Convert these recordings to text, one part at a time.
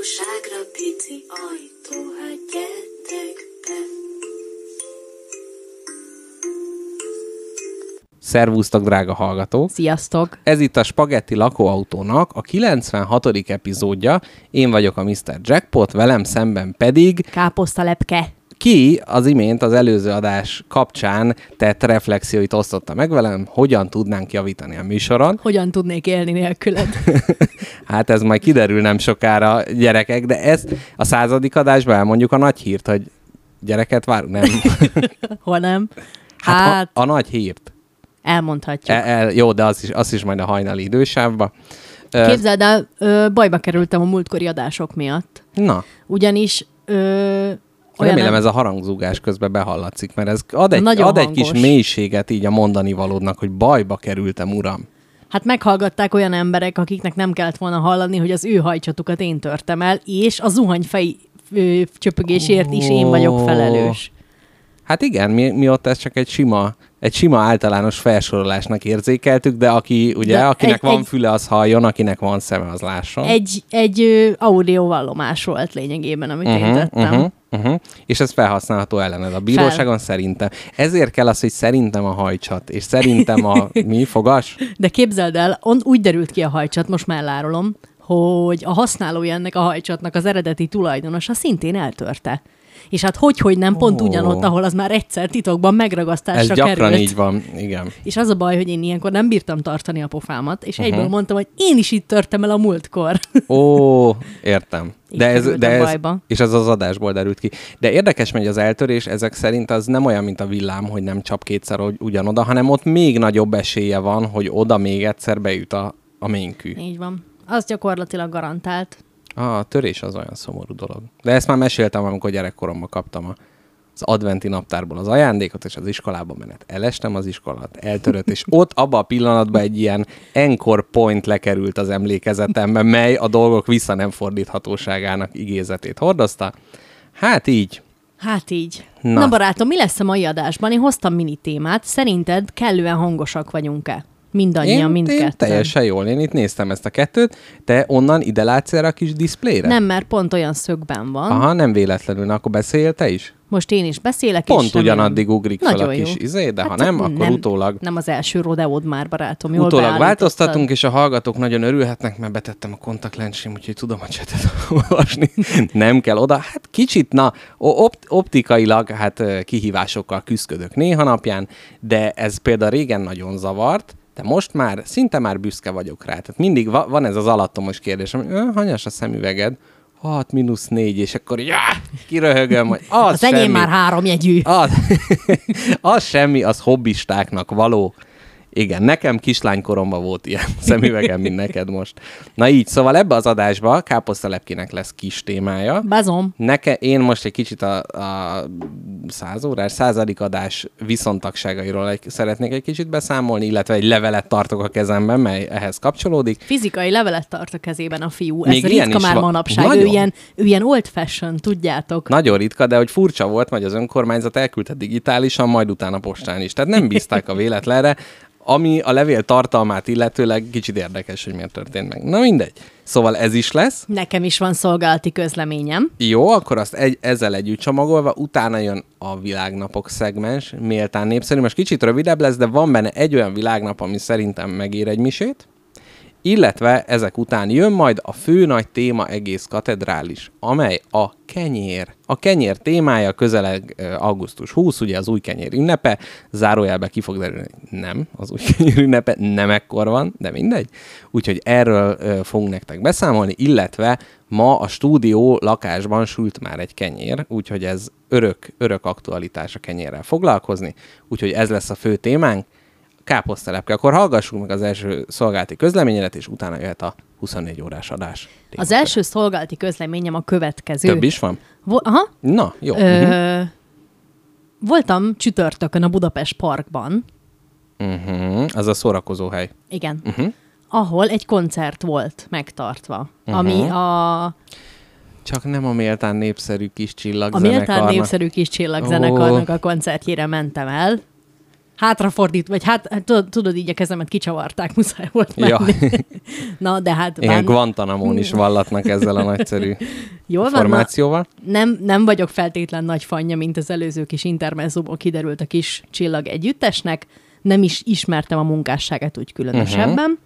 valóságra pici ajtó, hát gyertek be. Szervusztok, drága hallgatók! Sziasztok! Ez itt a Spagetti lakóautónak a 96. epizódja. Én vagyok a Mr. Jackpot, velem szemben pedig... Káposztalepke. Ki az imént az előző adás kapcsán tett reflexióit osztotta meg velem, hogyan tudnánk javítani a műsoron. Hogyan tudnék élni nélküled? Hát ez majd kiderül nem sokára, gyerekek, de ezt a 100. adásban elmondjuk a nagy hírt, hogy gyereket várunk, nem? Hol nem? Hát a nagy hírt. Elmondhatjuk. Jó, de az is majd a hajnali idősávba. Képzeld el, bajba kerültem a múltkori adások miatt. Na. Ugyanis... Remélem ez a harangzúgás közben behallatszik, mert ez ad egy kis mélységet így a mondani valódnak, hogy bajba kerültem, uram. Hát meghallgatták olyan emberek, akiknek nem kellett volna hallani, hogy az ő hajcsatukat én törtem el, és a zuhanyfej csöpögésért is én vagyok felelős. Hát igen, mi ott ez csak egy sima általános felsorolásnak érzékeltük, de akinek van füle, az halljon, akinek van szeme, az lásson. Egy audióvallomás volt lényegében, amit én tettem. És ez felhasználható ellened a bíróságon szerintem. Ezért kell az, hogy szerintem a hajcsat, és szerintem a fogas? De képzeld el, úgy derült ki a hajcsat, most már elárulom, hogy a használója ennek a hajcsatnak az eredeti tulajdonosa szintén eltörte. És hát hogy nem pont ugyanott, ahol az már egyszer titokban megragasztásra került. Ez gyakran így van, igen. És az a baj, hogy én ilyenkor nem bírtam tartani a pofámat, és egyből mondtam, hogy én is itt törtem el a múltkor. Értem. És ez az adásból derült ki. De érdekes megy az eltörés, ezek szerint az nem olyan, mint a villám, hogy nem csap kétszer ugyanoda, hanem ott még nagyobb esélye van, hogy oda még egyszer beüt a ménykű. Így van. Az gyakorlatilag garantált. A törés az olyan szomorú dolog. De ezt már meséltem, amikor gyerekkoromban kaptam az adventi naptárból az ajándékot, és az iskolába menet. Elestem az iskolát, eltörött, és ott abban a pillanatban egy ilyen encore point lekerült az emlékezetembe, mely a dolgok vissza nem fordíthatóságának igézetét hordozta. Hát így. Na barátom, mi lesz a mai adásban? Én hoztam mini témát. Szerinted kellően hangosak vagyunk-e? Mindannyian, mindketten. Én teljesen jól. Én itt néztem ezt a kettőt, te onnan ide látsz erre a kis diszplére? Nem, mert pont olyan szögben van. Aha, nem véletlenül. Na, akkor beszéljél te is? Most én is beszélek. Pont ugyanaddig ugrik fel a kis de ha nem, akkor nem, utólag... Nem az első rodeód már, barátom. Jól utólag változtatunk, és a hallgatók nagyon örülhetnek, mert betettem a kontaktlencsém, úgyhogy tudom a csetet olvasni. Nem kell oda. Hát kicsit, optikailag kihívásokkal küzdök néha napján, de ez például régen nagyon zavart, de most már szinte már büszke vagyok rá. Tehát mindig van ez az alattomos kérdés, hogy hanyas a szemüveged? 6-4, és akkor kiröhögöm, hogy az enyém semmi. Már 3 jegyű. Az semmi, az hobbistáknak való. Igen, nekem kislánykoromban volt ilyen szemüvegem, mint neked most. Na így, szóval ebbe az adásba Káposztalepkének lesz kis témája. Bazom. Én most egy kicsit a 100. adás viszontagságairól szeretnék egy kicsit beszámolni, illetve egy levelet tartok a kezemben, mely ehhez kapcsolódik. Fizikai levelet tart a kezében a fiú. Ez ritka már manapság. Ő ilyen old fashion, tudjátok. Nagyon ritka, de hogy furcsa volt, hogy az önkormányzat elküldte digitálisan, majd utána postán is. Tehát nem bízták a véletlenre. Ami a levél tartalmát illetőleg kicsit érdekes, hogy miért történt meg. Na mindegy. Szóval ez is lesz. Nekem is van szolgálati közleményem. Jó, akkor azt ezzel együtt csomagolva, utána jön a világnapok szegmens, méltán népszerű. Most kicsit rövidebb lesz, de van benne egy olyan világnap, ami szerintem megér egy misét. Illetve ezek után jön majd a fő nagy téma egész katedrális, amely a kenyér. A kenyér témája közeleg augusztus 20, ugye az új kenyér ünnepe, zárójelbe ki fog derülni, nem, az új kenyér ünnepe nem ekkor van, de mindegy. Úgyhogy erről fogunk nektek beszámolni, illetve ma a stúdió lakásban sült már egy kenyér, úgyhogy ez örök aktualitás a kenyérrel foglalkozni, úgyhogy ez lesz a fő témánk. Káposztalepke. Akkor hallgassuk meg az első szolgálati közleményedet, és utána jöhet a 24 órás adás. Az első szolgálati közleményem a következő. Több is van? Aha. Na, jó. Voltam csütörtökön a Budapest Parkban. Az a szórakozó hely. Igen. Ahol egy koncert volt megtartva, ami a... Csak nem a méltán népszerű kis csillagzenekarnak. A méltán népszerű kis csillagzenekarnak a koncertjére mentem el. hátrafordít, vagy tudod, így a kezemet kicsavarták, muszáj volt menni. Ja. Na, de hát... Igen, Guantanamon is vallatnak ezzel a nagyszerű információval. Nem vagyok feltétlen nagy fanja, mint az előző kis intermezzóból kiderült a kis csillag együttesnek. Nem is ismertem a munkásságát úgy különösebben,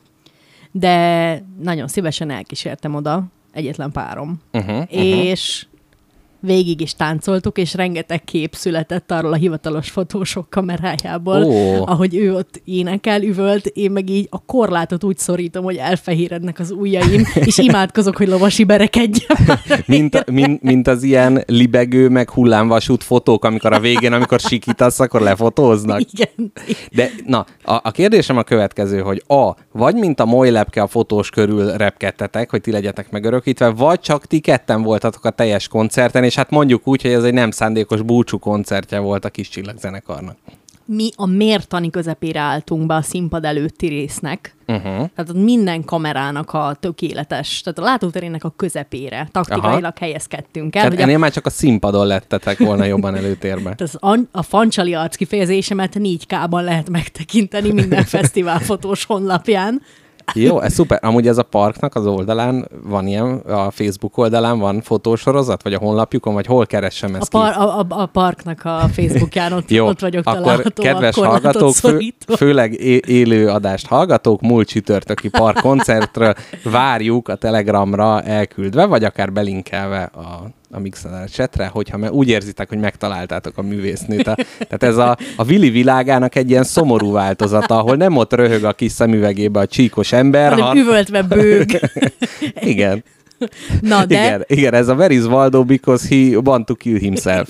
de nagyon szívesen elkísértem oda, egyetlen párom. És végig is táncoltuk, és rengeteg kép született arról a hivatalos fotósok kamerájából, ahogy ő ott énekel, üvölt, én meg így a korlátot úgy szorítom, hogy elfehérednek az ujjaim, és imádkozok, hogy lovasi berekedjem. mint az ilyen libegő, meg hullámvasút fotók, amikor a végén, amikor sikítasz, akkor lefotóznak. Igen. De na, a kérdésem a következő, hogy vagy mint a molylepke a fotós körül repkedtetek, hogy ti legyetek megörökítve, vagy csak ti ketten voltatok a teljes koncerten, és hát mondjuk úgy, hogy ez egy nem szándékos búcsú koncertje volt a Kis Csillag zenekarnak. Mi a mértani közepére álltunk be a színpad előtti résznek. Tehát minden kamerának a tökéletes, tehát a látóterének a közepére taktikailag helyezkedtünk el. Tehát ennél már csak a színpadon lettetek volna jobban előtérbe. Tehát a fancsali arc kifejezésemet 4K-ban lehet megtekinteni minden fesztiválfotós honlapján. Jó, ez szuper. Amúgy ez a parknak az oldalán van ilyen, a Facebook oldalán van fotósorozat, vagy a honlapjukon, vagy hol keressem ezt ki? A parknak a Facebookján ott vagyok akkor található. Kedves hallgatók, főleg élő adást hallgatók, múlt csütörtöki park koncertről várjuk a Telegramra elküldve, vagy akár belinkelve a Mixer chatre, hogyha úgy érzitek, hogy megtaláltátok a művésznőt. Tehát ez a Vili világának egy ilyen szomorú változata, ahol nem ott röhög a kis szemüvegébe a csíkos ember, hanem üvöltve bőg. Igen. Na de... Igen, ez a where is Waldo because he want to kill himself.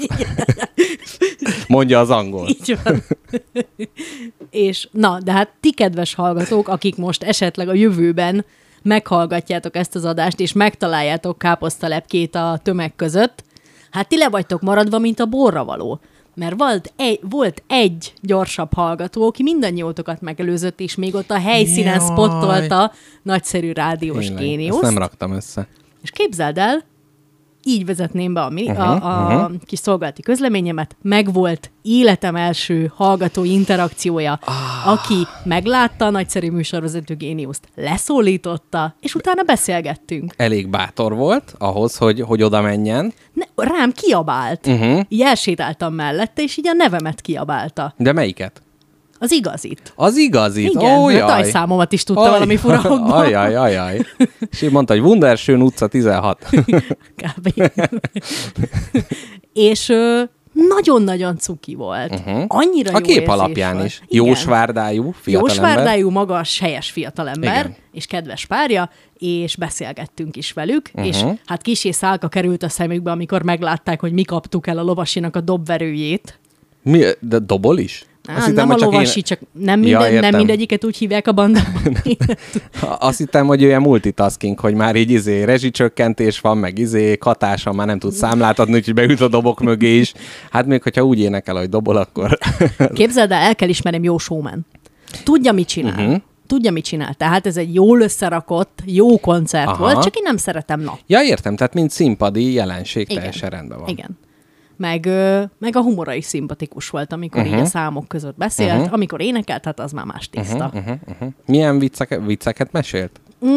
Mondja az angol. Így van. És de hát ti kedves hallgatók, akik most esetleg a jövőben meghallgatjátok ezt az adást, és megtaláljátok káposztalepkét a tömeg között, hát ti le vagytok maradva, mint a borravaló. Mert volt egy gyorsabb hallgató, aki mindannyiótokat megelőzött, és még ott a helyszínen spottolta nagyszerű rádiós géniuszt. Ezt nem raktam össze. És képzeld el, így vezetném be a kis szolgálati közleményemet, megvolt életem első hallgató interakciója, aki meglátta a nagyszerű műsorvezető géniuszt, leszólította, és utána beszélgettünk. Elég bátor volt ahhoz, hogy oda menjen. Rám kiabált. Így elsétáltam mellette, és így a nevemet kiabálta. De melyiket? Az igazit. Az igazit? Igen, a tajszámomat is tudta valami furahokban. Ajaj. És így mondta, hogy Wunderschön utca 16. Kb. És nagyon-nagyon cuki volt. Annyira a jó kép alapján is. Jósvárdájú fiatalember. Jósvárdájú, magas, helyes fiatalember, és kedves párja, és beszélgettünk is velük, és hát kissé szálka került a szemükbe, amikor meglátták, hogy mi kaptuk el a lovasinak a dobverőjét. Mi? De dobol is? Nem a lovasi, csak nem mindegyiket úgy hívják a bandában. Azt hittem, hogy olyan multitasking, hogy már így rezsicsökkentés van, meg katása, már nem tud számlát adni, úgyhogy beült a dobok mögé is. Hát még, hogyha úgy énekel, hogy dobol, akkor... Képzeld el kell ismernem, jó showman. Tudja, mit csinál. Tudja, mit csinál. Tehát ez egy jól összerakott, jó koncert volt, csak én nem szeretem, Ja, értem, tehát mint színpadi jelenség teljesen rendben van. Igen. Meg a humora is szimpatikus volt, amikor így a számok között beszélt. Amikor énekelt, hát az már más tiszta. Milyen vicceket mesélt?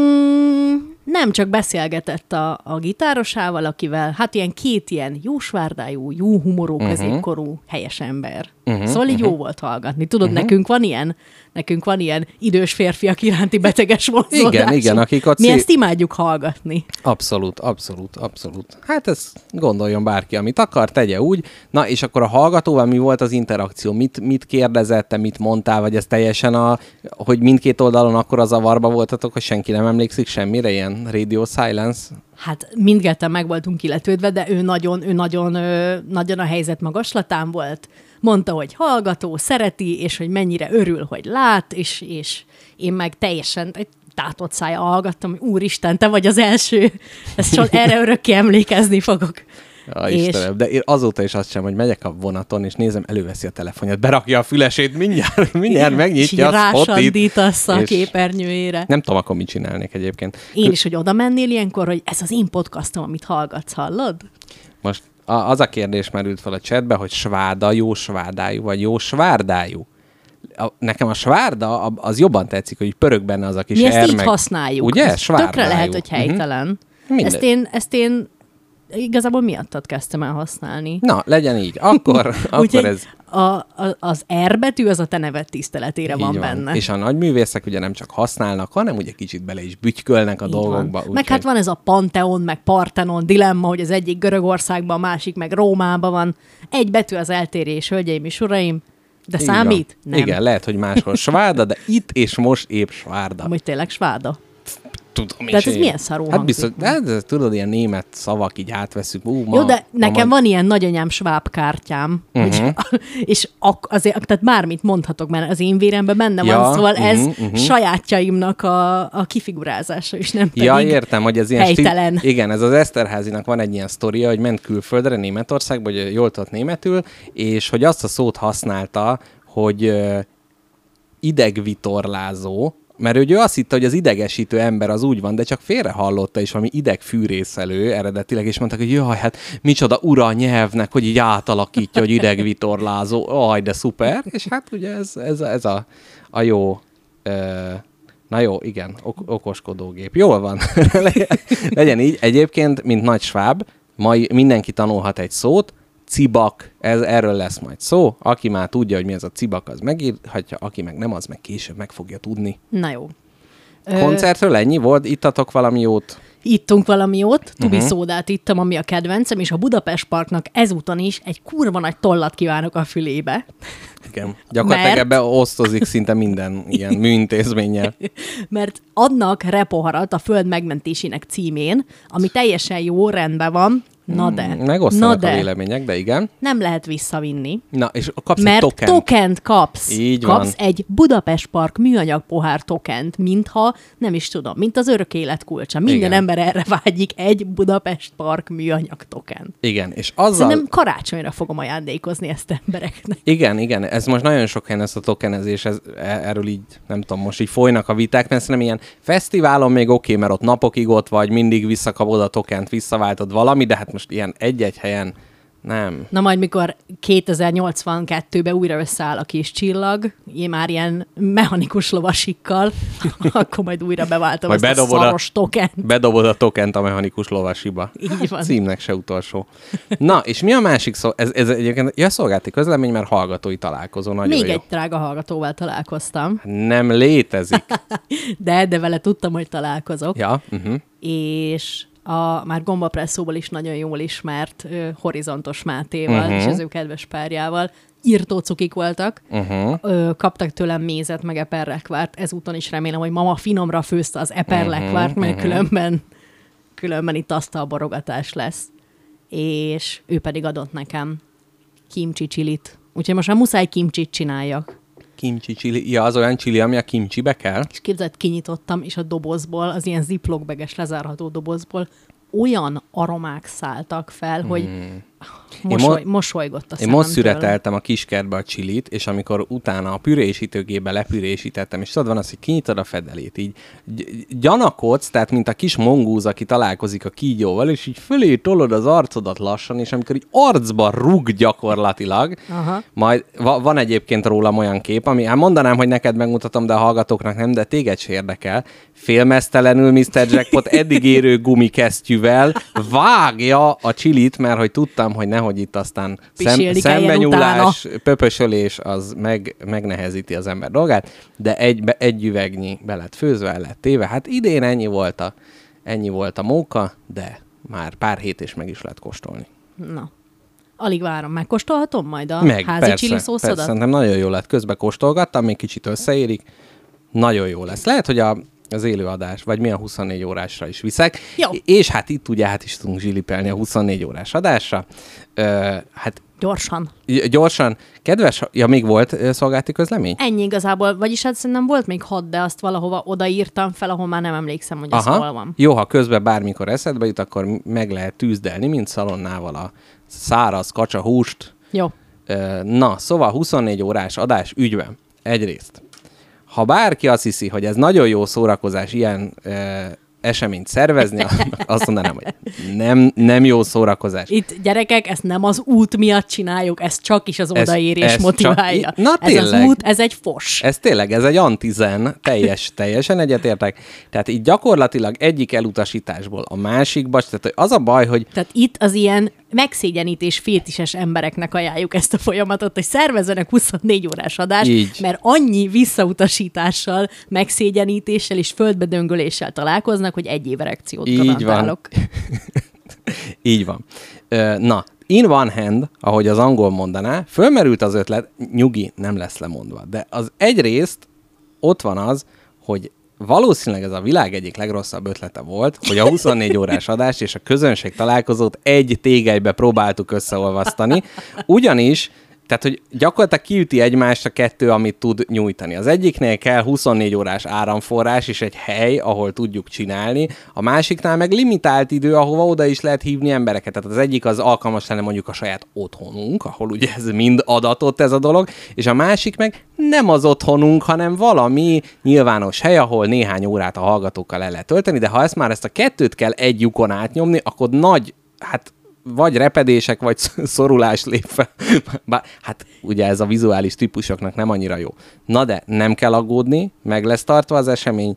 Nem csak beszélgetett a gitárosával, akivel, hát két ilyen jósvárdájú, jó humorú, középkorú, helyes ember. Szóval így jó volt hallgatni. Tudod, nekünk van ilyen idős férfiak iránti beteges vonzódásunk. Igen, akik ott... Mi ezt imádjuk hallgatni. Abszolút. Hát ez gondoljon bárki, amit akar, tegye úgy. Na, és akkor a hallgatóval mi volt az interakció? Mit kérdezett, te mit mondtál, vagy ez teljesen hogy mindkét oldalon akkor a zavarba voltatok, hogy senki nem emlékszik semmire, ilyen radio silence? Hát mindketten meg voltunk illetődve, de ő nagyon a helyzet magaslatán volt. Mondta, hogy hallgató, szereti, és hogy mennyire örül, hogy lát, és én meg teljesen egy tátott szája hallgattam, hogy úristen, te vagy az első. Erre örökké emlékezni fogok. Ja, Istenem, de én azóta is azt sem, hogy megyek a vonaton, és nézem, előveszi a telefonját, berakja a fülesét, mindjárt megnyitja a Spotit. Rásandítasz a képernyőjére. Nem tudom, akkor mit csinálnék egyébként. Én is, hogy oda mennél ilyenkor, hogy ez az én podcastom, amit hallgatsz, hallod? Most az a kérdés merült fel a chatbe, hogy sváda, jósvárdájú, vagy jósvárdájú. nekem a svárda, az jobban tetszik, hogy pörög benne az a kis Mi ezt így meg... használjuk. Ugye? Ez tökre Svárdájuk. lehet, hogy helytelen. Ezt én igazából miattad kezdtem el használni. Na, legyen így. Akkor Úgyhogy ez... az R betű az a te neved tiszteletére van benne. És a nagyművészek ugye nem csak használnak, hanem ugye kicsit bele is bütykölnek a dolgokba. Meg hát van ez a Pantheon, meg Parthenon dilemma, hogy az egyik Görögországban, a másik meg Rómában van. Egy betű az eltérés, hölgyeim és uraim. De Így számít? van. Nem. Igen, lehet, hogy máshol svárda, de itt és most épp svárda. Amúgy tényleg sváda. Tudom Tehát ez milyen szarul Hát hangzik. biztos, de ez, tudod, ilyen német szavak így átveszünk. Jó, de nekem van ilyen nagyanyám sváb kártyám, és azért, tehát bármit mondhatok, mert az én véremben benne van, szóval ez sajátjaimnak a kifigurázása is, nem pedig értem, hogy ez ilyen helytelen. Igen, ez az Eszterházinak van egy ilyen sztoria, hogy ment külföldre, Németországba, hogy jól tudott németül, és hogy azt a szót használta, hogy idegvitorlázó, mert ő azt hitte, hogy az idegesítő ember az úgy van, de csak félrehallotta is valami idegfűrészelő eredetileg, és mondták, hogy jaj, hát micsoda ura a nyelvnek, hogy így átalakítja, hogy idegvitorlázó, aj, de szuper, és hát ugye ez a jó, na jó, igen, okoskodógép. Jól van, legyen így. Egyébként, mint nagy sváb, majd mindenki tanulhat egy szót, cibak, erről lesz majd szó. Aki már tudja, hogy mi ez a cibak, az megírhatja, aki meg nem, az meg később meg fogja tudni. Na jó. Koncertről ennyi volt? Ittatok valami jót? Ittunk valami jót, Tubi szódát ittam, ami a kedvencem, és a Budapest Parknak ezúton is egy kurva nagy tollat kívánok a fülébe. Igen. Gyakorlatilag ebbe osztozik szinte minden ilyen műintézménnyel. Mert adnak repoharat a föld megmentésének címén, ami teljesen jó, rendben van, na de. Megosztanak a vélemények, de igen. Nem lehet visszavinni. Na, és kapsz mert egy tokent. Tokent kapsz. Így kapsz van. egy Budapest Park műanyag pohár tokent, mintha, nem is tudom, mint az örök élet kulcsa. Minden Igen. ember erre vágyik, egy Budapest Park műanyag token. Igen, és azzal... Szerintem karácsonyra fogom ajándékozni ezt embereknek. Igen, ez most nagyon sok helyen ez a tokenezés, erről így, nem tudom, most így folynak a viták, mert szerintem ilyen fesztiválon még oké, mert ott napokig ott vagy, mindig visszakapod a tokent, visszaváltod valami, de hát most ilyen egy-egy helyen nem. Na majd, mikor 2082-ben újra összeáll a kis csillag, én már ilyen mechanikus lovasikkal, akkor majd újra beváltom majd ezt a szaros tokent. Bedobod a tokent a mechanikus lovasiba. Így van. Címnek se utolsó. Na, és mi a másik szó? Ez egyébként szolgálati közlemény, mert hallgatói találkozó. Nagyon Még jó. egy drága hallgatóval találkoztam. Nem létezik. De vele tudtam, hogy találkozok. Ja, És a már Gombapresszóból is nagyon jól ismert Horizontos Mátéval és az ő kedves párjával írtó cukik voltak. Kaptak tőlem mézet, meg eperlekvárt. Ezúton is remélem, hogy mama finomra főzte az eperlekvárt, mert különben itt asztalborogatás lesz. És ő pedig adott nekem kimcsi csilit. Úgyhogy most már muszáj kimcsit csináljak. Kimchi chili. Ja, az olyan chili, ami a kimchibe kell. És képzeld, kinyitottam, és a dobozból, az ilyen ziplockbeges lezárható dobozból olyan aromák szálltak fel, hogy mosolygott a szememtől. Én most szüreteltem a kiskertbe a csilit, és amikor utána a pürésítőgébe lepürésítettem, és tudod, van az, hogy kinyitod a fedelét, így gyanakodsz, tehát mint a kis mongúz, aki találkozik a kígyóval, és így fölé tolod az arcodat lassan, és amikor így arcba rúg gyakorlatilag, majd van egyébként rólam olyan kép, ami, hát mondanám, hogy neked megmutatom, de a hallgatóknak nem, de téged se érdekel. Félmeztelenül Mr. Jackpot eddig érő gumikesztyűvel vágja a csilit, mert hogy tudtam, hogy nehogy itt aztán szembenyúlás, pöpösölés az megnehezíti az ember dolgát, de egy üvegnyi be lett főzve, el lett téve. Hát idén ennyi volt a móka, de már pár hét és meg is lehet kóstolni. Na, alig várom. Megkóstolhatom majd a házi chili szószodat? Persze, szerintem nagyon jó lett. Közben kóstolgattam, még kicsit összeérik. Nagyon jó lesz. Lehet, hogy az élőadás, vagy mi a 24 órásra is viszek. Jó. És hát itt ugye is tudunk zsilipelni a 24 órás adásra. Hát Gyorsan. Kedves, még volt szolgálati közlemény? Ennyi igazából, vagyis hát szerintem volt még 6, de azt valahova odaírtam fel, ahol már nem emlékszem, hogy az hol van. Jó, ha közben bármikor eszedbe jut, akkor meg lehet tűzdelni, mint szalonnával a száraz kacsahúst. Jó. Na, szóval 24 órás adás ügyben. Egyrészt. Ha bárki azt hiszi, hogy ez nagyon jó szórakozás ilyen eseményt szervezni, azt mondanám, hogy nem jó szórakozás. Itt gyerekek, ezt nem az út miatt csináljuk, ez csak is az odaérés ez motiválja. Na, ez az út, ez egy fos. Ez tényleg, ez egy antizen, teljesen egyetértek. Tehát így gyakorlatilag egyik elutasításból a másikba, tehát az a baj, hogy... Tehát itt az ilyen megszégyenítés fétises embereknek ajánljuk ezt a folyamatot, hogy szervezzenek 24 órás adást, így. Mert annyi visszautasítással, megszégyenítéssel és földbedöngöléssel találkoznak, hogy egy év erekciót garantálok. Így van. Na, in one hand, ahogy az angol mondaná, fölmerült az ötlet, nyugi, nem lesz lemondva. De az egyrészt ott van az, hogy valószínűleg ez a világ egyik legrosszabb ötlete volt, hogy a 24 órás adást és a közönség találkozót egy tégelybe próbáltuk összeolvasztani, ugyanis tehát, hogy gyakorlatilag kiüti egymást a kettő, amit tud nyújtani. Az egyiknél kell 24 órás áramforrás és egy hely, ahol tudjuk csinálni, a másiknál meg limitált idő, ahova oda is lehet hívni embereket. Tehát az egyik az alkalmas lenne mondjuk a saját otthonunk, ahol ugye ez mind adatott ez a dolog, és a másik meg nem az otthonunk, hanem valami nyilvános hely, ahol néhány órát a hallgatókkal el lehet tölteni, de ha ezt a kettőt kell egy lyukon átnyomni, akkor nagy, vagy repedések, vagy szorulás lép fel. Hát ugye ez a vizuális típusoknak nem annyira jó. Na de nem kell aggódni, meg lesz tartva az esemény,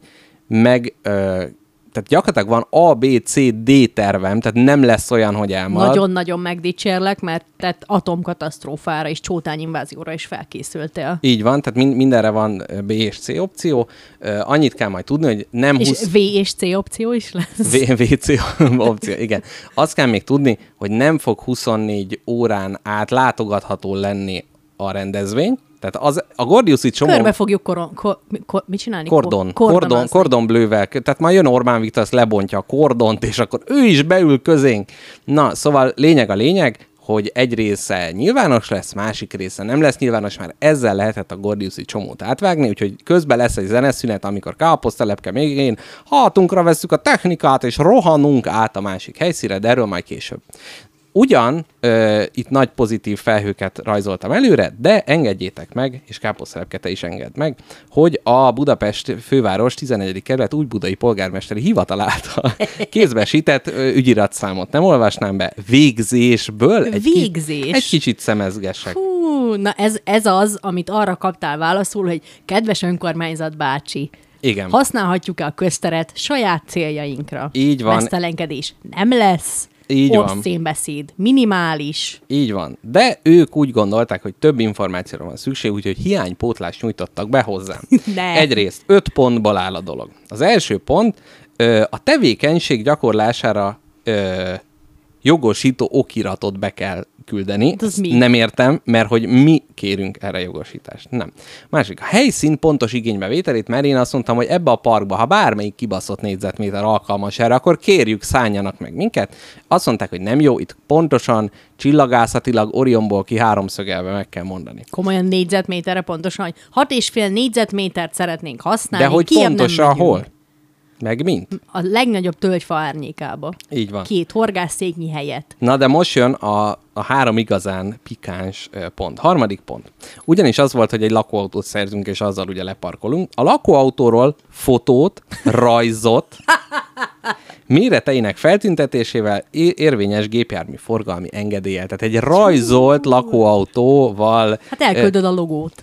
tehát gyakorlatilag van A, B, C, D tervem, tehát nem lesz olyan, hogy elmarad. Nagyon-nagyon megdicsérlek, mert tehát atomkatasztrófára és csótányinvázióra is felkészültél. Így van, tehát mindenre van B és C opció. Annyit kell majd tudni, hogy nem... És V és C opció is lesz? VC opció, igen. Azt kell még tudni, hogy nem fog 24 órán át látogatható lenni a rendezvény. Tehát a Gordiuszi csomó... Körbe fogjuk mit csinálni? Kordon blővel. Tehát majd jön Orbán Viktor, azt lebontja a kordont, és akkor ő is beül közénk. Na, szóval lényeg, hogy egy része nyilvános lesz, másik része nem lesz nyilvános, már ezzel lehetett a Gordiuszi csomót átvágni, úgyhogy közben lesz egy zeneszünet, amikor káposztelepke még én hatunkra vesszük a technikát, és rohanunk át a másik helyszínre, de erről majd később. Ugyan itt nagy pozitív felhőket rajzoltam előre, de engedjétek meg, és Káposztelepke, te is engedd meg, hogy a Budapest főváros 11. kerület újbudai polgármesteri hivatal által kézbesített ügyiratszámot nem olvasnám be, végzésből egy kicsit szemezgessek. Hú, na ez az, amit arra kaptál válaszul, hogy kedves önkormányzat bácsi, igen. Használhatjuk-e a közteret saját céljainkra? Így van. Mesztelenkedés nem lesz. Így van. Obszénbeszéd, minimális. Így van. De ők úgy gondolták, hogy több információra van szükség, úgyhogy hiánypótlást nyújtottak be hozzám. Egyrészt 5 pontból áll a dolog. Az első pont, a tevékenység gyakorlására jogosító okiratot be kell küldeni. Nem értem, mert hogy mi kérünk erre jogosítást. Nem. Másik, a helyszín pontos igénybevételét, mert én azt mondtam, hogy ebbe a parkba, ha bármelyik kibaszott négyzetméter alkalmas erre, akkor kérjük, szálljanak meg minket. Azt mondták, hogy nem jó, itt pontosan csillagászatilag Orionból ki háromszögelve meg kell mondani. Komolyan négyzetméterre pontosan, hogy 6,5 négyzetmétert szeretnénk használni. De hogy pontosan hol? Meg mint? A legnagyobb tölgyfa árnyékába. Így van. 2 horgászszéknyi helyet. Na de most jön a 3 igazán pikáns pont. Harmadik pont. Ugyanis az volt, hogy egy lakóautót szerzünk, és azzal ugye leparkolunk. A lakóautóról fotót, rajzot, méreteinek feltüntetésével érvényes gépjármű forgalmi engedéllyel. Tehát egy rajzolt lakóautóval... Hát elküldöd a logót.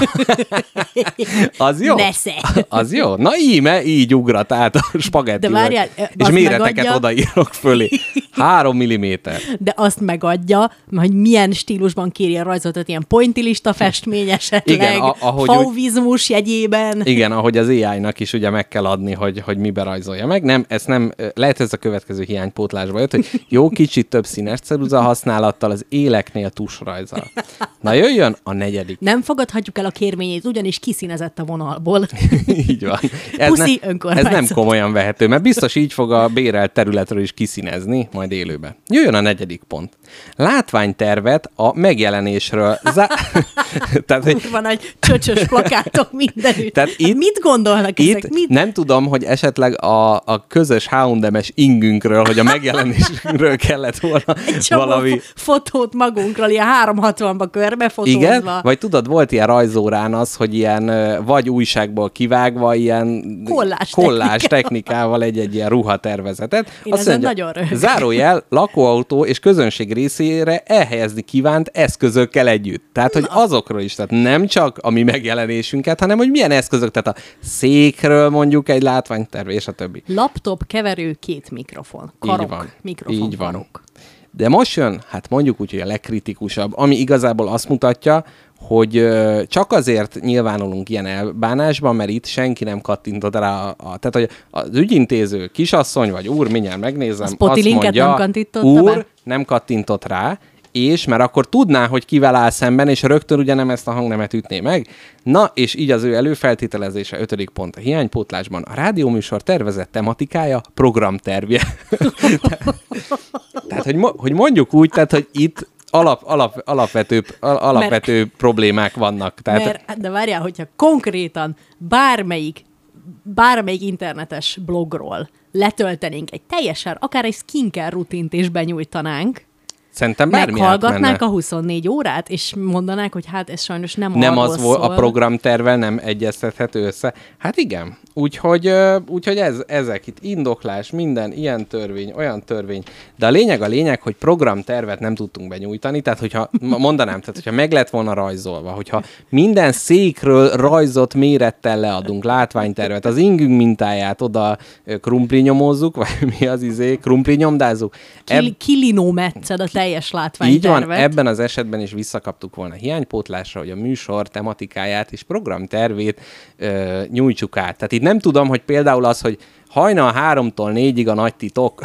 Az jó? Nesze. Az jó. Na íme, így ugrat át a spagettivel. De várjál, és méreteket odaírok fölé. 3 mm. De azt megadja, hogy milyen stílusban kéri a rajzotot, ilyen pointillista festmény esetleg, igen, fauvizmus jegyében. Igen, ahogy az AI-nak is ugye meg kell adni, hogy mibe rajzolja meg. Nem, ezt nem, lehet ez a következő hiánypótlásba jött, hogy jó kicsit több színes ceruza használattal, az éleknél tusrajzzal. Na jöjjön a 4. Nem fogadhatjuk el a kérvényét, ugyanis kiszínezett a vonalból. Így van. Puszi ez nem komolyan vehető, mert biztos így fog a bérelt területről is kiszínezni, majd majd élőbe. Jöjjön a 4. pont. Látványtervet a megjelenésről. Tehát, hogy... Van egy csöcsös plakátok mindenütt. Tehát itt, mit gondolnak ezek? Itt nem tudom, hogy esetleg a közös H&M-es ingünkről, hogy a megjelenésről kellett volna egy valami... fotót magunkról, ilyen 360-ba körbefotózva. Igen? Vagy tudod, volt ilyen rajzórán az, hogy ilyen vagy újságból kivágva, ilyen kollás technikával egy ilyen ruhatervezetet. Én azt mondja, nagyon röhögök. zárójel, lakóautó és közönség részére elhelyezni kívánt eszközökkel együtt. Tehát, hogy azokról is, tehát nem csak a mi megjelenésünket, hanem hogy milyen eszközök, tehát a székről mondjuk egy látványterv, és a többi. Laptop, keverő, 2 mikrofon. Karok, Így van. mikrofon, Így van. karok. De most jön, hát mondjuk úgy, hogy a legkritikusabb, ami igazából azt mutatja, hogy csak azért nyilvánulunk ilyen elbánásban, mert itt senki nem kattintott rá, tehát hogy az ügyintéző kisasszony vagy úr, mindjárt megnézem, azt mondja, nem kattintotta úr, be? nem kattintott rá, és mert akkor tudná, hogy kivel áll szemben, és rögtön ugye nem ezt a hangnemet ütné meg. Na, és így az ő előfeltételezése 5. pont a hiánypótlásban. A rádióműsor tervezett tematikája programtervje. Tehát, hogy mondjuk úgy, tehát, hogy itt alapvető problémák vannak. Tehát... De várjál, hogyha konkrétan bármelyik internetes blogról letöltenénk egy teljesen, akár egy skincare rutint is benyújtanánk, szerintem bármi meghallgatnák a 24 órát, és mondanák, hogy hát ez sajnos nem arról az szól. A programtervvel nem egyeztethető össze. Hát igen. Úgyhogy ezek itt indoklás, minden, ilyen törvény, olyan törvény. De a lényeg, hogy programtervet nem tudtunk benyújtani, tehát hogyha mondanám, tehát hogyha meg lett volna rajzolva, hogyha minden székről rajzott mérettel leadunk látványtervet, az ingünk mintáját oda krumplinyomózzuk, vagy mi az krumplinyomdázzuk. Kilinómetszed a teljes látványtervet. Így van, ebben az esetben is visszakaptuk volna hiánypótlásra, hogy a műsor tematikáját és programtervét nyújtsuk át. Tehát itt nem tudom, hogy például az, hogy hajnal 3-tól 4-ig a nagy titok.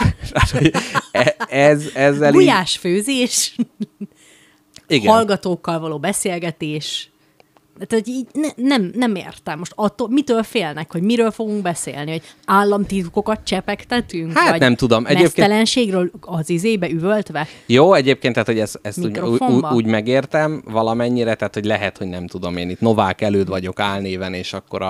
Ezzel gulyásfőzés, igen. Hallgatókkal való beszélgetés. Tehát így nem értem. Most attól, mitől félnek, hogy miről fogunk beszélni? Hogy államtitkokat csepegtetünk? Hát vagy nem tudom. mesztelenségről az izébe üvöltve? Jó, egyébként, tehát, hogy ezt úgy megértem valamennyire, tehát, hogy lehet, hogy nem tudom, én itt Novák előtt vagyok álnéven, és akkor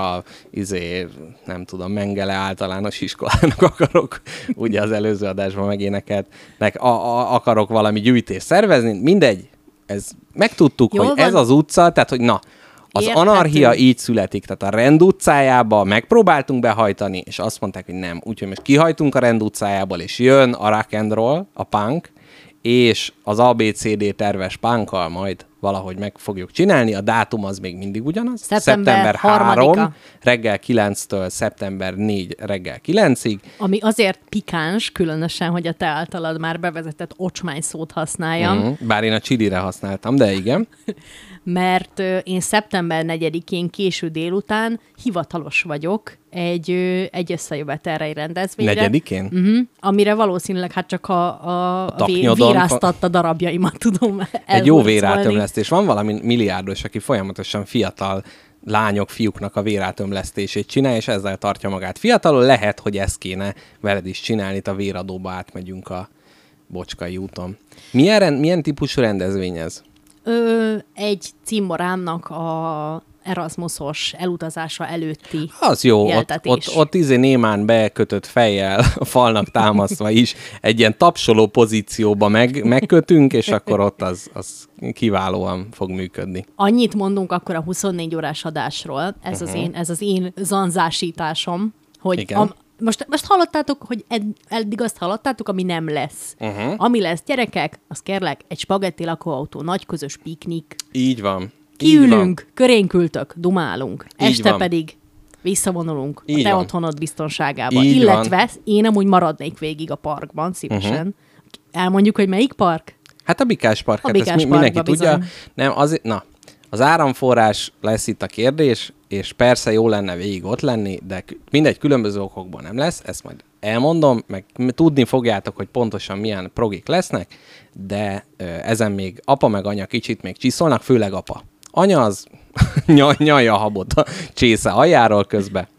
nem tudom, Mengele általános iskolának akarok, ugye az előző adásban megénekelt, akarok valami gyűjtést szervezni, mindegy. Megtudtuk, hogy ez az utca, tehát, hogy az anarchia így születik, tehát a Rend utcájába megpróbáltunk behajtani, és azt mondták, hogy nem. Úgyhogy most kihajtunk a Rend utcájából, és jön a rock and roll, a punk, és az ABCD terves punkkal majd valahogy meg fogjuk csinálni. A dátum az még mindig ugyanaz. Szeptember 3, reggel 9-től szeptember 4 reggel 9-ig. Ami azért pikáns, különösen, hogy a te általad már bevezetett ocsmány szót használjam. Bár én a chilire használtam, de igen. Mert én szeptember 4-én késő délután hivatalos vagyok egy összejövetelre rendezvényre. 4-én? Amire valószínűleg hát csak a véráztatta darabjaimat tudom egy jó vérátömlesztés. Van valami milliárdos, aki folyamatosan fiatal lányok, fiúknak a vérátömlesztését csinál, és ezzel tartja magát fiatalon. Lehet, hogy ezt kéne veled is csinálni, itt a véradóba átmegyünk a Bocskai úton. Milyen típusú rendezvény ez? Egy cimborámnak a Erasmusos elutazása előtti az jó, jeltetés. ott némán bekötött fejjel, a falnak támasztva is egy ilyen tapsoló pozícióba megkötünk, és akkor ott az kiválóan fog működni. Annyit mondunk akkor a 24 órás adásról, ez az én zanzásításom, hogy most hallottátok, hogy eddig azt hallottátok, ami nem lesz. Ami lesz, gyerekek, azt kérlek, egy spagetti lakóautó, nagy közös piknik. Így van. Kiülünk, körénkültök, dumálunk. Este van. pedig visszavonulunk Így a te van. otthonod biztonságába. Így illetve van. én amúgy maradnék végig a parkban, szívesen. Elmondjuk, hogy melyik park? Hát a Bikás park, A Bikás ezt mindenki parkba tudja. bizony. Nem, az áramforrás lesz itt a kérdés, és persze jó lenne végig ott lenni, de mindegy, különböző okokból nem lesz, ezt majd elmondom, meg tudni fogjátok, hogy pontosan milyen progik lesznek, de ezen még apa meg anya kicsit még csiszolnak, főleg apa. Anya az nyalja a habot a csésze aljáról közbe,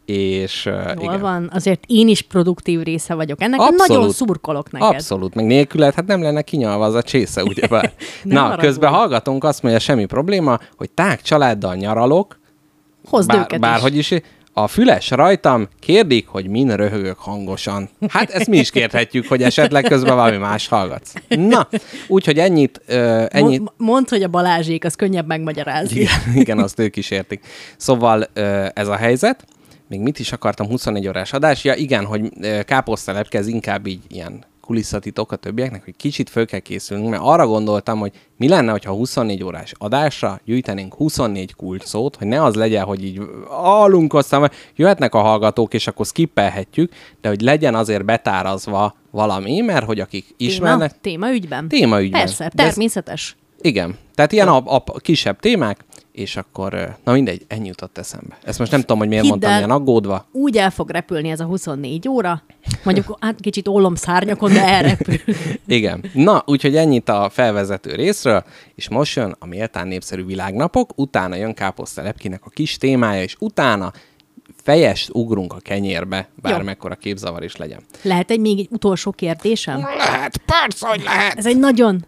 és Jól igen. van, azért én is produktív része vagyok ennek, Abszolút. nagyon szurkolok neked. Abszolút, meg nélküled, hát nem lenne kinyalva az a csésze, ugyebár. Ne Na, haragudj. közben hallgatunk, azt mondja, semmi probléma, hogy tág családdal nyaralok, Hozd őket bárhogy is. A füles rajtam, kérdik, hogy min röhögök hangosan. Hát ezt mi is kérhetjük, hogy esetleg közben valami más hallgatsz. Na, úgyhogy ennyit. Mondd, hogy a Balázsék, az könnyebb megmagyarázni. Igen, azt ők is értik. Szóval ez a helyzet. Még mit is akartam, 24 órás adás. Ja igen, hogy káposztelepke, ez inkább így ilyen kulisszatitok a többieknek, hogy kicsit föl kell készülnünk, mert arra gondoltam, hogy mi lenne, hogyha 24 órás adásra gyűjtenénk 24 kulcsszót, hogy ne az legyen, hogy így alunk, aztán jöhetnek a hallgatók, és akkor skippelhetjük, de hogy legyen azért betárazva valami, mert hogy akik ismernek... Témaügyben? Témaügyben. Persze, De ez- természetes. Igen. Tehát ilyen a kisebb témák, és akkor, na mindegy, ennyi jutott eszembe. Ezt most nem tudom, hogy miért Hidd mondtam el, ilyen aggódva. Úgy el fog repülni ez a 24 óra, mondjuk hát kicsit ólomszárnyakon, de elrepül. Igen. Na, úgyhogy ennyit a felvezető részről, és most jön a méltán népszerű világnapok, utána jön Káposztelepkinek a kis témája, és utána fejest ugrunk a kenyérbe, bármekkora képzavar is legyen. Lehet még egy utolsó kérdésem? Lehet, persze, hogy lehet. Ez egy nagyon...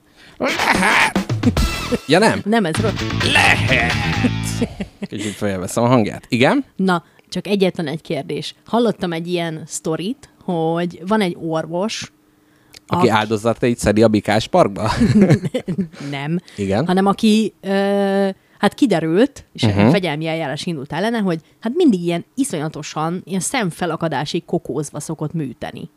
Ja nem? Nem ez rossz. Kicsit felveszem a hangját. Igen? Na, csak egyetlen egy kérdés. Hallottam egy ilyen sztorit, hogy van egy orvos, Aki áldozatait szedi a Bikás Parkba? nem, Igen. hanem aki hát kiderült, és fegyelmi eljárás indult ellene, hogy hát mindig ilyen iszonyatosan, ilyen szemfelakadásig kokózva szokott műteni.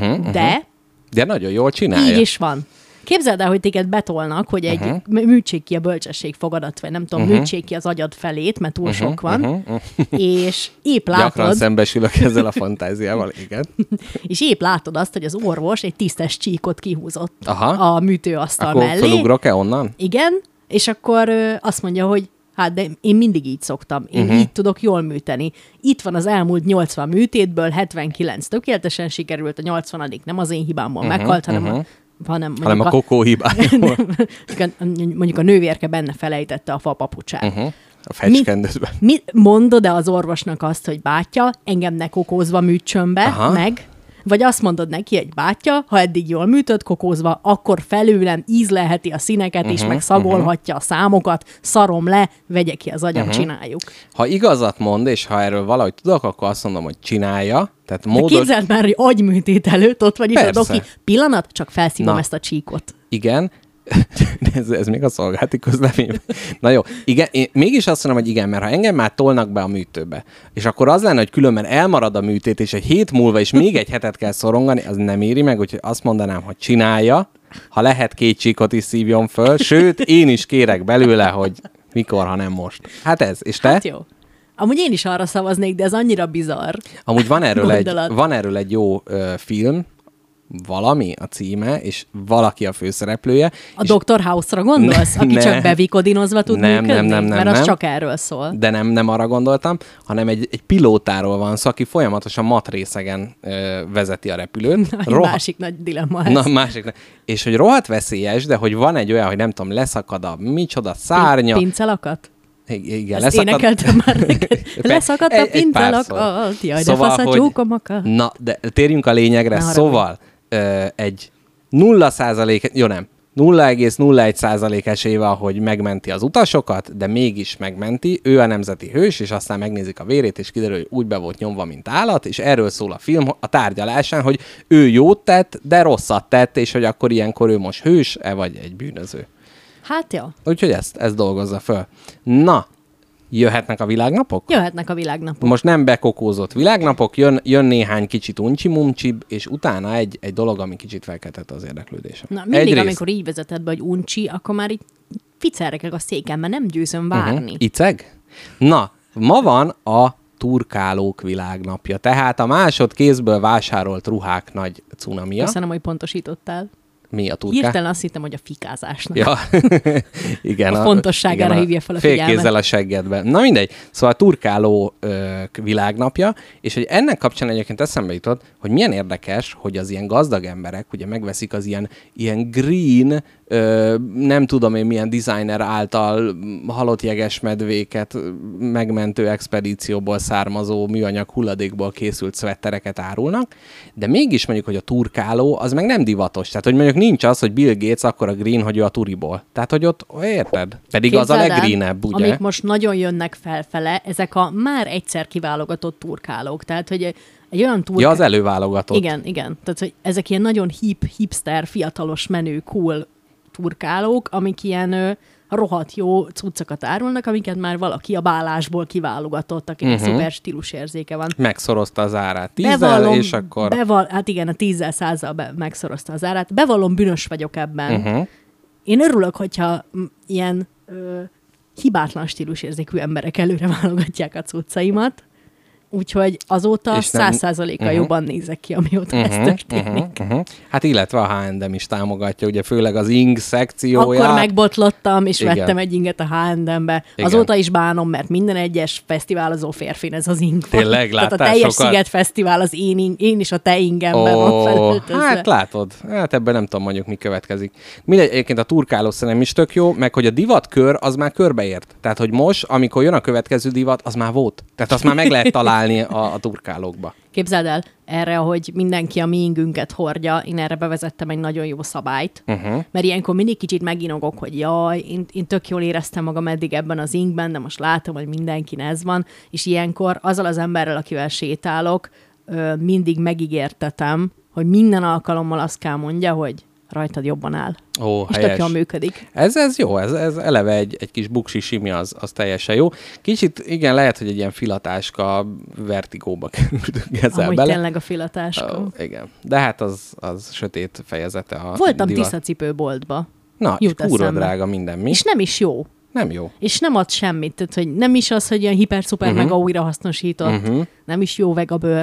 De nagyon jól csinálja. így is van. Képzeld el, hogy téged betolnak, hogy egy műtsék ki a bölcsesség fogadat, vagy nem tudom, műtsék ki az agyad felét, mert túl sok van, és épp Gyakran látod, szembesülök ezzel a fantáziával, igen. és épp látod azt, hogy az orvos egy tisztes csíkot kihúzott Aha. a műtőasztal Akkor mellé. felugrok-e onnan? Igen, és akkor azt mondja, hogy hát de én mindig így szoktam. Én így tudok jól műteni. Itt van az elmúlt 80 műtétből, 79 tökéletesen sikerült, a 80. nem az én hibámból meghalt, hanem Hanem a kokó hibájából. mondjuk a nővérke benne felejtette a fapapucsát. A fecskendőben. Mit mondod-e az orvosnak azt, hogy bátya, engem ne kokózva műtsön be, meg? Vagy azt mondod neki, egy bátya, ha eddig jól műtött kokózva, akkor felőlem ízlelheti a színeket, és meg szagolhatja a számokat, szarom le, vegye ki az agyam, csináljuk. Ha igazat mond, és ha erről valahogy tudok, akkor azt mondom, hogy csinálja. Tehát De módos... képzeld már, hogy agyműtét előtt ott vagy, és a Persze. doki, pillanat, csak felszívom Na. ezt a csíkot. Igen. ez még a szolgálati közlemény. Na jó, igen, én mégis azt mondom, hogy igen, mert ha engem már tolnak be a műtőbe, és akkor az lenne, hogy különben elmarad a műtét, és egy hét múlva is még egy hetet kell szorongani, az nem éri meg, úgyhogy azt mondanám, hogy csinálja, ha lehet 2 csíkot is szívjon föl, sőt, én is kérek belőle, hogy mikor, ha nem most. Hát ez, és te? Hát jó. Amúgy én is arra szavaznék, de ez annyira bizarr. Amúgy Gondolat. van erről egy jó film, valami a címe, és valaki a főszereplője. A és Dr. House-ra gondolsz, aki Ne. csak bevikodinozva tud Nem, működni? nem, Mert az nem. csak erről szól. De nem arra gondoltam, hanem egy pilótáról van szó, aki folyamatosan matrészegen vezeti a repülőt. Egy másik nagy dilemma ez. Na, másik. És hogy rohadt veszélyes, de hogy van egy olyan, hogy nem tudom, leszakad a micsoda szárnya. Pincelakat? Igen, Ezt énekeltem már neked. Leszakadt a egy pincelakat, jaj, de Szóval, fasz a hogy- csókomakat. Na, de térjünk a lényegre. Ne haragudj. Szóval egy 0%, jó nem, 0,01% esélyvel, hogy megmenti az utasokat, de mégis megmenti. Ő a nemzeti hős, és aztán megnézik a vérét, és kiderül, hogy úgy be volt nyomva, mint állat, és erről szól a film a tárgyalásán, hogy ő jót tett, de rosszat tett, és hogy akkor ilyenkor ő most hős-e, vagy egy bűnöző. Hát jó, Úgyhogy ezt dolgozza föl. Na, jöhetnek a világnapok? jöhetnek a világnapok. Most nem bekokózott világnapok, jön néhány kicsit uncsi-mumcsi, és utána egy dolog, ami kicsit felkeltette az érdeklődésem. Na, mindig, amikor így vezeted be, hogy uncsi, akkor már így ficelrekek a széken, mert nem győzöm várni. Iceg? Na, ma van a turkálók világnapja, tehát a másodkézből vásárolt ruhák nagy cunamia. Köszönöm, hogy pontosítottál. Mi a turká? Hirtelen azt hittem, hogy a fikázásnak. Ja, igen. A fontosságára hívja fel a figyelmet. Félkézzel a seggedbe. Na mindegy. Szóval a turkáló világnapja, és hogy ennek kapcsán egyébként eszembe jutott, hogy milyen érdekes, hogy az ilyen gazdag emberek ugye megveszik az ilyen green nem tudom én milyen designer által halott jegesmedvéket megmentő expedícióból származó műanyag hulladékból készült szvettereket árulnak, de mégis mondjuk, hogy a turkáló az meg nem divatos. Tehát, hogy mondjuk nincs az, hogy Bill Gates akkora green, hogy ő a turiból. Tehát, hogy ott, érted? Pedig Képzeld az a el, leggreenebb, ugye? amik most nagyon jönnek felfele, ezek a már egyszer kiválogatott turkálók. Tehát, hogy egy olyan Ja, az előválogatott. Igen. Tehát, hogy ezek ilyen nagyon hipster, fiatalos, menő, cool turkálók, amik ilyen rohadt jó cuccokat árulnak, amiket már valaki a bálásból kiválogatott, akinek szuper stílusérzéke van. Megszorozta az árát 10-zel, és akkor... Hát igen, a 10-zel, 100-zal megszorozta az árát. Bevallom, bűnös vagyok ebben. Én örülök, hogyha ilyen hibátlan stílusérzékű emberek előre válogatják a cuccaimat, úgyhogy azóta 100%-kal jobban nézek ki, amióta ez történik. Hát illetve a H&M is támogatja, ugye főleg az ing szekcióját. Akkor megbotlottam, és vettem egy inget a H&M-be. Azóta is bánom, mert minden egyes fesztiválozó férfin ez az ing. Tényleg, tehát a teljes Sziget Fesztivál az én is a te ingemben van felöltözve. Hát látod, hát ebben nem tudom mondjuk mi következik. Mindegy, egyébként a turkáló szerintem is tök jó, meg hogy a divatkör az már körbeért. Tehát, hogy most, amikor jön a következő divat, az már volt. Tehát azt már meg lehet találni a turkálókba. Képzeld el, erre, hogy mindenki a mi ingünket hordja, én erre bevezettem egy nagyon jó szabályt, mert ilyenkor mindig kicsit meginogok, hogy jaj, én tök jól éreztem magam eddig ebben az ingben, de most látom, hogy mindenkin ez van, és ilyenkor azzal az emberrel, akivel sétálok, mindig megígértetem, hogy minden alkalommal azt kell mondja, hogy rajtad jobban áll. És tök jól működik. Ez jó, ez eleve egy kis buksi simi, az teljesen jó. Kicsit, igen, lehet, hogy egy ilyen filatáska vertigóba kerültünk ezzel amúgy bele. tényleg a filatáska. Igen. De hát az sötét fejezete a Voltam divat. Tiszacipőboltba. Na, és kurva drága minden, mi? És nem is jó. Nem jó. És nem ad semmit, tehát hogy nem is az, hogy ilyen hiper-szuper meg a újrahasznosított, nem is jó vegabőr.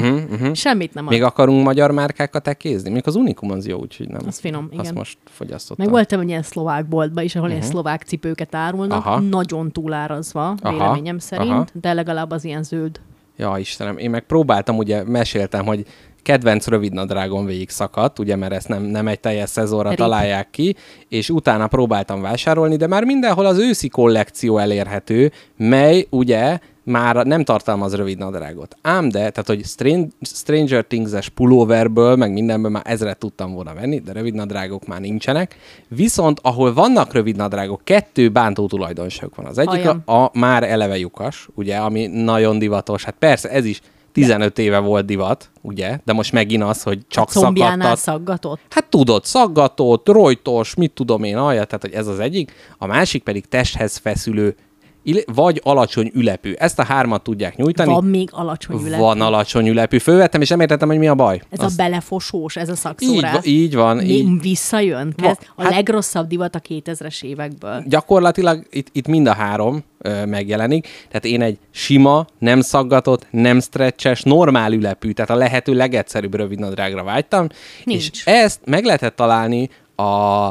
Semmit nem ad. Még akarunk magyar márkákat tekézni? Még az Unikum az jó, úgyhogy nem. Az finom, igen. Azt most fogyasztottam. Meg voltam egy ilyen szlovák boltba is, ahol ilyen szlovák cipőket árulnak, nagyon túlárazva, véleményem szerint, de legalább az ilyen zöld. Ja, Istenem, én meg próbáltam, ugye meséltem, hogy kedvenc rövidnadrágon végig szakadt, ugye, mert ezt nem egy teljes szezonra találják ki, és utána próbáltam vásárolni, de már mindenhol az őszi kollekció elérhető, mely ugye már nem tartalmaz rövidnadrágot. Ám de, tehát hogy Stranger Things-es pulóverből, meg mindenből már 1000-et tudtam volna venni, de rövidnadrágok már nincsenek. Viszont ahol vannak rövidnadrágok, 2 bántó tulajdonságok van. Az egyik a már eleve lyukas, ugye, ami nagyon divatos. Hát persze, ez is 15 éve volt divat, ugye? De most megint az, hogy csak szaggattat. szaggatott? Hát tudod, szaggatott, rojtos, mit tudom én, tehát hogy ez az egyik. A másik pedig testhez feszülő, vagy alacsony ülepű. Ezt a 3 tudják nyújtani. Van még alacsony ülepű? Van alacsony ülepű. Fölvettem, és nem értettem, hogy mi a baj. Ez a belefosós, ez a szakszórás. Így van. Visszajön. A legrosszabb divat a 2000-es évekből. Gyakorlatilag itt mind a 3 megjelenik. Tehát én egy sima, nem szaggatott, nem stretches, normál ülepű, tehát a lehető legegyszerűbb rövidnadrágra vágytam. Nincs. És ezt meg lehetett találni a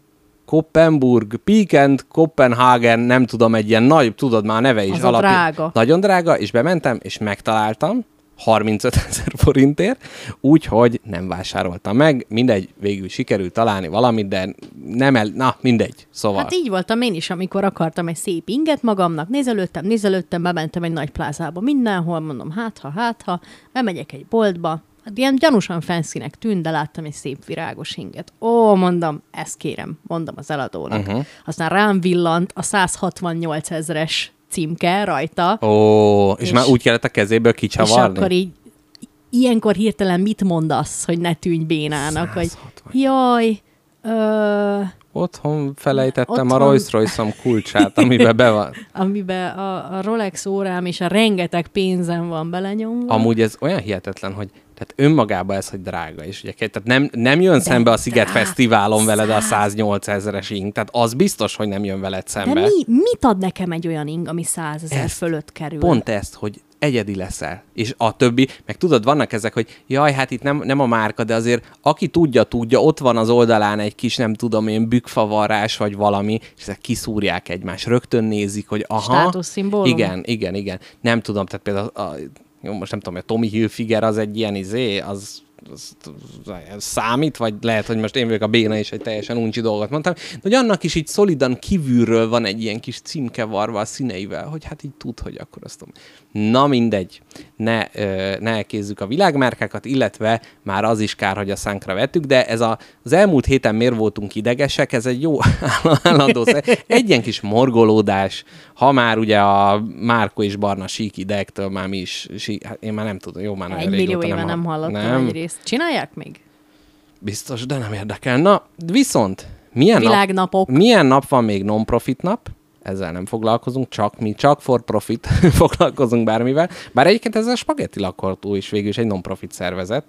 Koppenburg, Peak & Kopenhagen, nem tudom, egy ilyen nagy, tudod már a neve is. Az drága. Nagyon drága, és bementem, és megtaláltam 35 000 forintért, úgyhogy nem vásároltam meg. Mindegy, végül sikerült találni valamit, de na, mindegy. Szóval. Hát így voltam én is, amikor akartam egy szép inget magamnak. Nézelődtem, bementem egy nagy plázába mindenhol, mondom, hát ha, bemegyek egy boltba, hát ilyen gyanúsan fancynek tűnt, de láttam egy szép virágos inget. Mondom, ezt kérem, mondom az eladónak. Aztán rám villant a 168 000-es címke rajta. És már úgy kellett a kezéből kicsavarni. És akkor így, ilyenkor hirtelen mit mondasz, hogy ne tűnj bénának, 160. hogy jaj, otthon felejtettem a Rolls-Royce-om kulcsát, amiben be van. Amiben a Rolex órám és a rengeteg pénzem van belenyomva. Amúgy ez olyan hihetetlen, hogy tehát önmagában ez, hogy drága is. Ugye, tehát nem jön szembe a Sziget Fesztiválon veled a 108 000-es ing. Tehát az biztos, hogy nem jön veled szembe. De mit ad nekem egy olyan ing, ami 100 000 fölött kerül? Pont ezt, hogy egyedi leszel. És a többi, meg tudod, vannak ezek, hogy jaj, hát itt nem a márka, de azért aki tudja, ott van az oldalán egy kis, nem tudom én, bükkfavarrás vagy valami, és ezek kiszúrják egymást. Rögtön nézik, hogy aha. Státuszszimbólum? Igen. Nem tudom, tehát például most nem tudom, a Tommy Hilfiger az egy ilyen az számít, vagy lehet, hogy most én vagyok a béna, és egy teljesen uncsi dolgot mondtam, de hogy annak is így szolidan kívülről van egy ilyen kis címke varva a színeivel, hogy hát így tud, hogy akkor azt tudom. Na mindegy, ne elkézzük a világmárkákat, illetve már az is kár, hogy a szánkra vettük, de ez az elmúlt héten miért voltunk idegesek, ez egy jó állandó egy ilyen kis morgolódás, ha már ugye a Márko és Barna sík idegtől már mi is, hát én már nem tudom, jó, már nagyon 1 millió régóta éve nem hallottam egy részt. Csinálják még? Biztos, de nem érdekel. Na, viszont Világnapok. milyen nap van még non-profit nap? Ezzel nem foglalkozunk, csak for profit foglalkozunk bármivel. Bár egyébként ez a Spagetti Lakortó is végül is egy non-profit szervezet.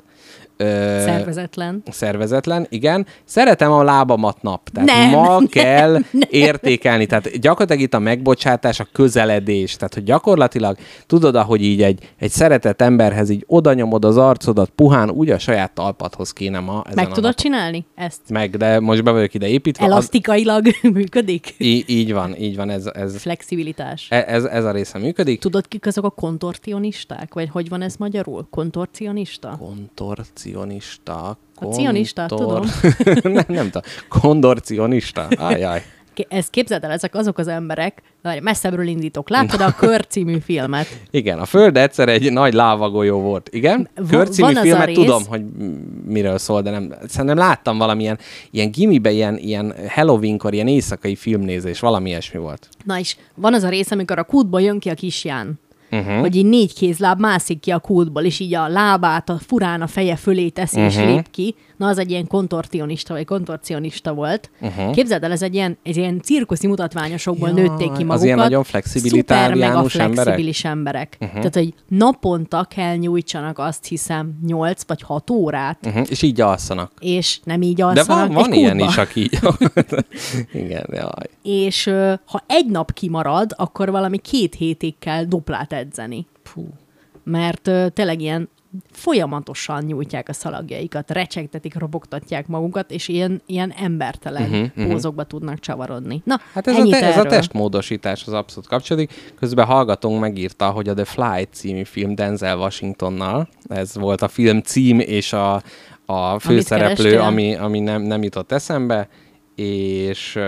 Szervezetlen, igen. Szeretem a lábamat nap. Tehát ma kell értékelni. Tehát gyakorlatilag itt a megbocsátás, a közeledés. Tehát, hogy gyakorlatilag tudod, ahogy így egy szeretett emberhez így oda nyomod az arcodat puhán, úgy a saját talpadhoz kéne ma. Meg tudod csinálni ezt? Meg, de most be vagyok ide építve. Elasztikailag működik? Így van. Ez flexibilitás. Ez a része működik. Tudod, kik azok a kontorcionisták? Vagy hogy van ez magyarul? Kontorcionista? Kontorcionista. A cionistát tudom. nem tudom. Kondorcionista. Ajaj. Ezt képzeld el, ezek azok az emberek, messzebbről indítok. Láttad a Kör című filmet? Igen, a Föld egyszer egy nagy lávagolyó volt. Igen, Kör című filmet tudom, hogy miről szól, de szerintem láttam valamilyen ilyen gimibe, ilyen Halloweenkor, ilyen éjszakai filmnézés, valami ilyesmi volt. Na és van az a rész, amikor a kútból jön ki a kisján. Hogy így 4 kézláb mászik ki a kútból, és így a lábát a furán a feje fölé teszi, és lép ki. Na, az egy ilyen kontorcionista volt. Képzeld el, ez egy ilyen cirkuszi mutatványosokból nőtték ki magukat. Az ilyen nagyon flexibilitáriánus emberek. Tehát, hogy naponta kell nyújtsanak, azt hiszem, 8 vagy 6 órát. És így alszanak. És nem így alszanak. De van ilyen is, aki igen, jaj. És ha egy nap kimarad, akkor valami 2 hétig kell duplát edzeni. Mert tényleg ilyen folyamatosan nyújtják a szalagjaikat, recsegtetik, robogtatják magukat, és ilyen embertelen pózokba tudnak csavarodni. Na, hát ez a testmódosítás az abszolút kapcsolódik. Közben hallgatónk megírta, hogy a The Flight című film Denzel Washingtonnal, ez volt a film cím és a főszereplő, ami nem jutott eszembe, és...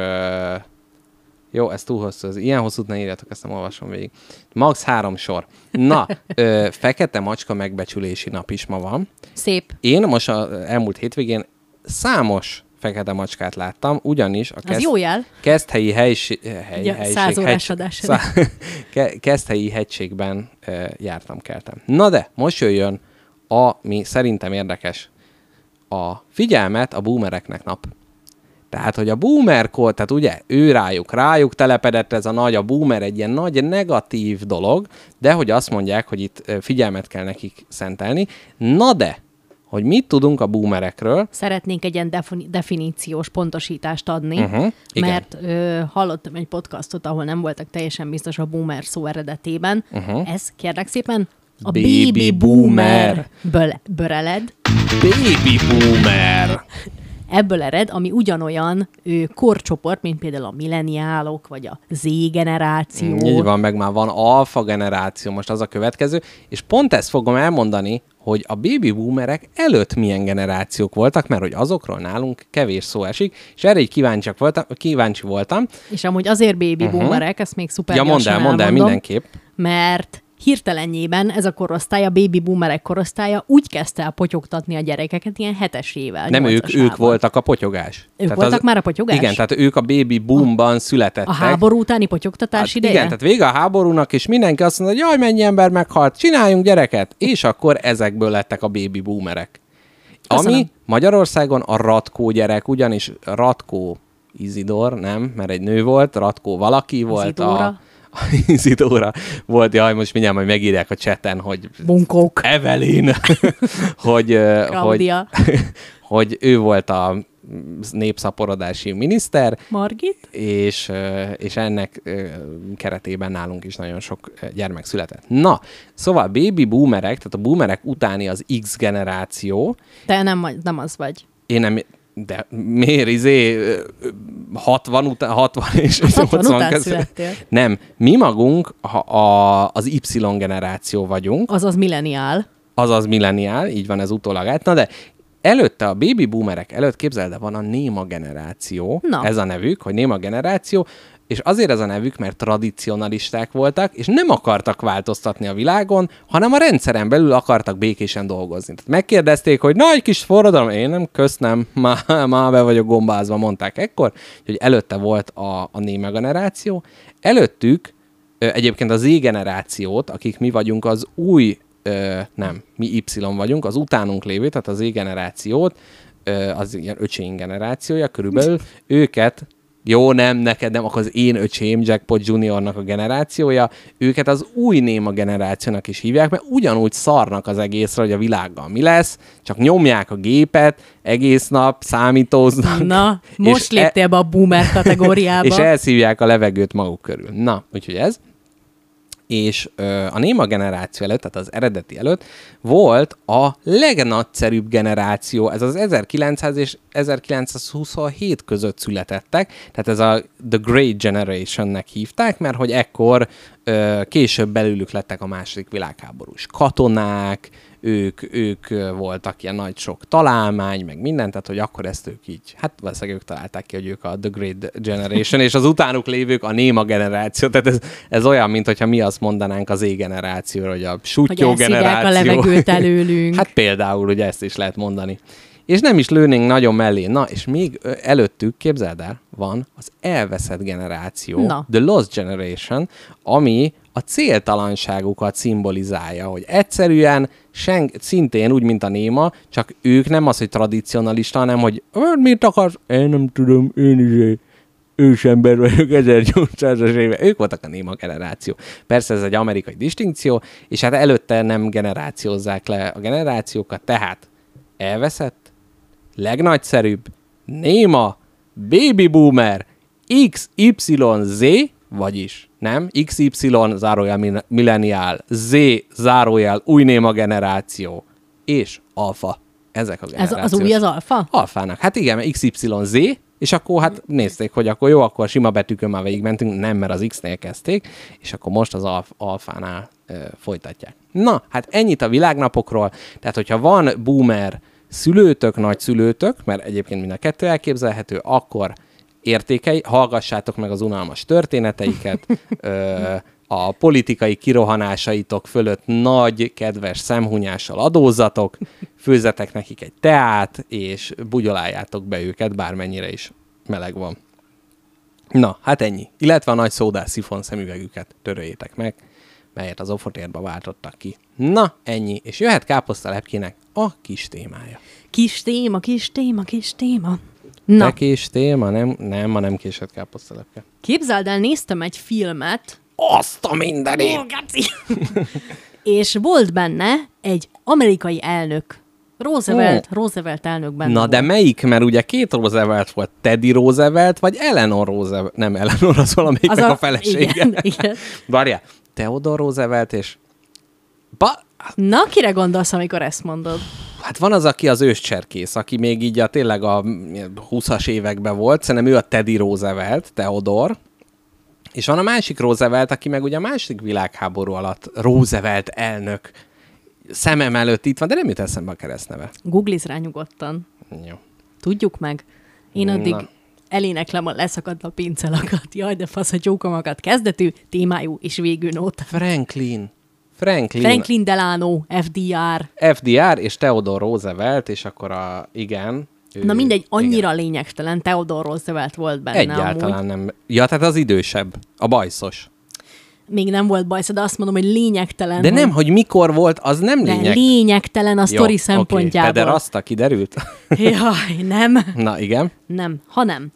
Jó, ez túl hosszú. Ilyen hosszút ne írjátok, ezt nem olvasom végig. Max 3 sor. Na, fekete macska megbecsülési nap is ma van. Szép. Én most az elmúlt hétvégén számos fekete macskát láttam, ugyanis a jó jel. Keszthelyi Keszthelyi hegységben keltem. Na de, most jöjjön ami szerintem érdekes. A figyelmet a boomereknek nap. Tehát, hogy a boomerkor, tehát ugye ő rájuk telepedett ez a boomer egy ilyen nagy negatív dolog, de hogy azt mondják, hogy itt figyelmet kell nekik szentelni. Na de, hogy mit tudunk a boomerekről? Szeretnénk egy ilyen definíciós pontosítást adni, mert hallottam egy podcastot, ahol nem voltak teljesen biztos a boomer szó eredetében. Ez, kérlek szépen, a baby boomer-ből ered. Baby boomer! Ebből ered, ami ugyanolyan korcsoport, mint például a milleniálok, vagy a Z generáció. Így van, meg már van alfa generáció, most az a következő, és pont ezt fogom elmondani, hogy a baby boomerek előtt milyen generációk voltak, mert hogy azokról nálunk kevés szó esik, és erre így kíváncsi voltam. És amúgy azért baby boomerek, ezt még szuper gyorsan mondd el mindenképp. Mert hirtelenjében ez a korosztály, a baby boomerek korosztálya úgy kezdte el potyogtatni a gyerekeket ilyen 7-es évvel. Nem, ők voltak a potyogás. Ők voltak már a potyogás? Igen, tehát ők a baby boomban születettek. A háború utáni potyogtatás ideje? Igen, tehát vége a háborúnak, és mindenki azt mondta, hogy jaj, mennyi ember meghalt, csináljunk gyereket. És akkor ezekből lettek a baby boomerek. Köszönöm. Ami Magyarországon a Ratkó gyerek, ugyanis Ratkó Izidor, nem, mert egy nő volt, Ratkó valaki volt. Izidóra volt, jaj, most mindjárt majd megírják a chaten, hogy Bunkók. Evelyn, hogy ő volt a népszaporodási miniszter. Margit. És ennek keretében nálunk is nagyon sok gyermek született. Na, szóval baby boomerek, tehát a boomerek utáni az X generáció. Te nem az vagy. Én nem... De miért 60 és 80 között? Nem, mi magunk az Y generáció vagyunk. Azaz milleniál. azaz milleniál, így van, ez utólag át. Na de előtte, a baby boomerek előtt, képzeld, de van a néma generáció, Na. ez a nevük, hogy néma generáció, és azért ez a nevük, mert tradicionalisták voltak, és nem akartak változtatni a világon, hanem a rendszeren belül akartak békésen dolgozni. Tehát megkérdezték, hogy na, egy kis forradalom, én nem, köszönöm, már be vagyok gombázva, mondták ekkor, hogy előtte volt a néma generáció. Előttük egyébként az Z generációt, akik mi vagyunk az új, nem, mi Y vagyunk, az utánunk lévő, tehát az Z generációt, az ilyen öcséink generációja körülbelül, őket, jó, nem, neked nem, akkor az én öcsém, Jackpot Juniornak a generációja, őket az új néma generációnak is hívják, mert ugyanúgy szarnak az egészre, hogy a világgal mi lesz, csak nyomják a gépet, egész nap számítóznak. Na, most léptél be a boomer kategóriába. És elszívják a levegőt maguk körül. Na, úgyhogy ez. És a néma generáció előtt, tehát az eredeti előtt volt a legnagyszerűbb generáció, ez az 1900 és 1927 között születettek, tehát ez a The Great Generationnek hívták, mert hogy ekkor később belőlük lettek a második világháborús katonák, ők voltak ilyen nagy sok találmány, meg minden, tehát hogy akkor ezt ők így, hát valószínűleg ők találták ki, hogy ők a The Great Generation, és az utánuk lévők a néma generáció, tehát ez olyan, mint hogyha mi azt mondanánk az generációra, hogy a suttyó generáció. a levegőt előlünk. Hát például, ugye ezt is lehet mondani. És nem is lőnénk nagyon mellé. Na, és még előttük, képzeld el, van az elveszett generáció, The Lost Generation, ami a céltalanságukat szimbolizálja, hogy egyszerűen szintén úgy, mint a néma, csak ők nem az, hogy tradicionalista, hanem, hogy mit akarsz? Én nem tudom, én is ősember vagyok 1800-as éve. Ők voltak a néma generáció. Persze ez egy amerikai distinkció, és hát előtte nem generációzzák le a generációkat, tehát elveszett, legnagyszerűbb, néma, baby boomer, XYZ, vagyis nem, XY zárójel milleniál, Z zárójel új néma generáció, és alfa. Ezek a generációs. Ez az új az alfa? Alfának. Hát igen, XYZ, és akkor hát nézték, hogy akkor jó, akkor sima betűkön már végigmentünk, nem, mert az X-nél kezdték, és akkor most az alfánál folytatják. Na, hát ennyit a világnapokról. Tehát, hogyha van boomer szülőtök, nagyszülőtök, mert egyébként mind a kettő elképzelhető, akkor hallgassátok meg az unalmas történeteiket, a politikai kirohanásaitok fölött nagy, kedves szemhunyással adózzatok, főzzetek nekik egy teát, és bugyoláljátok be őket, bármennyire is meleg van. Na, hát ennyi. Illetve a nagy szódás szifon szemüvegüket töröljétek meg, melyet az Ofotérba váltottak ki. Na, ennyi. És jöhet káposztalepkének a kis témája. Kis téma, kis téma, kis téma. Na. De kis téma, ma nem késett káposztalepke. Képzeld el, néztem egy filmet. Azt a mindenit! És volt benne egy amerikai elnök. Roosevelt elnök benne. Na volt. de melyik? Mert ugye két Roosevelt volt. Teddy Roosevelt, vagy Eleanor Roosevelt? Nem, Eleanor az valamelyiknek a felesége. Igen. Várjál, Theodore Roosevelt és... Na, kire gondolsz, amikor ezt mondod? Hát van az, aki az őscserkész, aki még így tényleg a 20-as években volt. Szerintem ő a Teddy Roosevelt, Theodore. És van a másik Roosevelt, aki meg ugye a második világháború alatt Roosevelt elnök szemem előtt itt van, de nem jut eszembe a keresztneve. Googliz rá nyugodtan. Jó. Tudjuk meg. Én addig eléneklem a leszakadt a pincelakat. Jaj, de fasz a csókomakat. Kezdetű, témájú és végű nóta. Franklin Delano, FDR és Theodore Roosevelt, és akkor igen. Na mindegy, annyira lényegtelen, Theodore Roosevelt volt benne. Egyáltalán nem. Ja, tehát az idősebb, a bajszos. Még nem volt bajsz, de azt mondom, hogy lényegtelen. De nem, hogy mikor volt, az nem lényeg. Lényegtelen a sztori szempontjából. Okay. Pederasta kiderült? Jaj, nem. Na, igen. Nem, hanem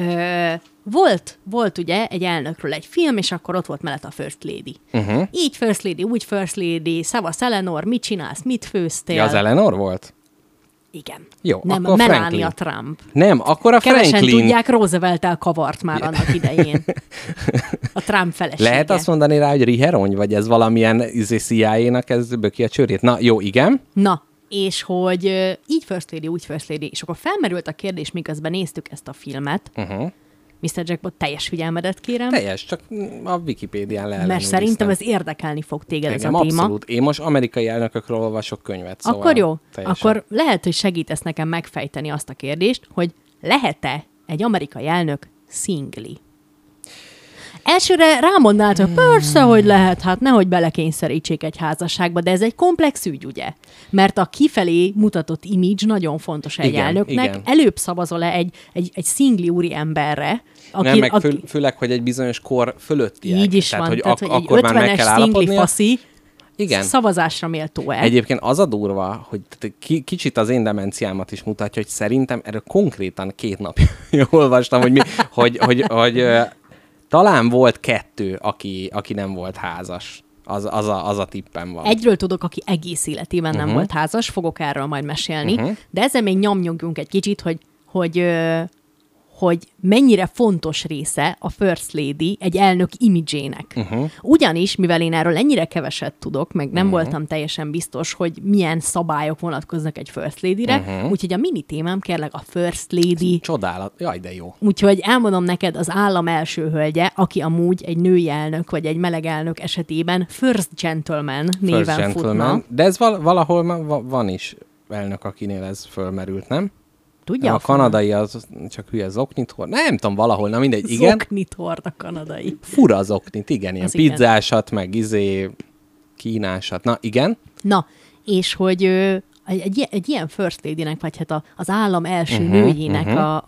volt ugye egy elnökről egy film, és akkor ott volt mellett a First Lady. Így First Lady, úgy First Lady, szavasz Eleanor, mit csinálsz, mit főztél? Ja, az Eleanor volt? Igen. Jó, nem, akkor Melania Trump. Nem, akkor a Kevesen Franklin. tudják, Roosevelt-tel kavart már annak idején. A Trump felesége. Lehet azt mondani rá, hogy riherony, vagy ez valamilyen CIA-nak ez böki a csőrét? Na, jó, igen. Na, és hogy így First Lady, úgy First Lady, és akkor felmerült a kérdés, miközben néztük ezt a filmet, Mr. Jackpot, teljes figyelmedet kérem. Teljes, csak a Wikipédián Mert szerintem ez érdekelni fog téged ez a Engem téma. abszolút. Én most amerikai elnökökről olvasok könyvet, szóval Akkor jó. teljesen. Akkor lehet, hogy segítesz nekem megfejteni azt a kérdést, hogy lehet-e egy amerikai elnök szingli? Elsőre rámondnád, hogy persze, hogy lehet, hát nehogy belekényszerítsék egy házasságba, de ez egy komplex ügy, ugye? Mert a kifelé mutatott image nagyon fontos egy Igen, elnöknek. igen. Előbb szavazol-e egy szingli úri emberre, Nem, meg főleg, hogy egy bizonyos kor fölöttiek. így is tehát, van, hogy tehát, hogy egy akkor már meg 50-es kell szingli állapodnia. faszi Igen. szavazásra méltó-e? Egyébként az a durva, hogy kicsit az én demenciámat is mutatja, hogy szerintem erről konkrétan 2 napja olvastam, hogy talán volt 2, aki nem volt házas. Az a tippem van. Egyről tudok, aki egész életében nem volt házas, fogok erről majd mesélni, de ezzel még nyomnyogjunk egy kicsit, hogy mennyire fontos része a First Lady egy elnök imidzsének. Ugyanis, mivel én erről ennyire keveset tudok, meg nem voltam teljesen biztos, hogy milyen szabályok vonatkoznak egy First Lady-re, úgyhogy a mini témám kérlek a First Lady. Csodálat. Jaj, de jó. Úgyhogy elmondom neked az állam első hölgye, aki amúgy egy női elnök, vagy egy meleg elnök esetében First Gentleman néven futna. De ez valahol van is elnök, akinél ez fölmerült, nem? Tudja? A kanadai az csak hülye zoknit hord. Nem tudom, valahol, na mindegy, igen. Zoknit hord a kanadai. Fura az zoknit, igen, ilyen Az igen. pizzásat, meg kínásat. Na, igen. Na, és hogy egy ilyen First Lady-nek, vagy hát az állam első nőjének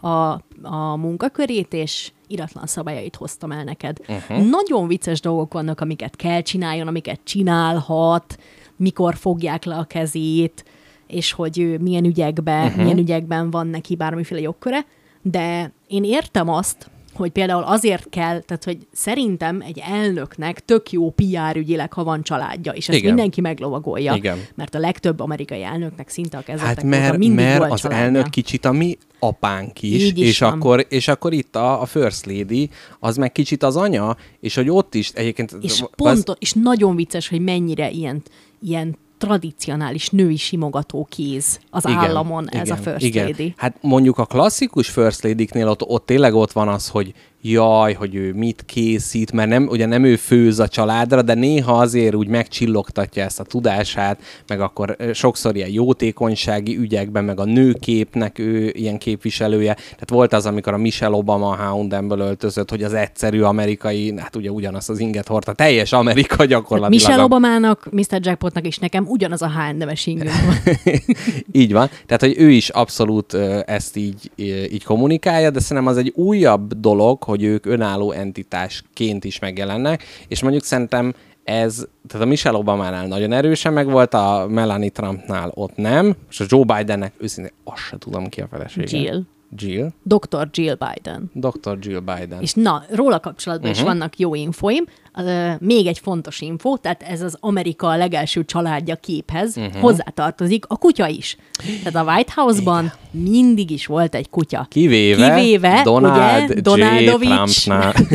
a munkakörét és iratlan szabályait hoztam el neked. Nagyon vicces dolgok vannak, amiket kell csináljon, amiket csinálhat, mikor fogják le a kezét, és hogy ő milyen ügyekben van neki bármiféle jogköre, de én értem azt, hogy például azért kell, tehát hogy szerintem egy elnöknek tök jó PR ügyileg, ha van családja, és ezt mindenki meglovagolja. Igen. Mert a legtöbb amerikai elnöknek szinte a kezdetek Hát óta mindig mert volt az családja. elnök kicsit a mi apánk is, Így is van. és akkor itt a First Lady, az meg kicsit az anya, és hogy ott is egyébként... És nagyon vicces, hogy mennyire ilyen tradicionális női simogató kéz az államon ez a First Lady. Hát mondjuk a klasszikus First Lady-knél ott tényleg ott van az, hogy jaj, hogy ő mit készít, mert ugye nem ő főz a családra, de néha azért úgy megcsillogtatja ezt a tudását, meg akkor sokszor ilyen jótékonysági ügyekben, meg a nőképnek ő ilyen képviselője. Tehát volt az, amikor a Michelle Obama a Houndemből öltözött, hogy az egyszerű amerikai, hát ugye ugyanazt az inget hordta, teljes Amerika gyakorlatilag. Michelle Obamának, Mr. Jackpotnak is nekem ugyanaz a H&M-es ingünk van. Így van. Tehát, hogy ő is abszolút ezt így kommunikálja, de szerintem az egy újabb dolog, hogy ők önálló entitásként is megjelennek, és mondjuk szerintem tehát a Michelle Obamánál nagyon erősen megvolt, a Melania Trumpnál ott nem, és a Joe Bidennek őszintén azt se tudom ki a felesége. Jill. Dr. Jill Biden. Dr. Jill Biden. És na, róla kapcsolatban is vannak jó infoim. Még egy fontos info, tehát ez az Amerika legelső családja képhez hozzátartozik a kutya is. Tehát a White House-ban mindig is volt egy kutya. Kivéve Donald ugye, Donaldovics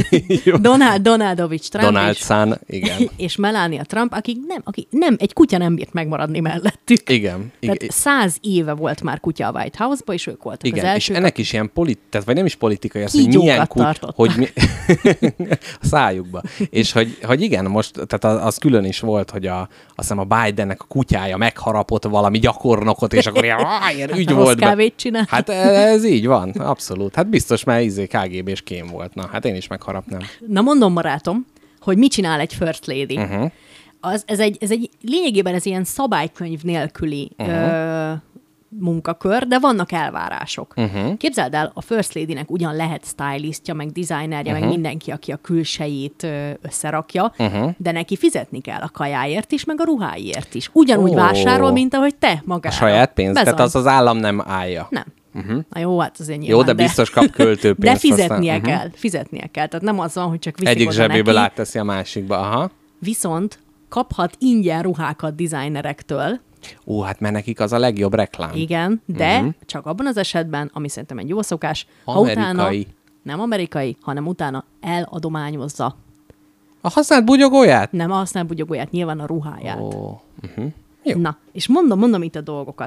Trump Donald Son, igen. és Melania Trump, aki nem, egy kutya nem bírt megmaradni mellettük. Igen. Tehát 100 éve volt már kutya a White House-ba, és ők voltak igen, az elsők. És ennek is ilyen tehát vagy nem is politikai, az, hogy Kígyókat milyen tartottak. a szájukba. És hogy igen, most, tehát az külön is volt, hogy azt hiszem a Bidennek a kutyája megharapott valami gyakornokot, és akkor ilyen ügy volt. Kávét csinál. Hát ez így van, abszolút. Hát biztos már KGB-s kém volt. Na, hát én is megharapnám. Na mondom, barátom, hogy mit csinál egy First Lady. Ez egy lényegében ez ilyen szabálykönyv nélküli munkakör, de vannak elvárások. Képzeld el, a First Lady-nek ugyan lehet stylistja, meg designerje, meg mindenki, aki a külsejét összerakja, de neki fizetni kell a kajáért is, meg a ruháért is. Ugyanúgy vásárol, mint ahogy te magára. A saját pénzt? Bezony. Tehát az állam nem állja. Nem. Na jó, hát azért nyilván. Jó, de biztos kap költőpénzt. De fizetnie kell. Fizetnie kell. Tehát nem az van, hogy csak viszik egyik oda zsebéből neki. átteszi a másikba. Aha. Viszont kaphat ingyen ruhákat designerektől. Ó, hát mert nekik az a legjobb reklám. Igen, de csak abban az esetben, ami szerintem egy jó szokás, ha Amerikai. utána, nem amerikai, hanem utána eladományozza. A használt bugyogóját? Nem a használt bugyogóját, nyilván a ruháját. Ó. Jó. Na, és mondom itt a dolgokat.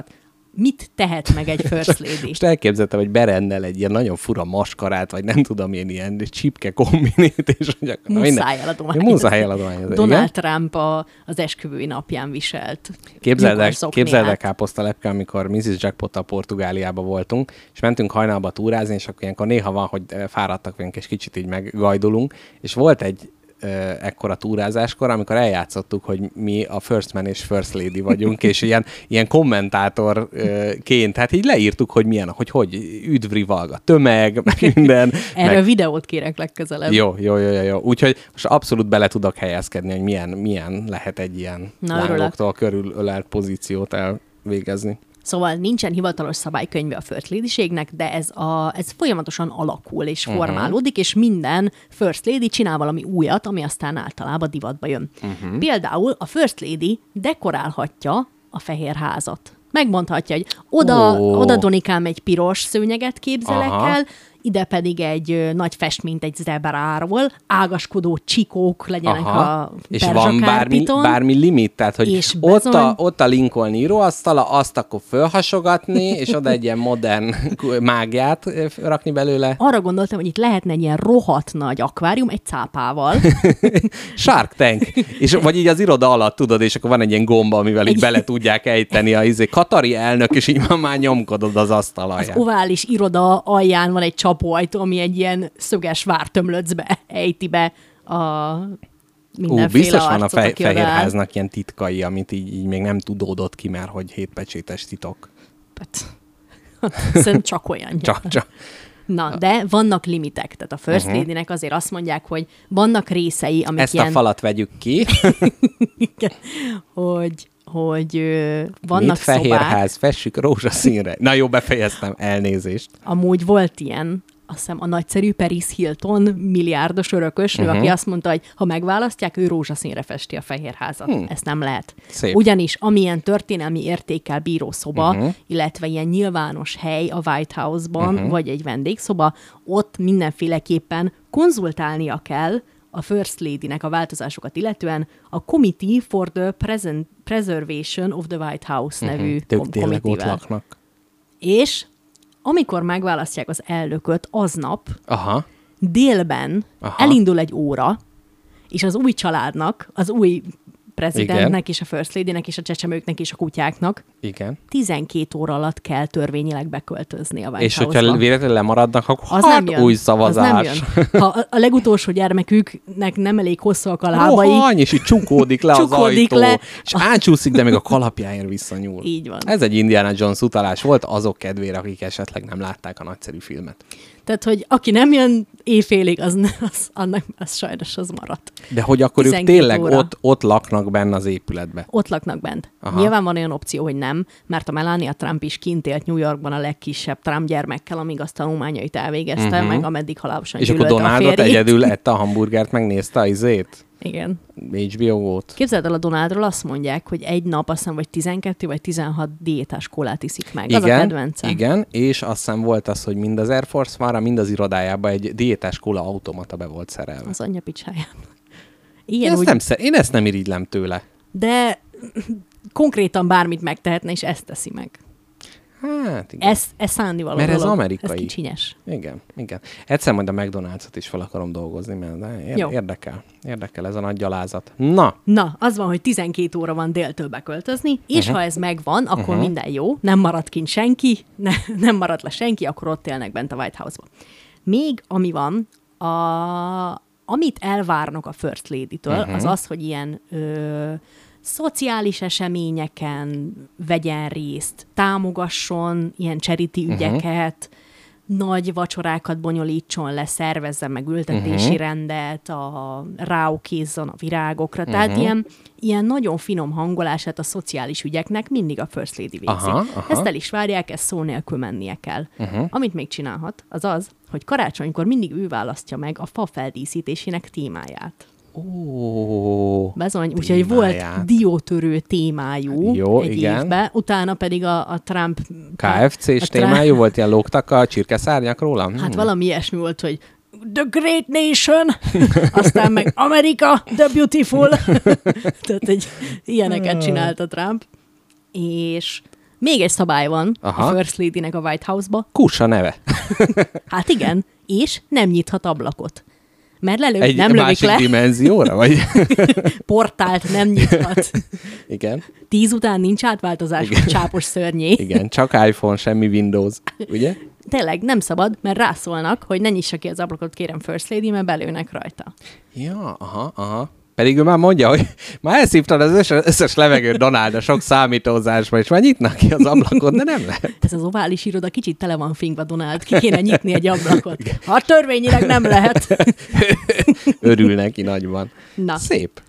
mit tehet meg egy First Lady? Most elképzeltem, hogy berendel egy ilyen nagyon fura maskarát, vagy nem tudom, ilyen csipke kombinét, és hogy akkor Muszáj eladományozni. Muszáj eladományozni. Donald Trump az esküvői napján viselt. Képzeld el káposztalepke, amikor Mrs. Jackpottal Portugáliába voltunk, és mentünk hajnalba túrázni, és akkor ilyenkor néha van, hogy fáradtak vagyunk, és kicsit így meggajdulunk, és volt egy ekkora túrázáskor, amikor eljátszottuk, hogy mi a First Man és First Lady vagyunk, és ilyen kommentátorként, hát így leírtuk, hogy milyen, hogy üdvri valga tömeg, meg minden. Erről videót kérek legközelebb. Jó. Úgyhogy most abszolút bele tudok helyezkedni, hogy milyen lehet egy ilyen lángoktól körülölelt pozíciót elvégezni. Szóval nincsen hivatalos szabálykönyve a First Lady-ségnek, de ez folyamatosan alakul és formálódik, és minden First Lady csinál valami újat, ami aztán általában divatba jön. Például a First Lady dekorálhatja a fehér házat. Megmondhatja, hogy oda Donikám egy piros szőnyeget képzelek el, ide pedig egy nagy festményt egy zebráról, ágaskodó csikók legyenek a és van bármi limit, tehát hogy ott a Lincoln íróasztala, azt akkor fölhasogatni, és oda egy ilyen modern mágiát rakni belőle. Arra gondoltam, hogy itt lehetne egy ilyen rohadt nagy akvárium egy cápával. Shark Tank. Vagy így az iroda alatt, tudod, és akkor van egy ilyen gomba, amivel így bele tudják ejteni a katari elnök, és így már nyomkodod az asztal alján. Az ovális iroda alján van egy csapóajtó, ami egy ilyen szöges vártömlöcbe ejti be a mindenféle biztos van a arcot, Fehérháznak ilyen titkai, amit így még nem tudódott ki, mert hogy 7 pecsétes titok. Szerintem csak olyan. Csak. Na, de vannak limitek. Tehát a First Lady-nek azért azt mondják, hogy vannak részei, amik ezt a falat vegyük ki. hogy vannak Fehérház, fessük rózsaszínre. Na jó, befejeztem, elnézést. Amúgy volt ilyen, azt hiszem a nagyszerű Paris Hilton milliárdos örökösnő, aki azt mondta, hogy ha megválasztják, ő rózsaszínre festi a Fehérházat. Ezt nem lehet. Szép. Ugyanis amilyen történelmi értékkel bíró szoba, illetve ilyen nyilvános hely a White House-ban, vagy egy vendégszoba, ott mindenféleképpen konzultálnia kell a First Lady-nek a változásokat illetően a Committee for the Preservation of the White House nevű ott laknak. És amikor megválasztják az elnököt, aznap délben elindul egy óra, és az új családnak, az új prezidentnek és a First Lady-nek és a csecsemőknek és a kutyáknak 12 óra alatt kell törvényileg beköltözni a White és House-ba. hogyha véletlenül lemaradnak, akkor új szavazás. Az nem jön. Ha a legutolsó gyermeküknek nem elég hosszúak a lábai. És így csukódik le az ajtó. És átcsúszik, de még a kalapjáért visszanyúl. Így van. Ez egy Indiana Jones utalás volt azok kedvére, akik esetleg nem látták a nagyszerű filmet. Tehát, hogy aki nem jön éjfélig, az sajnos az maradt. De hogy akkor ők tényleg ott laknak benne az épületben? Ott laknak bent. Nyilván van olyan opció, hogy nem, mert a Melania Trump is kint élt New Yorkban a legkisebb Trump gyermekkel, amíg azt tanulmányait elvégezte, meg ameddig halálosan gyűlölte a férjét. És akkor Donaldot egyedül ette a hamburgert, megnézte a izét? Igen. HBO-t. Képzeld el, a Donaldról azt mondják, hogy egy nap azt hiszem, vagy 12 vagy 16 diétás kólát iszik meg. Igen, az a kedvence. Igen, és azt hiszem volt az, hogy mind az Air Force One-ra, mind az irodájában egy diétás kóla automata be volt szerelve. Az anyja picsájában. Én ezt nem irigylem tőle. De konkrétan bármit megtehetne, és ezt teszi meg. Hát igen. Ez szánnivaló mert dolog. Ez amerikai. Ez kicsinyes. Igen. Egyszer majd a McDonald's-ot is fel akarom dolgozni, mert érdekel ez a nagy gyalázat. Na, az van, hogy 12 óra van déltől beköltözni, és ha ez megvan, akkor minden jó, nem marad kint senki, nem marad le senki, akkor ott élnek bent a White House-ban. Még ami van, amit elvárnak a First Lady-től, az, hogy ilyen szociális eseményeken vegyen részt, támogasson ilyen charity ügyeket, nagy vacsorákat bonyolítson le, szervezzen meg ültetési rendet, ráokézzon a virágokra. Tehát ilyen nagyon finom hangolását a szociális ügyeknek mindig a First Lady végzi. Ezt el is várják, ezt szó nélkül mennie kell. Amit még csinálhat, az az, hogy karácsonykor mindig ő választja meg a fa feldíszítésének témáját. Bezony, úgyhogy volt diótörő témájú évben, utána pedig a Trump... KFC-s témájú volt, ilyen lógtak a csirkeszárnyak róla? Hát valami ilyesmi volt, hogy The Great Nation, aztán meg America, The Beautiful. Tehát ilyeneket csinált a Trump. És Még egy szabály van Aha. a First Lady-nek a White House-ba. Kussa neve. Hát igen, és nem nyithat ablakot. Mert Egy nem lövik másik le, dimenzióra? Vagy? portált nem nyithat. Igen. 10 után nincs átváltozás, Igen. hogy csápos szörnyé. Igen, csak iPhone, semmi Windows. Ugye? Tényleg nem szabad, mert rászólnak, hogy ne nyissa ki az ablakot, kérem First Lady, mert belőnek rajta. Ja, aha. Pedig ő már mondja, hogy már elszívtad az összes levegőt Donald a sok számítózásba, és már nyitnak ki az ablakot, de nem lehet. Ez az ovális iroda kicsit tele van fingva, Donald. Ki kéne nyitni egy ablakot. Ha törvényileg nem lehet. Örül neki nagyban. Na. Szép.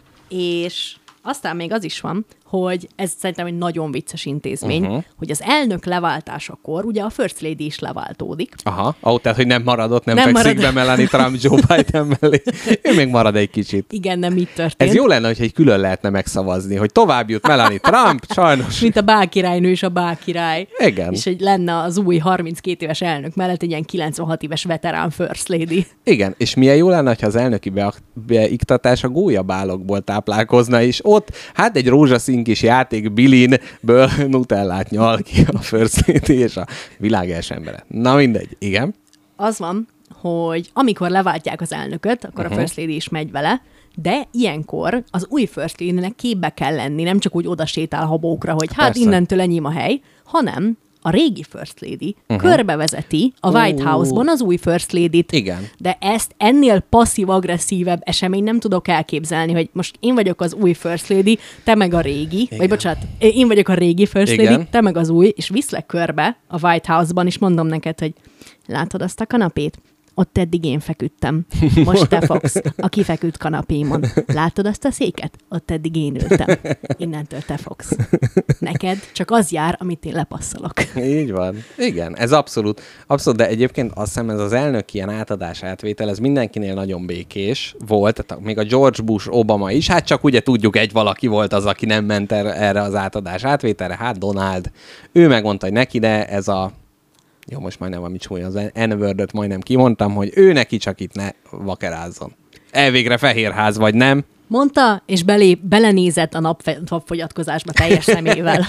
És aztán még az is van, hogy ez szerintem egy nagyon vicces intézmény, hogy az elnök leváltásakor, ugye a First Lady is leváltódik. Aha, tehát, hogy nem maradott, nem Nem fekszik marad. be Melanie Trump Joe Biden mellé. Ő még marad egy kicsit. Igen, nem így történt. Ez jó lenne, hogyha egy külön lehetne megszavazni, hogy tovább jut Melanie Trump, sajnos. Mint a bálkirálynő és a bálkirály. Igen. És hogy lenne az új 32 éves elnök mellett egy ilyen 96 éves veterán First Lady. Igen, és milyen jó lenne, ha az elnöki beiktatás a gólyabálokból táplálkozna, és ott hát egy rózsaszín kis játék bilinből nutellát nyal ki a First Lady és a világ első embere. Na mindegy, igen. Az van, hogy amikor leváltják az elnököt, akkor a First Lady is megy vele, de ilyenkor az új First Lady-nek képbe kell lenni, nem csak úgy oda sétál habókra, hogy hát Persze. innentől enyém a hely, hanem a régi First Lady körbevezeti a White House-ban az új First Lady-t. Igen. De ezt ennél passzív-agresszívebb esemény nem tudok elképzelni, hogy most én vagyok az új First Lady, te meg a régi, vagy bocsánat, én vagyok a régi First Igen. Lady, te meg az új, és viszlek körbe a White House-ban, és mondom neked, hogy látod azt a kanapét? Ott eddig én feküdtem. Most te fogsz a kifeküdt kanapémon. Látod azt a széket? Ott eddig én ültem. Innentől te fogsz. Neked csak az jár, amit én lepasszolok. Így van. Igen, ez abszolút, de egyébként azt hiszem ez az elnök ilyen átadás átvétel, ez mindenkinél nagyon békés volt, tehát még a George Bush, Obama is, hát csak ugye tudjuk, egy valaki volt az, aki nem ment erre az átadás átvételre, hát Donald. Ő megmondta, hogy neki, de ez a jó, most majdnem valami csúnya, az N-wordöt majdnem kimondtam, hogy ő neki csak itt ne vakerázzon. Elvégre Fehérház vagy nem. Mondta, és belenézett a napfogyatkozásba teljes szemével.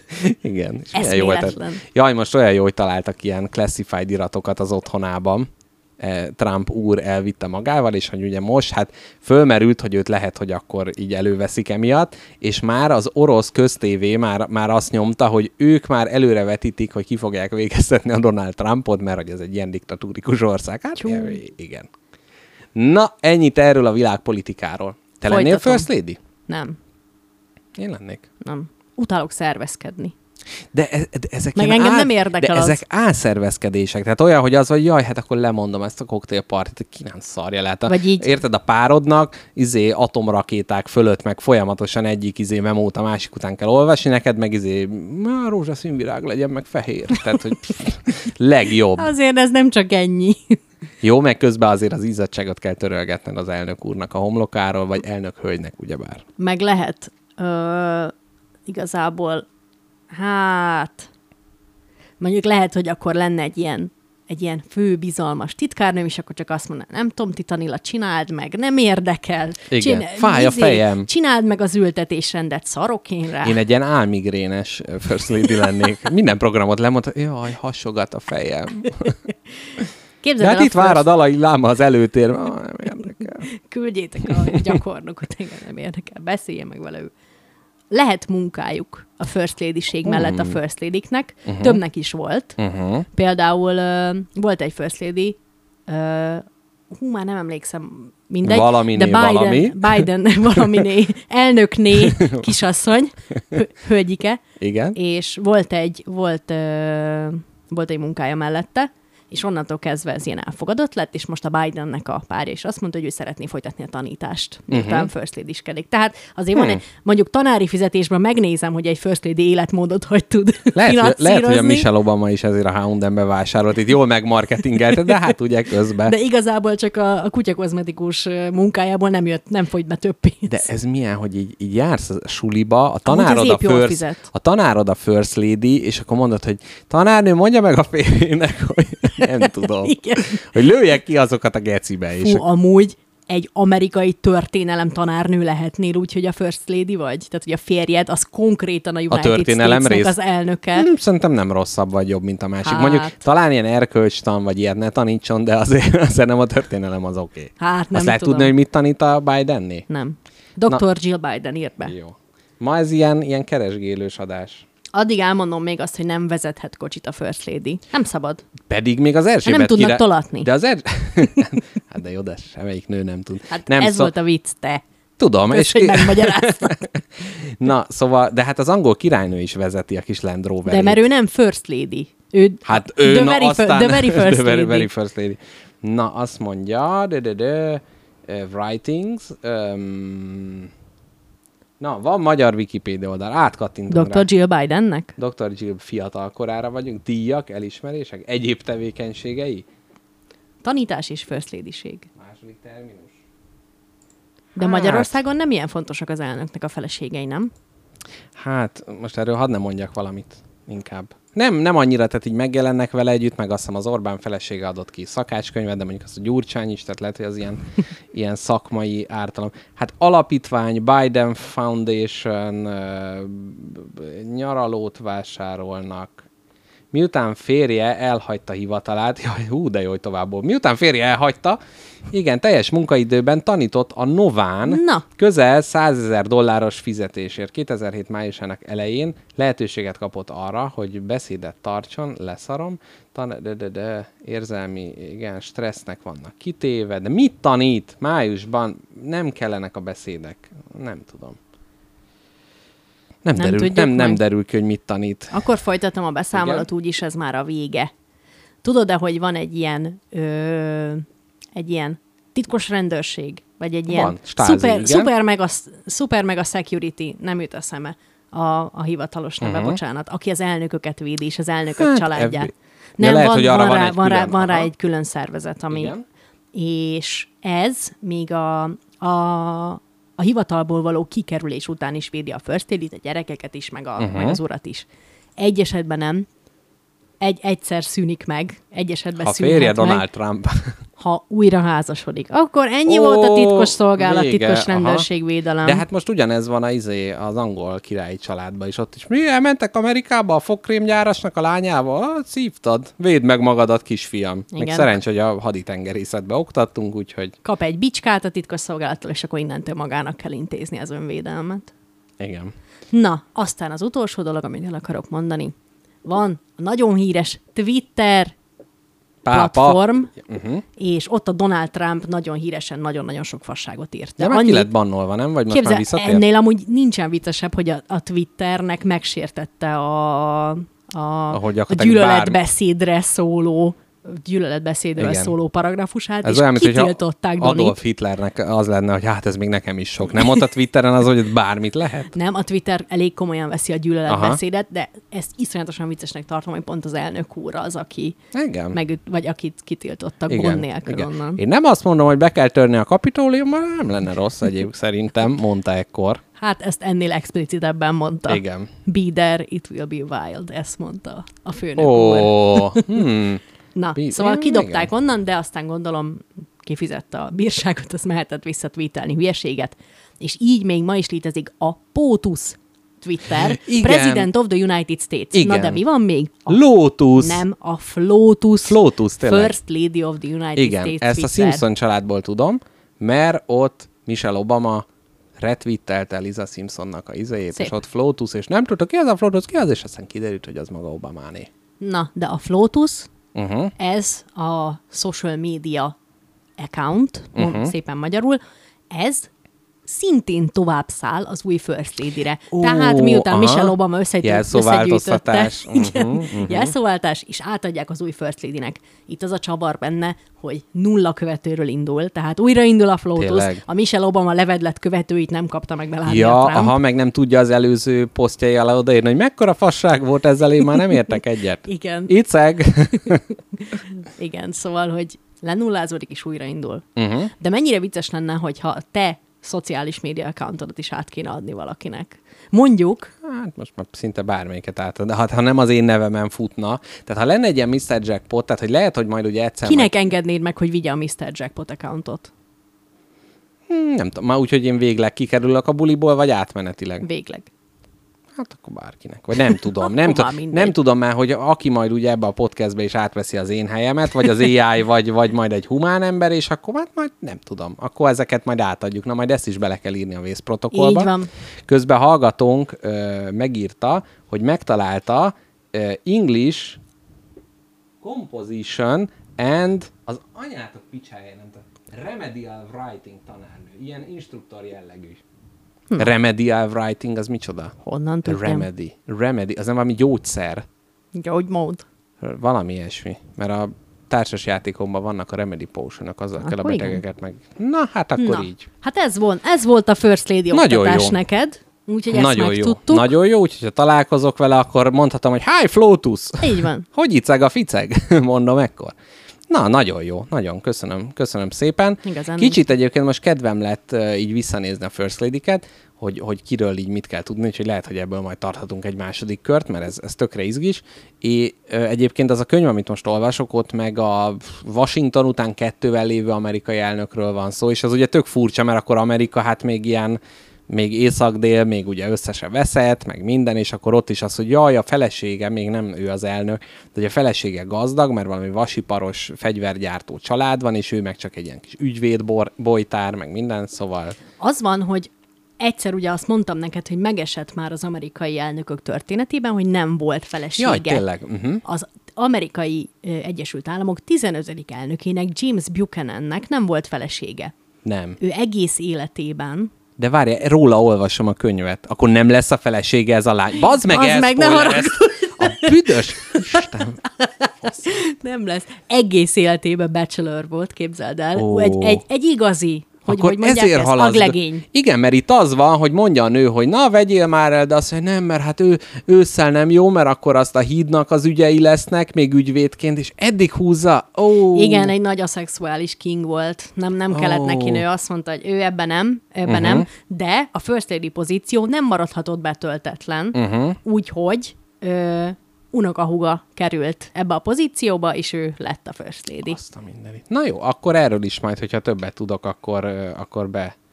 Igen. És milyen jó Eszméletlen. Jaj, most olyan jó, hogy találtak ilyen classified iratokat az otthonában. Trump úr elvitte magával, és hogy ugye most hát fölmerült, hogy őt lehet, hogy akkor így előveszik emiatt, és már az orosz köztévé már azt nyomta, hogy ők már előrevetítik, hogy ki fogják végeztetni a Donald Trumpot, mert hogy ez egy ilyen diktatúrikus ország. Hát igen. Na, ennyit erről a világpolitikáról. Te lennél Folytatom. First Lady? Nem, Én lennék. nem. Utálok szervezkedni. De ezek Meg ilyen engem nem érdekel de az. ezek álszervezkedések. Tehát olyan, hogy az, hogy jaj, hát akkor lemondom ezt a koktélpartit, ki nem szarja le. Vagy így- Érted, a párodnak atomrakéták fölött meg folyamatosan egyik memót a másik után kell olvasni, neked meg rózsaszín virág legyen, meg fehér. Tehát, hogy legjobb. Azért ez nem csak ennyi. Jó, meg közben azért az izzadságot kell törölgetned az elnök úrnak a homlokáról, vagy elnök hölgynek, ugyebár. Meg lehet igazából, hát mondjuk lehet, hogy akkor lenne egy ilyen fő bizalmas titkárnőm, és akkor csak azt mondaná, nem tudom, Titanila, csináld meg, nem érdekel. Igen, fáj a fejem. Csináld meg az ültetésrendet, szarok én rá. Én egy ilyen álmigrénes First Lady lennék. Minden programot lemondta, jaj, hasogat a fejem. Képzeld De hát el, itt vár a Dalai Láma az előtér. Nem érdekel. küldjétek a gyakornokot, engem nem érdekel, beszéljen meg vele ő. Lehet munkájuk a First Lady-ség mellett a First Lady-knek, többnek is volt. Például volt egy First Lady, már nem emlékszem, mindegy, Valaminé, de valami. Biden valaminé, elnökné kisasszony, hölgyike, Igen. és volt egy munkája mellette, és onnantól kezdve ez ilyen elfogadott lett, és most a Bidennek a párja is azt mondta, hogy ő szeretné folytatni a tanítást, miután First Lady-skedik. Tehát azért van egy, mondjuk tanári fizetésben megnézem, hogy egy First Lady életmódot hogy tud Lehet, hogy a Michelle Obama is ezért a H&M-be vásárolt, itt jól megmarketingelte, de hát ugye közben. De igazából csak a kutyakozmetikus munkájából nem folyt be több pénz. De ez milyen, hogy így jársz a suliba, a tanárod a First Lady, és akkor mondod, hogy tanárnő, mondja meg a férjének, hogy nem tudom. Igen. Hogy lőjek ki azokat a gecibe. Fú, amúgy egy amerikai történelem tanárnő lehetnél úgy, hogy a First Lady vagy? Tehát, hogy a férjed az konkrétan a United States-nek az elnöke. Szerintem nem rosszabb vagy jobb, mint a másik. Hát. Mondjuk talán ilyen erkölcstan, vagy ilyet ne tanítson, de azért nem a történelem az oké. Hát nem Azt lehet tudom. tudni, hogy mit tanít a Bidenné? Nem. Dr. Jill Biden írt be. Jó. Ma ez ilyen keresgélős adás. Addig elmondom még azt, hogy nem vezethet kocsit a First Lady. Nem szabad. Pedig még az Erzsébet Nem tudnak tolatni. De az hát de jó, de semmelyik nő nem tud. Hát nem, ez volt a vicc, te. Tudom. Kösz, hogy megmagyaráztad. Na, szóval, de hát az angol királynő is vezeti a kis Land Rover-ét. De mert ő nem First Lady. Ő Hát ő, the na very aztán... the very first lady. Very first lady. Na, azt mondja... writings... na, van magyar Wikipédia oldal. Átkattintunk rá. Dr. Jill Bidennek? Dr. Jill fiatal korára vagyunk. Díjak, elismerések, egyéb tevékenységei. Tanítás és First Lady-ség. Második terminus. De Hát. Magyarországon nem ilyen fontosak az elnöknek a feleségei, nem? Hát, most erről hadd ne mondjak valamit. Inkább. Nem annyira, tehát így megjelennek vele együtt, meg azt hiszem az Orbán felesége adott ki szakácskönyvet, de mondjuk azt a Gyurcsány is, tehát lehet, hogy az ilyen szakmai ártalom. Hát alapítvány, Biden Foundation, nyaralót vásárolnak. Miután férje elhagyta hivatalát, de jó, hogy továbbból. Miután férje elhagyta, igen, teljes munkaidőben tanított a Nován közel $100,000 fizetésért. 2007 májusának elején lehetőséget kapott arra, hogy beszédet tartson, leszarom, érzelmi, igen, stressznek vannak kitéve, de mit tanít májusban? Nem kellenek a beszédek. Nem tudom. Nem derül ki, hogy mit tanít. Akkor folytatom a beszámolót, úgyis ez már a vége. Tudod-e, hogy van egy ilyen titkos rendőrség? Vagy egy ilyen super mega security, nem jut eszembe a hivatalos neve, bocsánat, aki az elnököket védi, és az elnökök családját. Nem, lehet, van rá egy külön szervezet, ami... Igen. És ez még a hivatalból való kikerülés után is védi a First Lady-t, a gyerekeket is, meg az urat is. Egy esetben nem. Egyszer szűnik meg. Egy esetben szűnhet meg. Ha férje Donald Trump. Ha újra házasodik. Akkor ennyi volt a titkos szolgálat, vége, titkos rendőrségvédelem. De hát most ugyanez van az angol királyi családban is. Ott is elmentek Amerikába a fogkrémgyárasnak a lányával? Szívtad. Védd meg magadat, kisfiam. Meg szerencs, hogy a haditengerészetbe oktattunk, úgyhogy... Kap egy bicskát a titkos szolgálattól, és akkor innentől magának kell intézni az önvédelmet. Igen. Na, aztán az utolsó dolog, amit el akarok mondani. Van a nagyon híres Twitter platform, és ott a Donald Trump nagyon híresen, nagyon-nagyon sok fasságot írt. De már ki lett bannolva, nem? Vagy most már visszatért? Ennél amúgy nincsen viccesebb, hogy a Twitternek megsértette a gyűlöletbeszédre szóló gyűlöletbeszédről szóló paragrafusát, ez és olyan, kitiltották Donit. Adolf Hitlernek az lenne, hogy hát ez még nekem is sok. Nem ott a Twitteren az, hogy bármit lehet? Nem, a Twitter elég komolyan veszi a gyűlöletbeszédet, de ezt iszonyatosan viccesnek tartom, hogy pont az elnök úr az, aki vagy akit kitiltottak gond nélkül onnan. Én nem azt mondom, hogy be kell törni a Kapitóliumban, nem lenne rossz egyébként szerintem, mondta ekkor. Hát ezt ennél explicitebben mondta. Igen. Be there, it will be wild, ezt mondta a főnök úr. Na, szóval kidobták onnan, de aztán gondolom kifizette a bírságot, azt mehetett visszatweetelni hülyeséget. És így még ma is létezik a POTUS Twitter, President of the United States. Igen. Na de mi van még? Lotus. Nem, a Flotus. Flotus, tényleg. First Lady of the United States Twitter. Ezt a Simpson családból tudom, mert ott Michelle Obama retweetelte Lisa Simpsonnak a izéjét, és ott Flotus, és nem tudta, ki az a Flotus, ki az, és aztán kiderült, hogy az maga Obamáné. Na, de a Flotus, ez a social media account, szépen magyarul, ez szintén tovább száll az új First Lady-re. Tehát miután Michelle Obama összegyűjtötte, jelszóváltás, és átadják az új First Lady-nek. Itt az a csavar benne, hogy 0 követőről indul, tehát újraindul a Flotus. Tényleg. A Michelle Obama levedlet követőit nem kapta meg belátni a Trump. Meg nem tudja az előző posztjai alá odaírni, hogy mekkora fasság volt ezzel, én már nem értek egyet. Igen. Iceg. Igen, szóval, hogy lenullázódik és újraindul. De mennyire vicces lenne, hogyha te szociális média accountodat is át kéne adni valakinek. Mondjuk... Hát most már szinte bármelyiket átad. De ha nem az én nevemen futna. Tehát ha lenne egy ilyen Mr. Jackpot, tehát hogy lehet, hogy majd ugye egyszer... Kinek engednéd meg, hogy vigye a Mr. Jackpot accountot? Nem tudom, már úgy, hogy én végleg kikerülök a buliból, vagy átmenetileg? Végleg. Hát akkor bárkinek. Vagy nem tudom. Nem tudom már, hogy aki majd ugye ebbe a podcastbe is átveszi az én helyemet, vagy az AI, vagy majd egy humán ember, és akkor majd nem tudom. Akkor ezeket majd átadjuk. Na, majd ezt is bele kell írni a vészprotokollba. Így van. Közben hallgatónk megírta, hogy megtalálta English Composition and az anyátok picsája, nem tudom, Remedial Writing tanárnő. Ilyen instruktor jellegű. Remedial Writing, az micsoda? Honnan tudjam? Remedy, az nem valami gyógyszer. Gyógymód. Valami ilyesmi. Mert a társas játékomban vannak a Remedy Potion-ok, azzal kell a betegeket meg... Na, hát akkor így. Hát ez volt a First Lady oktatás neked. Úgyhogy ezt megtudtuk. Nagyon jó, úgyhogy ha találkozok vele, akkor mondhatom, hogy Hi, Flotus! Így van. Hogy iceg a ficeg? Mondom ekkor. Na, nagyon jó. Nagyon köszönöm szépen. Igazán Kicsit egyébként most kedvem lett így visszanézni a First Lady-ket, hogy kiről így mit kell tudni, úgyhogy lehet, hogy ebből majd tarthatunk egy második kört, mert ez tökre izgis. És egyébként az a könyv, amit most olvasok, ott meg a Washington után 2-vel lévő amerikai elnökről van szó, és az ugye tök furcsa, mert akkor Amerika hát még észak-dél, még ugye össze se veszett, meg minden, és akkor ott is az, hogy jaj, a felesége, még nem ő az elnök, de ugye a felesége gazdag, mert valami vasiparos fegyvergyártó család van, és ő meg csak egy ilyen kis ügyvédbolytár, meg minden, szóval... Az van, hogy egyszer ugye azt mondtam neked, hogy megesett már az amerikai elnökök történetében, hogy nem volt felesége. Jaj, tényleg. Az amerikai Egyesült Államok 15. elnökének, James Buchanannek nem volt felesége. Nem. Ő egész életében... De várj, róla olvasom a könyvet. Akkor nem lesz a felesége ez a lány. Bazd meg, ne haragudj! A büdös Isten. Nem lesz. Egész életében bachelor volt, képzeld el. Egy igazi, hogy mondják ezért ezt, aglegény. Igen, mert itt az van, hogy mondja a nő, hogy na, vegyél már el, de azt mondja, nem, mert hát ő ősszel nem jó, mert akkor azt a hídnak az ügyei lesznek, még ügyvédként, és eddig húzza. Igen, egy nagy aszexuális king volt. Nem kellett neki nő, azt mondta, hogy ő ebben nem, de a First Lady pozíció nem maradhatott betöltetlen, úgyhogy unokahúga került ebbe a pozícióba, és ő lett a First Lady. Azt a mindenit. Na jó, akkor erről is majd, hogyha többet tudok, akkor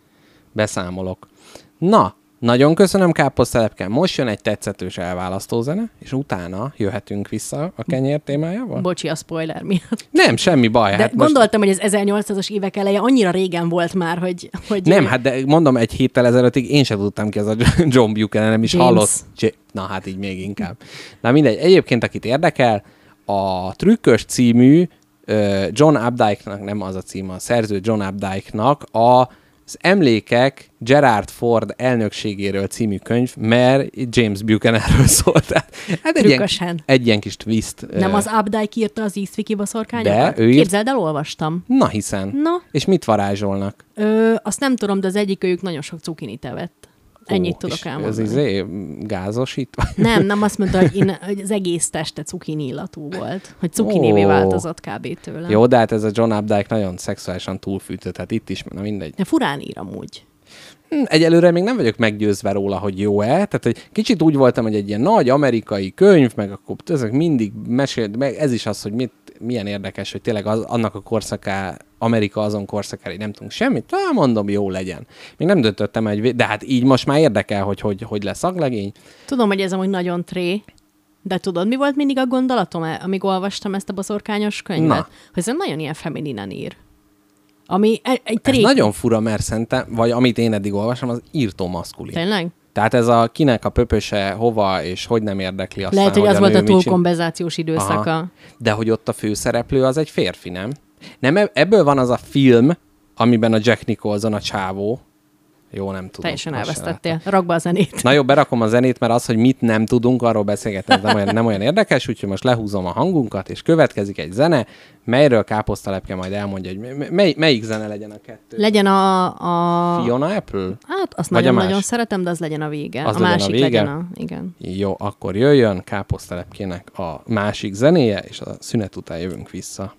beszámolok. Na, nagyon köszönöm, Káposztelepke. Most jön egy tetszetős elválasztó zene, és utána jöhetünk vissza a kenyér témájával. Bocsi a spoiler miatt. Nem, semmi baj. De hát gondoltam, hogy az 1800-as évek eleje annyira régen volt már, hogy... Nem, hát de mondom, egy héttel ezelőttig én sem tudtam ki, ez a John Buchanan, nem is hallott. Na hát így még inkább. Na mindegy, egyébként akit érdekel, a Trükkös című John Updike-nak, nem az a cím, a szerző John Updike-nak az Emlékek Gerard Ford elnökségéről című könyv, mert James Buchananről szólt. Hát egy ilyen kis twist. Nem az Updike írta az Eastwicki boszorkányokat? De ő Képzeld el, olvastam. Na hiszen. Na. És mit varázsolnak? Azt nem tudom, de az egyik őjük nagyon sok cukinit evett. Ennyit tudok elmondani. Ez gázosít? Nem azt mondta, hogy az egész teste cukini illatú volt. Hogy cukinivé változott kb. Tőle. Jó, de hát ez a John Updike nagyon szexuálisan túlfűtött, hát itt is, na mindegy. De furán ír amúgy. Egyelőre még nem vagyok meggyőzve róla, hogy jó-e. Tehát, hogy kicsit úgy voltam, hogy egy ilyen nagy amerikai könyv, meg akkor ezek mindig mesélt, meg ez is az, hogy milyen érdekes, hogy tényleg annak a korszaká, Amerika azon korszakára, nem tudunk semmit, mondom, jó legyen. Még nem döntöttem, de hát így most már érdekel, hogy lesz aglegény. Tudom, hogy ez amúgy nagyon tré, de tudod, mi volt mindig a gondolatom, amíg olvastam ezt a boszorkányos könyvet? Hogy ez nagyon ilyen femininen ír. Ami ez nagyon fura, mert szerintem, vagy amit én eddig olvasom, az írtó maszkulin. Tényleg? Tehát ez a kinek a pöpöse, hova és hogy nem érdekli aztán, lehet, hogy az volt a túlkompenzációs időszaka. Aha. De hogy ott a főszereplő az egy férfi, nem? Nem, ebből van az a film, amiben a Jack Nicholson a csávó. Jó, nem tudom. Teljesen elvesztettél. Rakd be a zenét. Na jó, berakom a zenét, mert az, hogy mit nem tudunk, arról beszélgetni, nem olyan érdekes, úgyhogy most lehúzom a hangunkat, és következik egy zene, melyről Káposztalepke majd elmondja, hogy melyik zene legyen a kettő. Legyen a... Fiona Apple? Hát azt nagyon szeretem, de az legyen a vége. Az a másik legyen igen. Jó, akkor jöjjön Káposztalepkének a másik zenéje, és a szünet után jövünk vissza.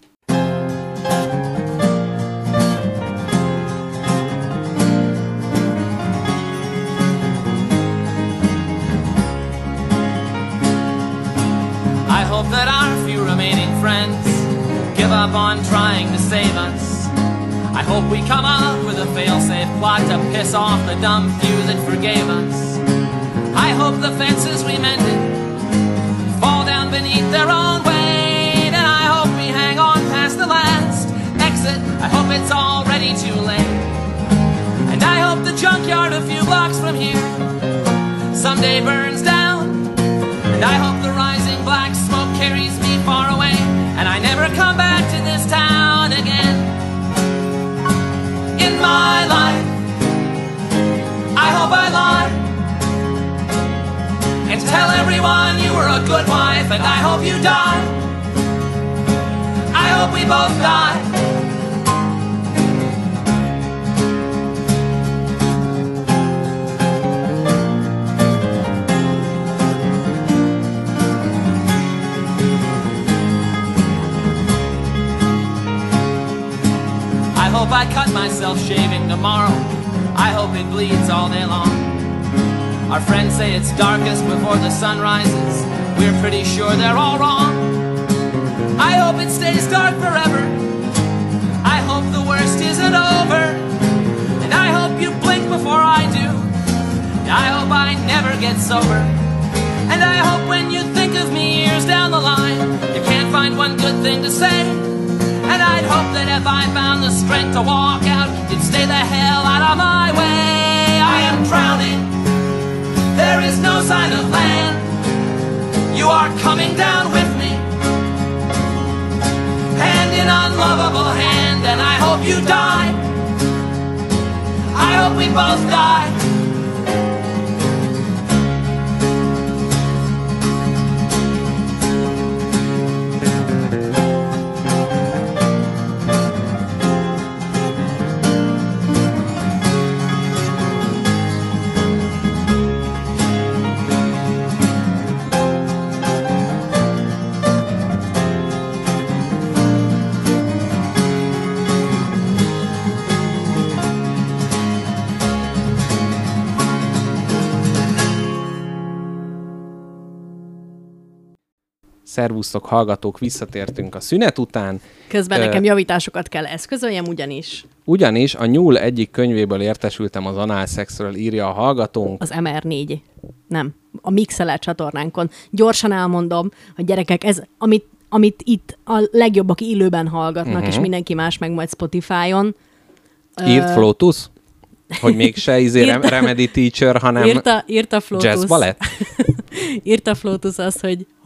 I hope that our few remaining friends give up on trying to save us. I hope we come up with a fail-safe plot to piss off the dumb few that forgave us. I hope the fences we mended fall down beneath their own weight, and I hope we hang on past the last exit. I hope it's already too late, and I hope the junkyard a few blocks from here someday burns down, and I hope the rising black smoke carries me far away, and I never come back to this town again. In my life, I hope I lie and tell everyone you were a good wife, and I hope you die. I hope we both die. I hope I cut myself shaving tomorrow. I hope it bleeds all day long. Our friends say it's darkest before the sun rises. We're pretty sure they're all wrong. I hope it stays dark forever. I hope the worst isn't over. And I hope you blink before I do. I hope I never get sober. And I hope when you think of me years down the line, you can't find one good thing to say. And I'd hope that if I found the strength to walk out, you'd stay the hell out of my way. I am drowning. There is no sign of land. You are coming down with me, hand in unlovable hand, and I hope you die. I hope we both die. Szervusztok, hallgatók, visszatértünk a szünet után. Közben nekem javításokat kell eszközöljem, Ugyanis a Nyúl egyik könyvéből értesültem az análszexről, írja a hallgatónk. Az MR4. Nem. A Mixeler csatornánkon. Gyorsan elmondom, a gyerekek, ez, amit itt a legjobbak élőben hallgatnak, és mindenki más meg majd Spotify-on. Írt Flotus? Hogy mégse Remedy Teacher, hanem írta Flotus. Jazz Ballet? Írta Flotus azt,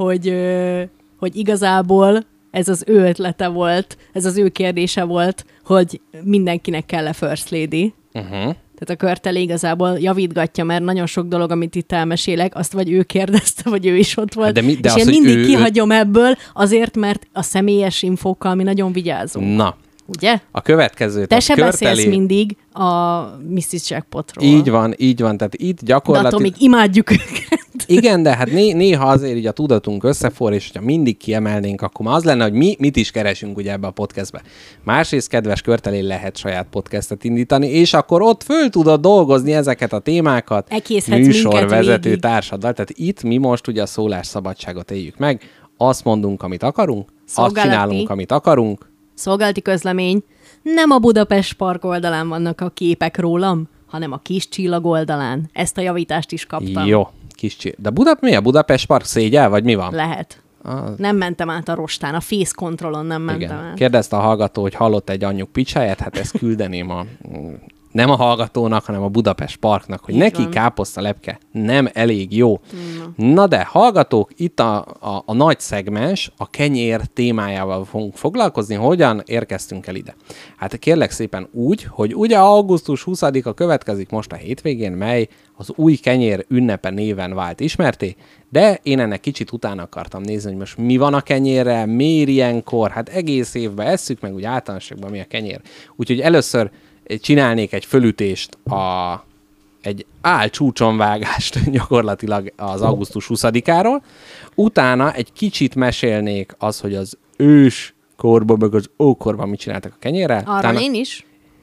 hogy igazából ez az ő ötlete volt, ez az ő kérdése volt, hogy mindenkinek kell-e First Lady. Tehát a Körtele igazából javítgatja, mert nagyon sok dolog, amit itt elmesélek, azt vagy ő kérdezte, vagy ő is ott volt. De és én mindig kihagyom ebből, azért, mert a személyes infókkal mi nagyon vigyázunk. Na. Ugye? A következőt. Te se beszélsz mindig a Mrs. Jackpotról. Így van. Tehát itt gyakorlatilag... De attól még imádjuk őket. Igen, de hát néha azért így a tudatunk összeforr, és ha mindig kiemelnénk, akkor már az lenne, hogy mi mit is keresünk ugye ebbe a podcastbe. Másrészt, kedves Körtelén, lehet saját podcastet indítani, és akkor ott föl tudod dolgozni ezeket a témákat műsorvezető társaddal. Tehát itt mi most ugye a szólásszabadságot éljük meg, azt mondunk, amit akarunk, azt csinálunk, amit akarunk. Szolgálati közlemény. Nem a Budapest Park oldalán vannak a képek rólam, hanem a Kis Csillag oldalán. Ezt a javítást is kaptam. Jó, De mi a Budapest Park szégyel, vagy mi van? Lehet. Nem mentem át a rostán, a Face Controlon nem mentem át. Kérdezte a hallgató, hogy hallott egy anyjuk picsáját, hát ezt küldeném nem a hallgatónak, hanem a Budapest Parknak, hogy neki káposztalepke nem elég jó. Na de, hallgatók, itt a nagy szegmens, a kenyér témájával fogunk foglalkozni, hogyan érkeztünk el ide. Hát kérlek szépen úgy, hogy ugye augusztus 20-a következik most a hétvégén, mely az új kenyér ünnepe néven vált ismerté, de én ennek kicsit utána akartam nézni, hogy most mi van a kenyérrel, miért ilyenkor, hát egész évben esszük meg, úgy általánosságban mi a kenyér. Úgyhogy először csinálnék egy fölütést, egy álcsúcsonvágást gyakorlatilag az augusztus 20-áról. Utána egy kicsit mesélnék az, hogy az ős korban, meg az ókorban mit csináltak a kenyérrel. Arról utána, én is.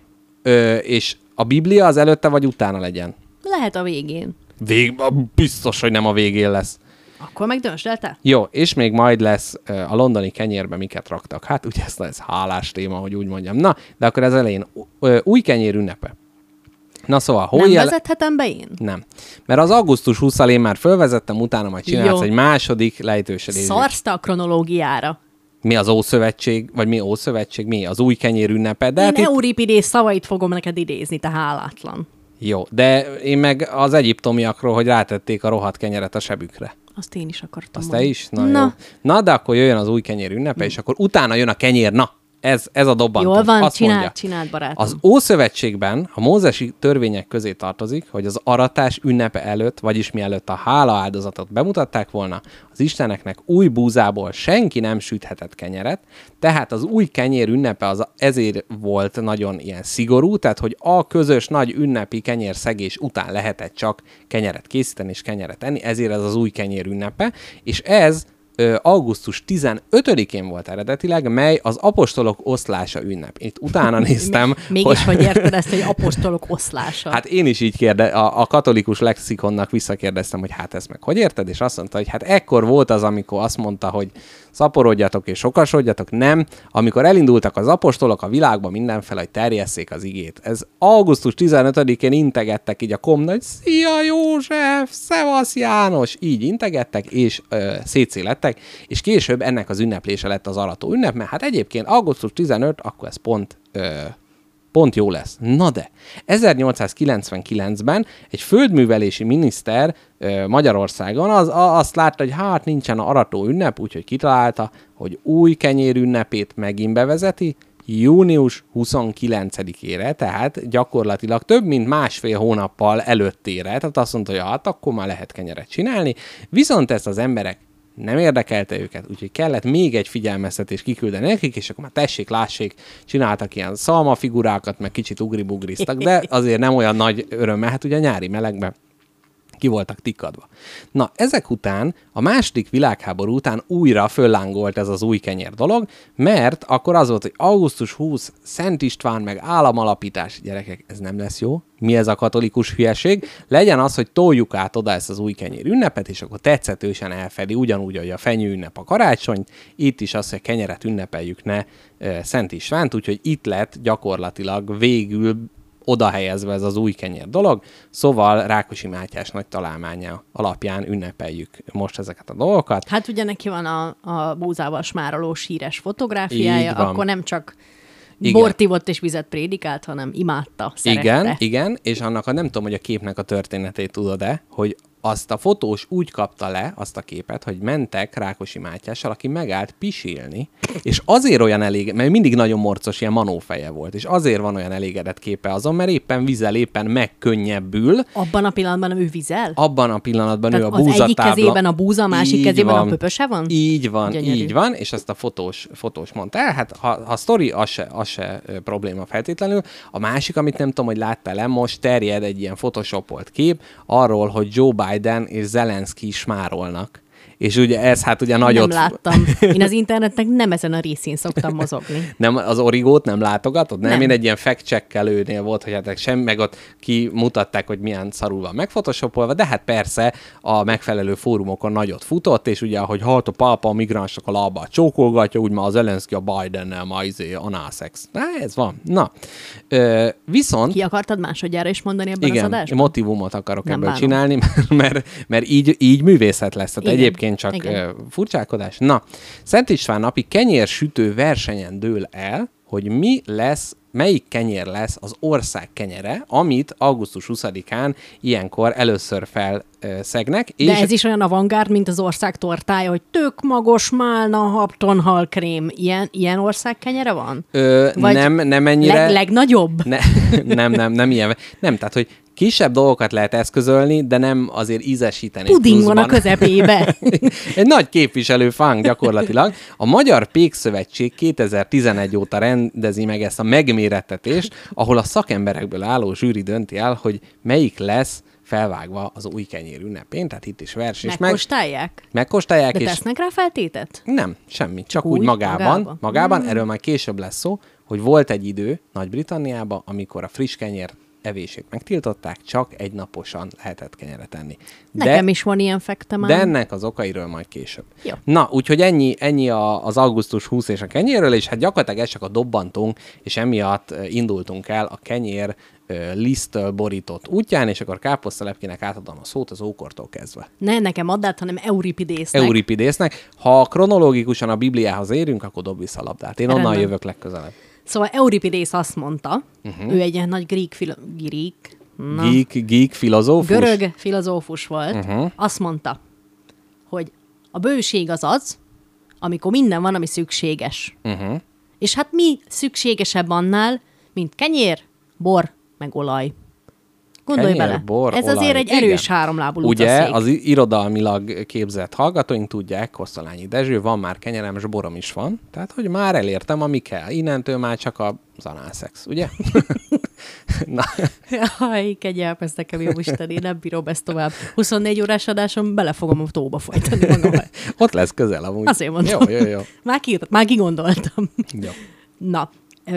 És a Biblia az előtte vagy utána legyen? Lehet a végén. Biztos, hogy nem a végén lesz. Akkor meg döntsd el te. Jó, és még majd lesz a londoni kenyérbe miket raktak. Hát ugye ez hálás téma, hogy úgy mondjam. Na, de akkor az elején új kenyér ünnepe. Na szóval, Nem vezethetem be én? Nem. Mert az augusztus 20-al én már fölvezettem, utána majd csinálsz Jó. egy második lejtősödését. Szarsz a kronológiára. Mi az Ószövetség, vagy mi Ószövetség, mi az új kenyér ünnepe. De Én hát itt... Euripidész szavait fogom neked idézni, te hálátlan. Jó, de én meg az egyiptomiakról, hogy rátették a rohadt kenyeret a sebükre. Azt én is akartam Azt te mondani. is? Na, jó. Na, de akkor jöjjön az új kenyér ünnepe, és akkor utána jön a kenyér. Na, ez a dobbantó. Jól van, Azt mondja. csináld, barátom. Az Ószövetségben a mózesi törvények közé tartozik, hogy az aratás ünnepe előtt, vagyis mielőtt a hála áldozatot bemutatták volna, az isteneknek új búzából senki nem süthetett kenyeret, tehát az új kenyér ünnepe az ezért volt nagyon ilyen szigorú, tehát hogy a közös nagy ünnepi kenyérszegés után lehetett csak kenyeret készíteni és kenyeret enni, ezért ez az új kenyér ünnepe, és ez augusztus 15-én volt eredetileg, mely az apostolok oszlása ünnep. Itt utána néztem. Mégis hogy érted ezt, hogy apostolok oszlása? Hát én is így a katolikus lexikonnak visszakérdeztem, hogy hát ezt meg hogy érted? És azt mondta, hogy hát ekkor volt az, amikor azt mondta, hogy szaporodjatok és sokasodjatok. Nem. Amikor elindultak az apostolok a világba mindenfele, hogy terjesszék az igét. Ez augusztus 15-én integettek így a komna, hogy szia József, szevasz János, így integettek, és szétszélettek, és később ennek az ünneplése lett az arató ünnep, mert hát egyébként augusztus 15, akkor ez pont jó lesz. Na de, 1899-ben egy földművelési miniszter Magyarországon azt látta, hogy hát nincsen arató ünnep, úgyhogy kitalálta, hogy új kenyér ünnepét megint bevezeti, június 29-ére, tehát gyakorlatilag több mint másfél hónappal előttére, tehát azt mondta, hogy hát akkor már lehet kenyeret csinálni, viszont ezt az emberek nem érdekelte őket, úgyhogy kellett még egy figyelmeztetés kiküldeni nekik, és akkor már tessék, lássék, csináltak ilyen szalmafigurákat, meg kicsit ugribugriztak, de azért nem olyan nagy örömmel, hát ugye a nyári melegben ki voltak tikkadva. Na, ezek után, a második világháború után újra föllángolt ez az új kenyér dolog, mert akkor az volt, hogy augusztus 20, Szent István, meg államalapítás. Gyerekek, ez nem lesz jó. Mi ez a katolikus hülyeség? Legyen az, hogy toljuk át oda ezt az új kenyér ünnepet, és akkor tetszetősen elfedi, ugyanúgy, hogy a fenyő ünnep a karácsonyt, itt is az, hogy kenyeret ünnepeljük ne Szent Istvánt, úgyhogy itt lett gyakorlatilag végül oda helyezve ez az új kenyér dolog, szóval Rákosi Mátyás nagy találmánya alapján ünnepeljük most ezeket a dolgokat. Hát ugye neki van a búzával smárolós híres fotográfiája, akkor nem csak bort ivott és vizet prédikált, hanem imádta, szerette. Igen, és annak nem tudom, hogy a képnek a történetét tudod-e, hogy azt a fotós úgy kapta le, azt a képet, hogy mentek Rákosi Mátyással, aki megállt pisilni, és azért olyan mert mindig nagyon morcos, ilyen manófeje volt, és azért van olyan elégedett képe azon, mert éppen vizel, éppen megkönnyebbül. Abban a pillanatban ő vizel? Abban a pillanatban tehát ő a búzatábla. Az egyik kezében a búza, a másik kezében a pöpöse van? Így van, Gyönyörű. így van, és ezt a fotós mondta el. Hát ha a sztori, az se probléma feltétlenül. A másik, amit nem tudom, hogy láttál-e, most terjed egy ilyen photoshopolt kép arról, hogy Joe Biden és Zelenszky smárolnak. És ugye ez hát ugye nagyot... Nem láttam. Én az internetnek nem ezen a részén szoktam mozogni. Nem, az Origót nem látogatod? Nem. Nem. Én egy ilyen fact-checkelőnél volt, hogy hát semmi, meg ott kimutatták, hogy milyen szarul van megfotoshopolva, de hát persze a megfelelő fórumokon nagyot futott, és ugye, hogy halt a pápa a migránsok a lábát csókolgatja, úgy már az Zelenszky a Bidennel ma análszex. Na, ez van. Na. Viszont... Ki akartad másodjára is mondani ebben az adásban? Igen, motivumot akarok nem ebből bánom. csinálni, mert így művészet lesz. Tehát Igen. egyébként csak furcsálkodás. Na, Szent István napi kenyérsütő versenyen dől el, hogy melyik kenyér lesz az ország kenyere, amit augusztus 20-án ilyenkor először felszegnek. De ez is olyan avantgárd, mint az ország tortája, hogy tök magos málna, habtonhal krém. Ilyen ország kenyere van? Nem ennyire. Legnagyobb? Nem ilyen. Nem, tehát, hogy kisebb dolgokat lehet eszközölni, de nem azért ízesíteni. Puding van a közepébe. Egy nagy képviselőfánk gyakorlatilag. A Magyar Pékszövetség 2011 óta rendezi meg ezt a megmérettetést, ahol a szakemberekből álló zsűri dönti el, hogy melyik lesz felvágva az új kenyér ünnepén, tehát itt is verseny. Megkóstálják. De és tesznek rá feltétet? Nem, semmi. Csak úgy magában. Erről már később lesz szó, hogy volt egy idő Nagy-Britanniában, amikor a friss kenyér evését megtiltották, csak egynaposan lehetett kenyeret enni. Nekem is van ilyen fektem. De ennek az okairól majd később. Jó. Na, úgyhogy ennyi az augusztus 20 és a kenyérről, és hát gyakorlatilag ez csak a dobbantunk, és emiatt indultunk el a kenyér liszttől borított útján, és akkor Káposztalepkének átadom a szót az ókortól kezdve. Ne nekem add át, hanem Euripidésznek. Euripidésznek. Ha kronológikusan a Bibliához érünk, akkor dob vissza a labdát. Én onnan Rendben. jövök legközelebb. Szóval Euripidész azt mondta, ő egy ilyen nagy Geek filozófus? görög filozófus volt, azt mondta, hogy a bőség az, amikor minden van, ami szükséges. És hát mi szükségesebb annál, mint kenyér, bor, meg olaj. Gondolj Kenyér, bele. bor, Ez olaj. azért egy Igen. erős háromlábú Ugye utaszék. az irodalmilag képzett hallgatóink tudják, Kosztolányi Dezső, van már kenyerem, és borom is van. Tehát, hogy már elértem, ami kell. Innentől már csak a zanálszex, ugye? Na. Jaj, kegyelp, ez nekem jó Isten, én nem bírom ezt tovább. 24 órás adáson bele fogom a tóba folytani magam. Ott lesz közel amúgy. Azért mondtam. Jó. Már kigondoltam. Jó. Na,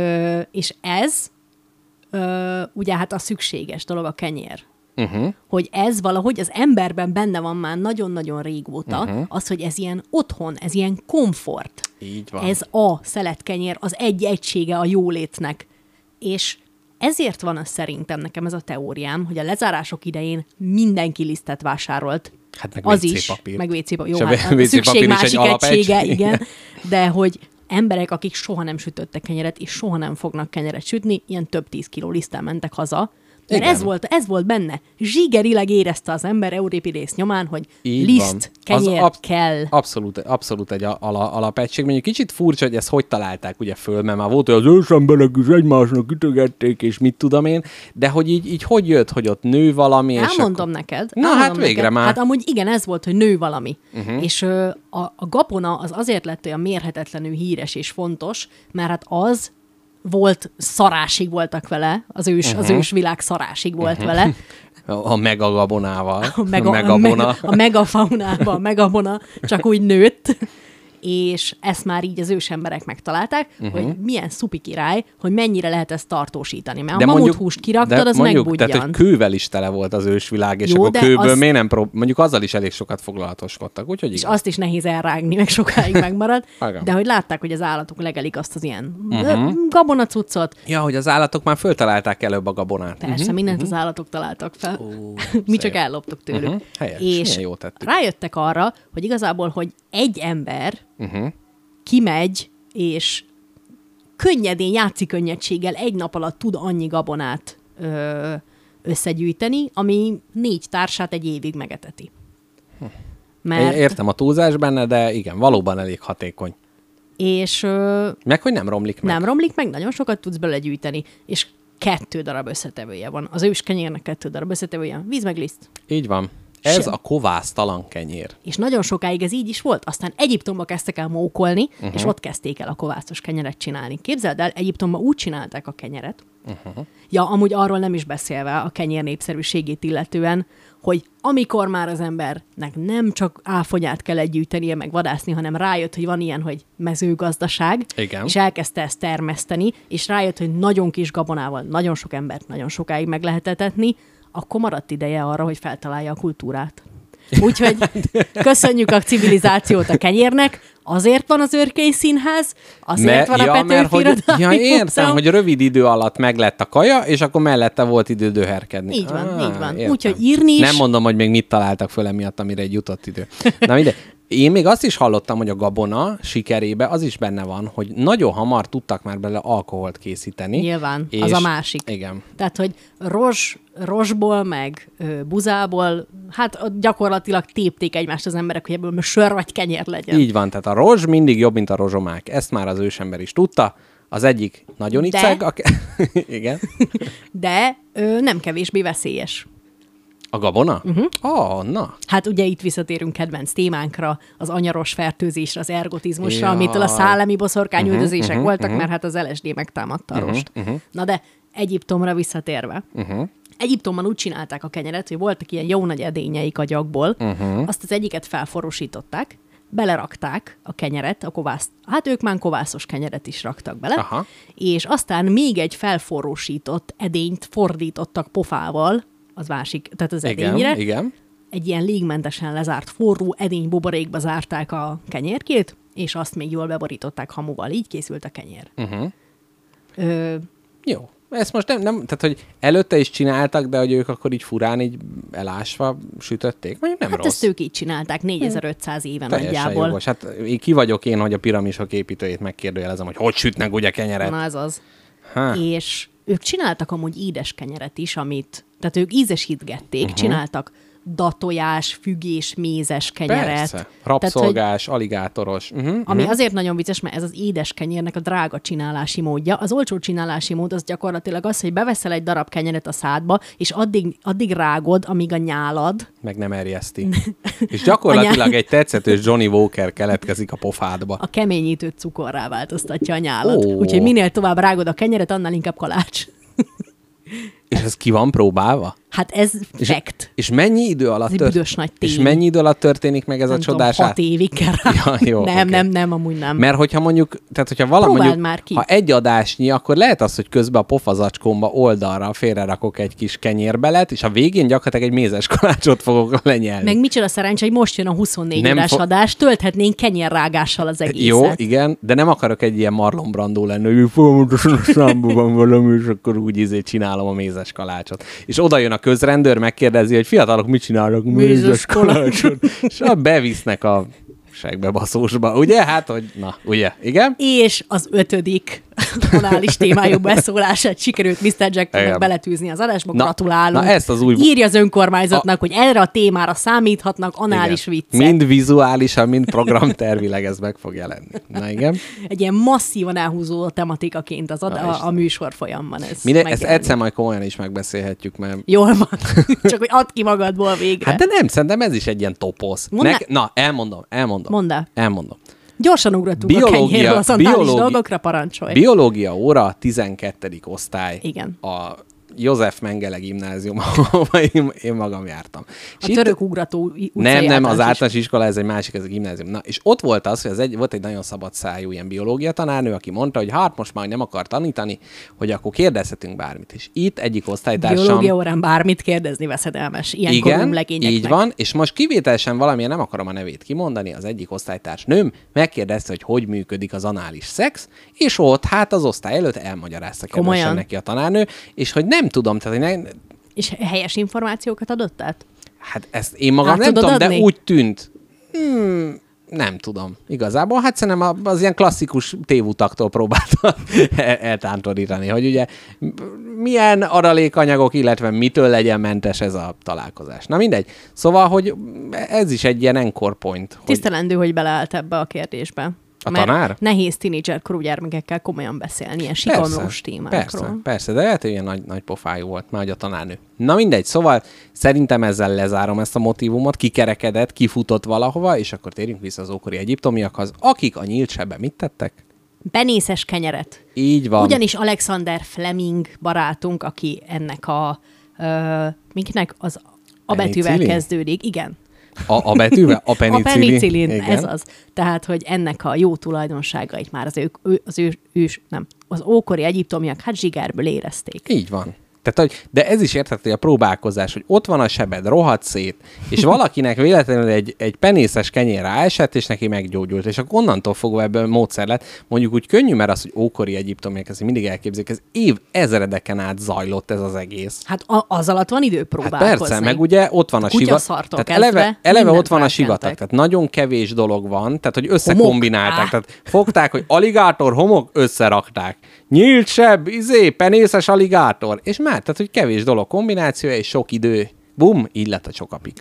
és ez ugye hát a szükséges dolog a kenyér. Hogy ez valahogy az emberben benne van már nagyon-nagyon régóta, az, hogy ez ilyen otthon, ez ilyen komfort. Így van. Ez a szeletkenyér, az egy egysége a jólétnek. És ezért van az szerintem nekem ez a teóriám, hogy a lezárások idején mindenki lisztet vásárolt. Hát meg az WC is, papír. meg WC papír. És Jó, a hát a WC szükség papír is egy másik alapegység. egysége, igen. De hogy emberek, akik soha nem sütöttek kenyeret, és soha nem fognak kenyeret sütni, ilyen több 10 kiló liszttel mentek haza. Mert ez volt benne. Zsigerileg érezte az ember Euripidész nyomán, hogy Így liszt, van. kenyér kell. Abszolút egy alapegység. Mondjuk kicsit furcsa, hogy ezt hogy találták ugye föl, mert már volt, hogy az ősemberek is egymásnak ütögették, és mit tudom én, de hogy így hogy jött, hogy ott nő valami, és Elmondom akkor... neked. Na, elmondom hát végre neked. már. Hát amúgy igen, ez volt, hogy nő valami. És a gabona az azért lett olyan mérhetetlenül híres és fontos, mert hát az volt, szarásig voltak vele, az ős világ szarásig volt vele. A megagabonával. A megafaunában a megabona csak úgy nőtt, és ezt már így az ősemberek megtalálták, hogy milyen szupi király, hogy mennyire lehet ezt tartósítani. Mert a mamuthúst kiraktad, az megbudjan. Tehát, hogy kővel is tele volt az ősvilág, és Jó, akkor de kőből az... miért nem mondjuk azzal is elég sokat foglalatoskodtak, úgyhogy És igen. azt is nehéz elrágni, meg sokáig megmarad. Igen. De hogy látták, hogy az állatok legelik azt az ilyen gabonacuccot. Ja, hogy az állatok már föltalálták előbb a gabonát. Persze, mindent az állatok találtak fel. Mi csak elloptuk tőlük. Helyes, És milyen jól tettük. rájöttek arra, hogy igazából, hogy egy ember kimegy, és könnyedén, játszik könnyedséggel egy nap alatt tud annyi gabonát összegyűjteni, ami 4 társát egy évig megeteti. Mert... Értem a túlzás benne, de igen, valóban elég hatékony. És meg, hogy nem romlik meg. nem romlik meg, nagyon sokat tudsz bele gyűjteni, és 2 darab összetevője van. Az őskenyérnek 2 darab összetevője, víz meg liszt. Így van. Ez Sem. a kovásztalan kenyér. És nagyon sokáig ez így is volt. Aztán Egyiptomba kezdtek el mókolni, és ott kezdték el a kovászos kenyeret csinálni. Képzeld el, Egyiptomban úgy csinálták a kenyeret, ja, amúgy arról nem is beszélve a kenyér népszerűségét illetően, hogy amikor már az embernek nem csak áfonyát kell gyűjtenie, meg vadászni, hanem rájött, hogy van ilyen, hogy mezőgazdaság, Igen. és elkezdte ezt termeszteni, és rájött, hogy nagyon kis gabonával nagyon sok embert nagyon sokáig meg lehet etetni, akkor maradt ideje arra, hogy feltalálja a kultúrát. Úgyhogy köszönjük a civilizációt a kenyérnek, azért van az Örkény Színház, azért van a Petőfi Irodalmi Ja, értem, Múzeum. hogy rövid idő alatt meglett a kaja, és akkor mellette volt idő döherkedni. Így van, így van. Értem. Úgyhogy írni is. Nem mondom, hogy még mit találtak föl emiatt, amire egy jutott idő. Na mindegy. Én még azt is hallottam, hogy a gabona sikerébe az is benne van, hogy nagyon hamar tudtak már bele alkoholt készíteni. Nyilván, az a másik. Igen. Tehát, hogy rozsból, meg buzából, hát ott gyakorlatilag tépték egymást az emberek, hogy ebből most sör vagy kenyér legyen. Így van, tehát a rozs mindig jobb, mint a rozsomák. Ezt már az ősember is tudta. Az egyik nagyon iceg. Igen. De nem kevésbé veszélyes. A gabona? Na. Hát ugye itt visszatérünk kedvenc témánkra, az anyaros fertőzésre, az ergotizmusra, Jaj. amitől a szálemi boszorkányüldözések voltak, mert hát az LSD megtámadta a rost. Na de Egyiptomra visszatérve. Egyiptomban úgy csinálták a kenyeret, hogy voltak ilyen jó nagy edényeik agyagból, azt az egyiket felforosították, belerakták a kenyeret, hát ők már kovászos kenyeret is raktak bele, Aha. és aztán még egy felforrósított edényt fordítottak pofával, az másik, tehát az edényre. Igen. Egy ilyen légmentesen lezárt forró edénybuborékba zárták a kenyérkét, és azt még jól beborították hamuval. Így készült a kenyér. Jó. Ezt most nem, tehát hogy előtte is csináltak, de hogy ők akkor így furán így elásva sütötték. Mondjuk nem Hát rossz. ezt ők így csinálták 4500 éven Teljesen nagyjából. jogos. Hát ki vagyok én, hogy a piramisok építőjét megkérdőjelezem, hogy sütnek ugye kenyeret. Na ez az. Ha. És ők csináltak amúgy édes kenyeret is, tehát ők ízesítgették, csináltak datojás, fügés, mézes kenyeret. Persze. Rabszolgás, aligátoros. Ami azért nagyon vicces, mert ez az édes kenyérnek a drága csinálási módja. Az olcsó csinálási mód az gyakorlatilag az, hogy beveszel egy darab kenyeret a szádba, és addig rágod, amíg a nyálad Meg nem erjeszti. És gyakorlatilag egy tetszetős Johnny Walker keletkezik a pofádba. a keményítőt cukorrá változtatja a nyálat. Ó. Úgyhogy minél tovább rágod a kenyeret, annál inkább kalács. És ez ki van próbálva? Hát ez fact. És mennyi idő alatt Ez egy büdös nagy tény. És mennyi idő alatt történik meg ez Nem a tudom, csodás 6 évig kell rá. Ja, jó, nem, oké. amúgy nem. Mert hogyha mondjuk, tehát hogyha valami Próbáld mondjuk, már ki. ha egy adásnyi, akkor lehet az, hogy közben a pofazacskómba oldalra félrerakok egy kis kenyérbelet, és a végén gyakorlatilag egy mézes kalácsot fogok lenyelni. Meg micsoda szerencsé, hogy most jön a 24 Nem órás fo- adás, tölthetnénk kenyérrágással az egészet. Jó, igen, de nem akarok egy ilyen Marlon Brando lenni, hogy folyamatosan a számban van valami, és akkor úgy csinálom a mézes kalácsot. És oda jön a közrendőr, megkérdezi, hogy fiatalok mit csinálnak mézes kalácsot, és bevisznek a segbebaszósba, ugye? Hát, hogy na, ugye? Igen? És az 5. anális témájú beszólását sikerült Mr. Jacktonnak Igen. beletűzni az adásba. Na, Gratulálunk. na ezt az új- Írja az önkormányzatnak, hogy erre a témára számíthatnak anális Igen. viccek. Mind vizuálisan, mind programtervileg ez meg fog jelenni. Na igen. Egy ilyen masszívan elhúzódó tematikaként az Na, és- a műsor folyamban ez Ezt megjelenik. egyszer majd komolyan is megbeszélhetjük, mert... Jól van. Csak hogy add ki magadból végre. Hát de nem, szerintem ez is egy ilyen toposz. Mondd el. Na, elmondom. Mondd el. Elmondom. Gyorsan ugratunk a kenyérről az anális dolgokra, parancsolj. Biológia óra, 12. osztály. Igen. A József Mengele gimnázium, ahova én magam jártam. És A itt- török ugrató utcai Nem, az is. általános iskola, ez egy másik, ez a gimnázium. Na, és ott volt az, hogy volt egy nagyon szabadszájú ilyen biológia tanárnő, aki mondta, hogy hát most már nem akar tanítani, hogy akkor kérdezhetünk bármit. És itt egyik osztálytársam... Biológia órán bármit kérdezni veszedelmes. Ilyen Igen, legényeknek. így van, és most kivételesen valamilyen, nem akarom a nevét kimondani, az egyik osztálytárs nőm megkérdezte, hogy működik az anális szex, és ott hát az osztály előtt elmagyarázta kedvesen Komolyan? neki a tanárnő, és hogy nem tudom, tehát hogy És helyes információkat adott át? hát ezt én magam Át nem tudod tudom, de adni? úgy tűnt. Nem tudom. Igazából, hát szerintem az ilyen klasszikus tévutaktól próbálta eltántorítani, hogy ugye milyen adalékanyagok, illetve mitől legyen mentes ez a találkozás. Na mindegy. Szóval, hogy ez is egy ilyen encore point. Hogy Tisztelendő, hogy beleállt ebbe a kérdésbe. A Mert tanár? nehéz tínédzserkorú gyermekekkel komolyan beszélni, ilyen sikamlós témákról. Persze, de lehet, hogy ilyen nagy pofájú volt már, hogy a tanárnő. Na mindegy, szóval szerintem ezzel lezárom ezt a motívumot, kikerekedett, kifutott valahova, és akkor térjünk vissza az ókori egyiptomiakhoz, akik a nyílt sebben mit tettek? Benészes kenyeret. Így van. Ugyanis Alexander Fleming barátunk, aki ennek minkinek az a betűvel Penicillin? kezdődik, igen. A betűvel? A A penicillin? penicillin, Igen. ez az. Tehát, hogy ennek a jó tulajdonságait már az ókori egyiptomiak hát zsigerből érezték. Így van. Tehát, de ez is érthető, a próbálkozás, hogy ott van a sebed, rohadt szét, és valakinek véletlenül egy penészes kenyér ráesett, és neki meggyógyult, és akkor onnantól fogva ebből módszer lett. Mondjuk úgy könnyű, mert az, hogy ókori egyiptomiak, ezt mindig elképzelik, ez ezredeken át zajlott ez az egész. Hát az alatt van idő Hát próbálkozni. persze, meg ugye ott van a sivatag. Kutyaszartól Tehát eleve kezdve ott van a mindent sivatag, felkentek. tehát nagyon kevés dolog van, tehát hogy összekombinálták. Tehát fogták, hogy aligátor, homok, összerakták. Nyílt seb, penészes aligátor, és már, tehát hogy kevés dolog kombinációja, és sok idő. Bum, így lett a csokapik.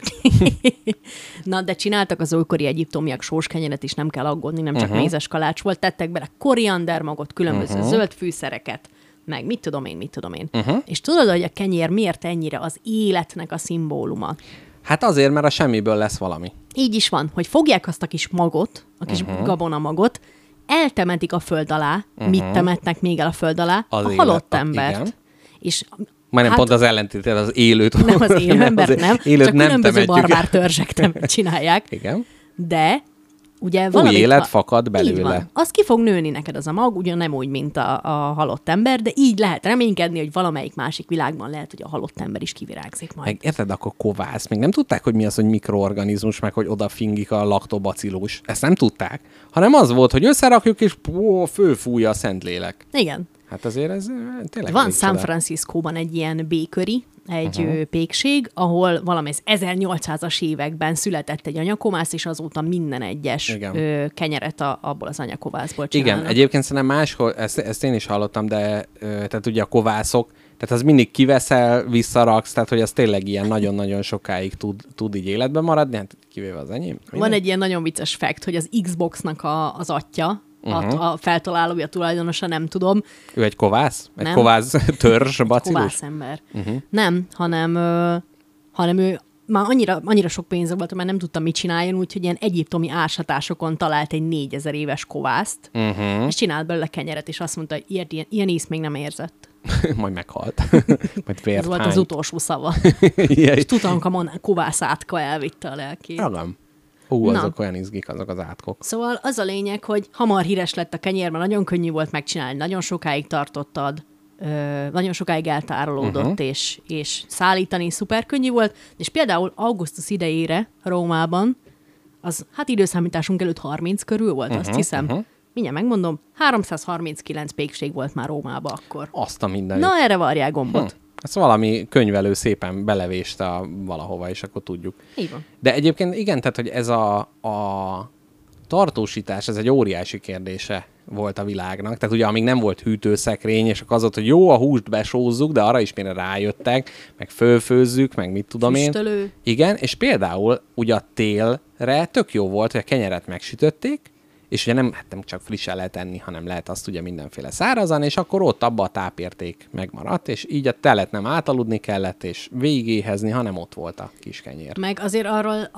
Na, de csináltak az olykori egyiptomiak sóskenyeret is, nem kell aggódni, nem csak mézes kalács volt, tettek bele koriandermagot, különböző zöld fűszereket, meg mit tudom én. És tudod, hogy a kenyér miért ennyire az életnek a szimbóluma? Hát azért, mert a semmiből lesz valami. Így is van, hogy fogják azt a kis magot, a kis gabonamagot, eltemetik a föld alá, mit temetnek még el a föld alá? Az a élet, halott embert. igen. És Majdnem pont az ellentétel, az élőt. nem az élő embert, nem, élőt csak nem különböző temetjük. barbár törzsek csinálják. Igen. De ugye új élet fakad belőle. Így van. Az ki fog nőni neked az a mag, ugyan nem úgy, mint a halott ember, de így lehet reménykedni, hogy valamelyik másik világban lehet, hogy a halott ember is kivirágzik majd. Meg érted, akkor kovász. Még nem tudták, hogy mi az, hogy mikroorganizmus, meg hogy odafingik a laktobacillus. Ezt nem tudták. Hanem az volt, hogy összerakjuk, és fölfújja a Szentlélek. Igen. Hát azért ez tényleg Van elég San csoda. Franciscóban egy ilyen bakery, egy pékség, ahol valami 1800-as években született egy anyakovász, és azóta minden egyes Igen. kenyeret abból az anyakovászból csinálnak. Igen, egyébként szerintem máshol, ezt én is hallottam, de tehát ugye a kovászok, tehát az mindig kiveszel, visszaraksz, tehát hogy az tényleg ilyen nagyon-nagyon sokáig tud így életben maradni, hát kivéve az enyém. Van egy ilyen nagyon vicces fact, hogy az Xboxnak az atya, a feltalálója, tulajdonosa, nem tudom. Ő egy kovász? Egy Nem. kovász törzs bacillus? Kovász ember. Nem, hanem ő már annyira sok pénze volt, mert nem tudta, mit csináljon, úgyhogy ilyen egyiptomi ásatásokon talált egy 4000 éves kovászt, és csinált belőle kenyeret, és azt mondta, hogy ilyen ízt még nem érzett. Majd meghalt. Majd vért Ez volt hányt. az utolsó szava. És Tutankamon kovász átka elvitte a lelkét. Ragam. Na. Azok olyan izgik, azok az átkok. Szóval az a lényeg, hogy hamar híres lett a kenyér, mert nagyon könnyű volt megcsinálni, nagyon sokáig tartottad, nagyon sokáig eltárolódott, és szállítani szuper könnyű volt, és például augusztus idejére Rómában, az hát időszámításunk előtt 30 körül volt, azt hiszem. Mindjárt megmondom, 339 pékség volt már Rómában akkor. Azt a mindenit. Na, erre varják gombot. Ezt valami könyvelő szépen belevéste valahova, és akkor tudjuk. Így van. De egyébként igen, tehát, hogy ez a tartósítás, ez egy óriási kérdése volt a világnak. Tehát ugye, amíg nem volt hűtőszekrény, és akkor az volt, hogy jó, a húst besózzuk, de arra is mire rájöttek, meg fölfőzzük, meg mit tudom Füstölő. én. Igen, és például ugye a télre tök jó volt, hogy a kenyeret megsütötték, és ugye nem csak frissen lehet enni, hanem lehet azt ugye mindenféle szárazan, és akkor ott abba a tápérték megmaradt, és így a telet nem átaludni kellett, és végigéhezni, hanem ott volt a kis kenyér. Meg azért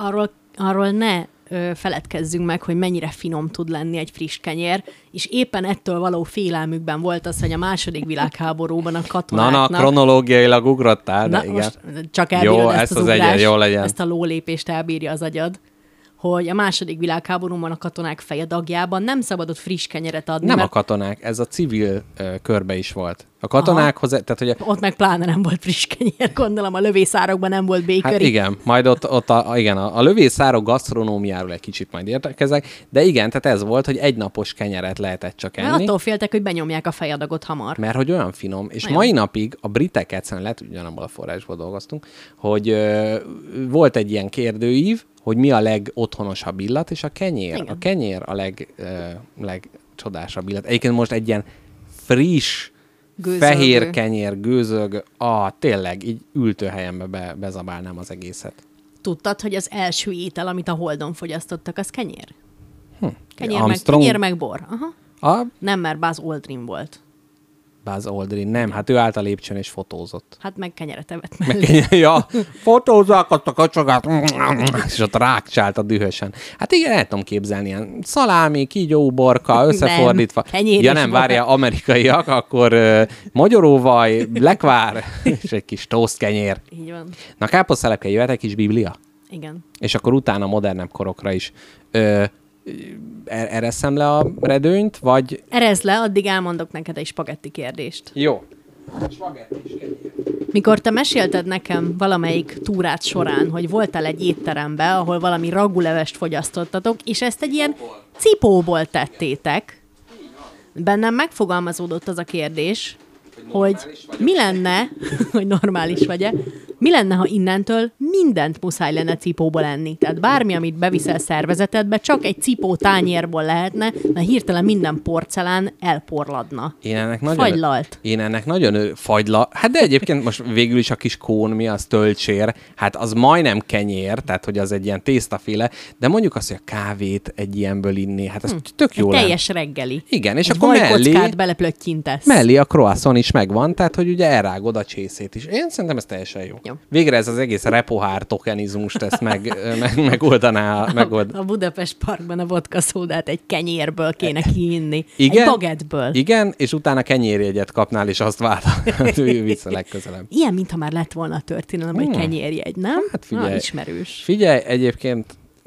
arról ne feledkezzünk meg, hogy mennyire finom tud lenni egy friss kenyér, és éppen ettől való félelmükben volt az, hogy a második világháborúban a katonáknak... Na, kronológiailag ugrottál, de igen. Most csak elbírod jó, ezt az egyen, ugrás, jó legyen. ezt a lólépést elbírja az agyad, hogy a második világháborúban a katonák fejadagjában nem szabadott friss kenyeret adni. Nem a katonák, ez a civil körbe is volt. A katonákhoz, tehát ugye... Ott meg pláne nem volt friss kenyér, gondolom a lövészárokban nem volt bakery. Hát igen, majd ott a lövészárok gasztronómiáról egy kicsit majd értekezek, de igen, tehát ez volt, hogy egynapos kenyeret lehetett csak enni. Mert attól féltek, hogy benyomják a fejadagot hamar. Mert hogy olyan finom, és nagyon. Mai napig a britek egyszerűen lehet, hogy ugyanabból a forrásból dolgoztunk, hogy volt egy ilyen kérdőív, hogy mi a legotthonosabb illat, és a kenyér. Igen. A kenyér a legcsodásabb illat. Egyébként most egy ilyen friss, Gőzölgő. fehér kenyér, gőzölgő, tényleg így ültőhelyembe bezabálnám az egészet. Tudtad, hogy az első étel, amit a Holdon fogyasztottak, az kenyér? Armstrong- Kenyér meg bor. Aha. A Nem, mert Buzz Aldrin volt. Buzz Aldrin, nem, hát ő állt a lépcsőn és fotózott. Hát meg kenyeret evett mellé. Ja, fotózzák azt a kacsogát, és ott rákcsálta dühösen. Hát igen, el tudom képzelni, ilyen szalámi, kígyó, borka, összefordítva. kenyér Ja és nem, bor. várja, amerikaiak, akkor magyaróvaj, lekvár, és egy kis toastkenyér. Így van. Na, káposztelepke, jöhet egy kis biblia? Igen. És akkor utána modernebb korokra is ereszem le a redőnyt, vagy... Erezd le, addig elmondok neked egy spagetti kérdést. Jó. Spagetti is kenyér. Mikor te mesélted nekem valamelyik túrát során, hogy voltál egy étterembe, ahol valami ragulevest fogyasztottatok, és ezt egy ilyen cipóból tettétek, bennem megfogalmazódott az a kérdés, hogy mi lenne, hogy normális vagy-e, mi lenne, ha innentől mindent muszáj lenne cipóból enni? Tehát bármi, amit beviszel szervezetedbe, csak egy cipó tányérból lehetne, mert hirtelen minden porcelán elporladna. Fagylalt. Én ennek nagyon hát de egyébként most végül is a kis kón, mi az töltsér, hát az majdnem kenyér, tehát hogy az egy ilyen tésztaféle, de mondjuk azt, hogy a kávét egy ilyenből inni, hát ez tök jó lenne. Teljes reggeli. Igen, és egy akkor vajkockát beleplöttyintesz. mellé a croissant is megvan, tehát hogy ugye elrágod a csészét is. Én szerintem ez teljesen jó. Végre ez az egész repohár tokenizmust ezt megoldaná. A Budapest Parkban a vodka szódát egy kenyérből kéne kiinni. Igen? Egy bagettből. Igen, és utána kenyérjegyet kapnál, és azt váltál vissza legközelebb. Ilyen, mintha már lett volna a történelem, hogy kenyérjegy, nem? Hát figyelj. Ismerős. Figyelj, egyébként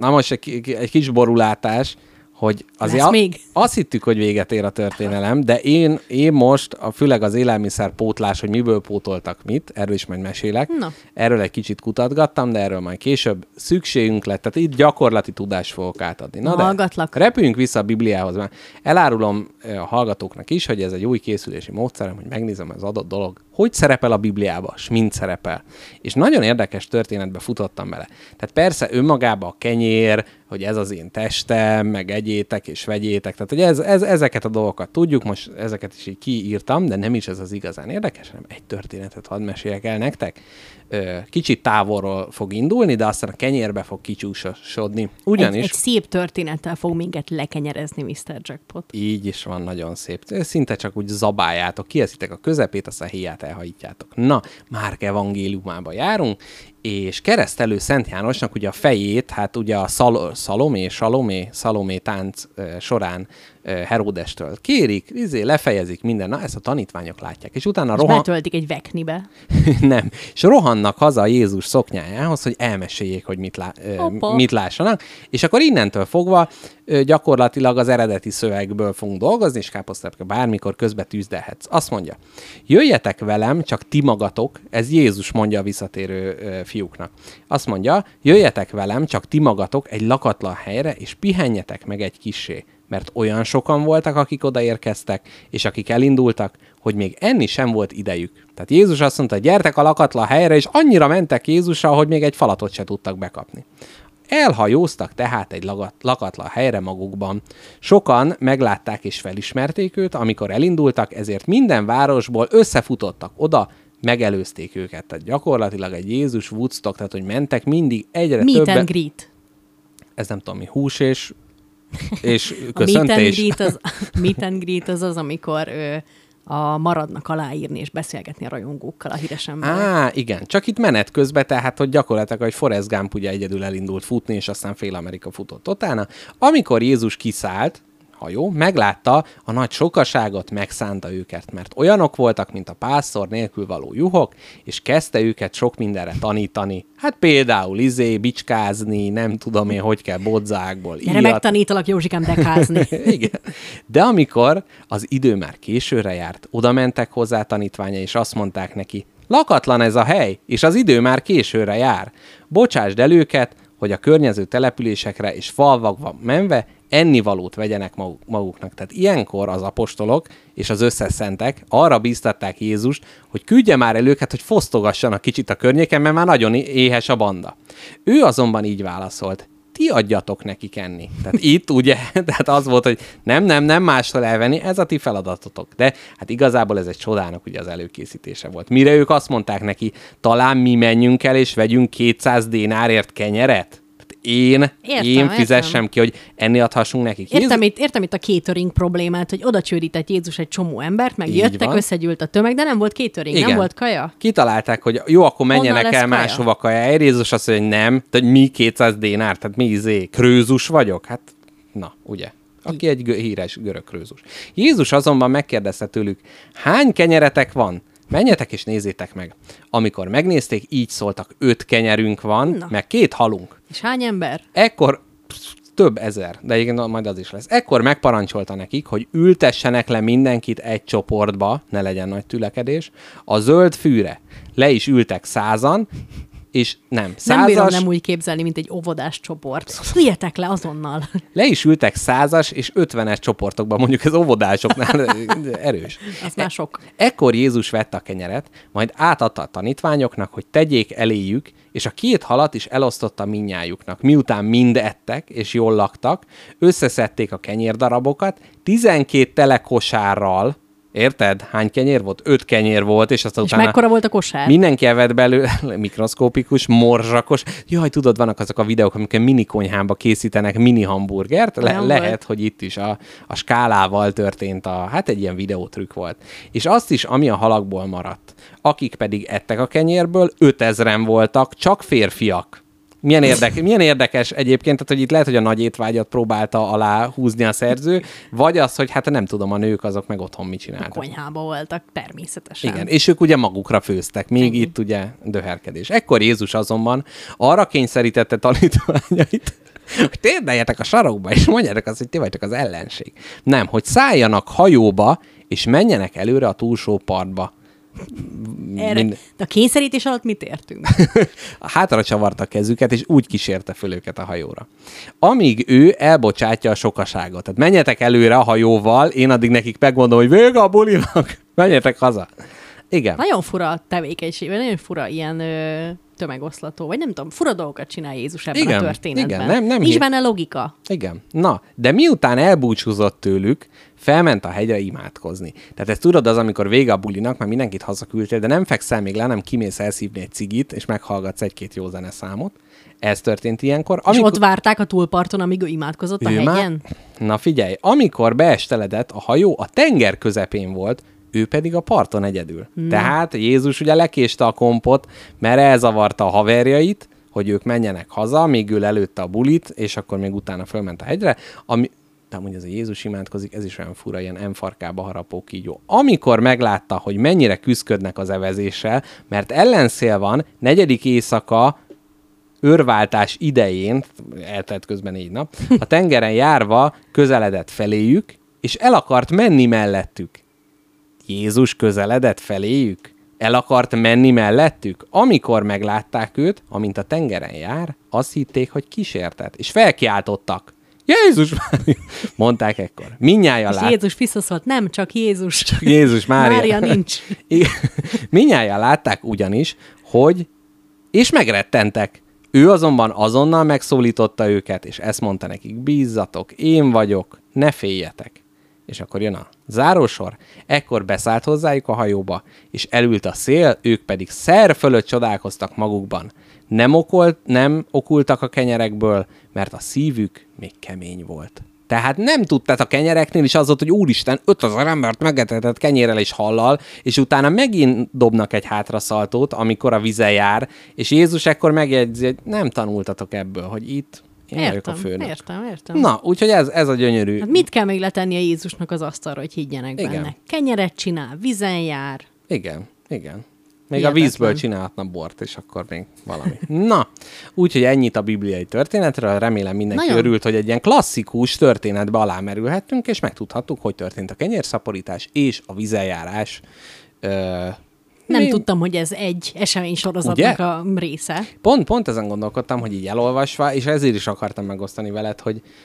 Na most egy kis borulátás, hogy azért azt hittük, hogy véget ér a történelem, de én most, főleg az élelmiszerpótlás, hogy miből pótoltak mit, erről is majd mesélek. Na. Erről egy kicsit kutatgattam, de erről majd később szükségünk lett. Tehát itt gyakorlati tudást fogok átadni. Na hallgatlak. De repüljünk vissza a Bibliához. Mert elárulom a hallgatóknak is, hogy ez egy új készülési módszerem, hogy megnézem az adott dolog, hogy szerepel a Bibliába, s mind szerepel. És nagyon érdekes történetbe futottam bele. Tehát persze önmagában a kenyér, hogy ez az én testem, meg egyétek és vegyétek. Tehát, hogy ezeket a dolgokat tudjuk, most ezeket is így kiírtam, de nem is ez az igazán érdekes, hanem egy történetet hadd meséljek el nektek. Kicsit távolról fog indulni, de aztán a kenyérbe fog kicsúsosodni. Ugyanis... Egy szép történettel fog minket lekenyerezni, Mr. Jackpot. Így is van, nagyon szép. Szinte csak úgy zabáljátok, kieszitek a közepét, aztán héját elhajítjátok. Na, Márk evangéliumába járunk, és keresztelő Szent Jánosnak ugye a fejét, hát ugye a Salomé tánc során Heródestől kérik, lefejezik minden, na ezt a tanítványok látják. És utána betöltik egy veknibe. Nem. És rohannak haza Jézus szoknyájához, hogy elmeséljék, hogy mit lássanak. És akkor innentől fogva gyakorlatilag az eredeti szövegből fogunk dolgozni, és káposztelepke bármikor közbe tűzdelhetsz. Azt mondja, jöjjetek velem, csak ti magatok, ez Jézus mondja a visszatérő fiúknak. Azt mondja, jöjjetek velem, csak ti magatok egy lakatlan helyre, és pihenjetek meg egy kissé. Mert olyan sokan voltak, akik odaérkeztek, és akik elindultak, hogy még enni sem volt idejük. Tehát Jézus azt mondta, gyertek a lakatlan helyre, és annyira mentek Jézussal, hogy még egy falatot se tudtak bekapni. Elhajóztak tehát egy lakatlan helyre magukban. Sokan meglátták és felismerték őt, amikor elindultak, ezért minden városból összefutottak oda, megelőzték őket. Tehát gyakorlatilag egy Jézus Woodstock, tehát hogy mentek mindig egyre többen. Meet and greet. Ez nem tudom mi, hús és köszöntés. Meet and greet az, amikor maradnak aláírni és beszélgetni a rajongókkal, a híres emberek. Igen. Csak itt menet közben, tehát, hogy gyakorlatilag, hogy Forrest Gump ugye egyedül elindult futni, és aztán fél Amerika futott utána. Amikor Jézus kiszállt, hajó, meglátta a nagy sokaságot, megszánta őket, mert olyanok voltak, mint a pásztor nélkül való juhok, és kezdte őket sok mindenre tanítani. Hát például bicskázni, nem tudom én, hogy kell bodzákból ilyet. Gyere, megtanítalak, Józsikám, dekázni. Igen. De amikor az idő már későre járt, oda mentek hozzá tanítványa, és azt mondták neki, lakatlan ez a hely, és az idő már későre jár. Bocsásd el őket, hogy a környező településekre és falvakba menve ennivalót vegyenek maguknak. Tehát ilyenkor az apostolok és az összes szentek arra bíztatták Jézust, hogy küldje már el őket, hogy fosztogassanak kicsit a környéken, mert már nagyon éhes a banda. Ő azonban így válaszolt, ti adjatok nekik enni. Tehát itt ugye, tehát az volt, hogy nem mástól elvenni, ez a ti feladatotok. De hát igazából ez egy csodának ugye az előkészítése volt. Mire ők azt mondták neki, talán mi menjünk el és vegyünk 200 dénárért kenyeret? Én fizessem ki, hogy enni adhassunk nekik. Értem itt a catering problémát, hogy oda csődített Jézus egy csomó embert, meg jöttek, összegyűlt a tömeg, de nem volt catering, igen. Nem volt kaja. Kitalálták, hogy jó, akkor menjenek el máshova kaja. Jézus azt mondja, hogy nem, tehát mi 200 dénár, tehát mi krőzus vagyok? Hát, na, ugye. Aki egy híres görög krőzus. Jézus azonban megkérdezte tőlük, hány kenyeretek van? Menjetek és nézzétek meg. Amikor megnézték, így szóltak, 5 kenyerünk van, meg 2 halunk. És hány ember? Ekkor több ezer, de igen, majd az is lesz. Ekkor megparancsolta nekik, hogy ültessenek le mindenkit egy csoportba, ne legyen nagy tülekedés, a zöld fűre. Le is ültek 100-an, és nem 100-as... Nem bírom nem úgy képzelni, mint egy óvodás csoport. Üljetek le azonnal. Le is ültek 100-as és 50-es csoportokban, mondjuk az óvodásoknál erős. Az már sok. Ekkor Jézus vette a kenyeret, majd átadta a tanítványoknak, hogy tegyék eléjük, és a 2 halat is elosztotta mindnyájuknak. Miután mind ettek, és jól laktak, összeszedték a kenyérdarabokat, 12 tele kosárral. Érted? Hány kenyér volt? 5 kenyér volt, és aztán utána... És mekkora volt a kosár? Mindenki evett belőle, mikroszkópikus, morzsakos. Jaj, tudod, vannak azok a videók, amikor mini konyhába készítenek mini hamburgert. Lehet, hogy itt is a skálával történt egy ilyen videótrükk volt. És azt is, ami a halakból maradt. Akik pedig ettek a kenyérből, 5000-en voltak, csak férfiak. Milyen érdekes egyébként, tehát hogy itt lehet, hogy a nagy étvágyat próbálta alá húzni a szerző, vagy az, hogy hát nem tudom, a nők azok meg otthon mit csináltak. A konyhába voltak, természetesen. Igen, és ők ugye magukra főztek, még itt ugye döherkedés. Ekkor Jézus azonban arra kényszerítette tanítványait, hogy térdeljetek a sarokba, és mondjátok azt, hogy ti vagytok az ellenség. Nem, hogy szálljanak hajóba, és menjenek előre a túlsó partba. De a kényszerítés alatt mit értünk? Hátra csavarta a kezüket, és úgy kísérte föl őket a hajóra. Amíg ő elbocsátja a sokaságot. Tehát menjetek előre a hajóval, én addig nekik megmondom, hogy vége a bulinak, menjetek haza. Igen. Nagyon fura tevékenység, nagyon fura ilyen tömegoszlató, vagy nem tudom, fura dolgokat csinál Jézus ebben a történetben. Igen, nem nincs benne logika. Igen. Na, de miután elbúcsúzott tőlük, felment a hegyre imádkozni. Tehát ezt tudod, az, amikor vége a bulinak, már mindenkit hazaküldtél, de nem fekszel még le, nem kimész elszívni egy cigit, és meghallgatsz egy-két jó zeneszámot. Ez történt ilyenkor. És ott várták a túlparton, amíg ő imádkozott a hegyen? Na figyelj, amikor beesteledett, a hajó a tenger közepén volt, ő pedig a parton egyedül. Tehát Jézus ugye lekéste a kompot, mert elzavarta a haverjait, hogy ők menjenek haza, míg ő előtte a bulit, és akkor még utána fölment a hegyre, de amúgy ez a Jézus imádkozik, ez is olyan fura, ilyen M-farkába harapó kígyó. Amikor meglátta, hogy mennyire küszködnek az evezéssel, mert ellenszél van, 4. éjszaka, őrváltás idején, eltelt közben 4 nap, a tengeren járva közeledett feléjük, és el akart menni mellettük. Jézus közeledett feléjük? El akart menni mellettük? Amikor meglátták őt, amint a tengeren jár, azt hitték, hogy kísértet, és felkiáltottak. Jézus Mária! Mondták ekkor. Mindnyájan és Jézus visszaszólt, nem, csak Jézus. Csak Jézus Mária. Mária nincs. Mindnyájan látták ugyanis, hogy... És megrettentek. Ő azonban azonnal megszólította őket, és ezt mondta nekik, bízzatok, én vagyok, ne féljetek. És akkor jön a zárósor, ekkor beszállt hozzájuk a hajóba, és elült a szél, ők pedig szer fölött csodálkoztak magukban. Nem okultak a kenyerekből, mert a szívük még kemény volt. Tehát nem tudtad a kenyereknél is az volt, hogy úristen, 5000 embert megetetett kenyérrel és hallal, és utána megint dobnak egy hátraszaltót, amikor a vize jár, és Jézus ekkor megjegyzi, hogy nem tanultatok ebből, hogy itt én vagyok a főnök. Értem. Na, úgyhogy ez a gyönyörű. Hát mit kell még letennie Jézusnak az asztalra, hogy higgyenek benne? Kenyeret csinál, vizen jár. Igen. Még a vízből csinálhatna bort, és akkor még valami. Na, úgyhogy ennyit a bibliai történetről. Remélem mindenki örült, hogy egy ilyen klasszikus történetbe alámerülhettünk, és megtudhattuk, hogy történt a kenyérszaporítás és a vizeljárás. Nem tudtam, hogy ez egy eseménysorozatnak a része. Pont ezen gondolkodtam, hogy így elolvasva, és ezért is akartam megosztani veled,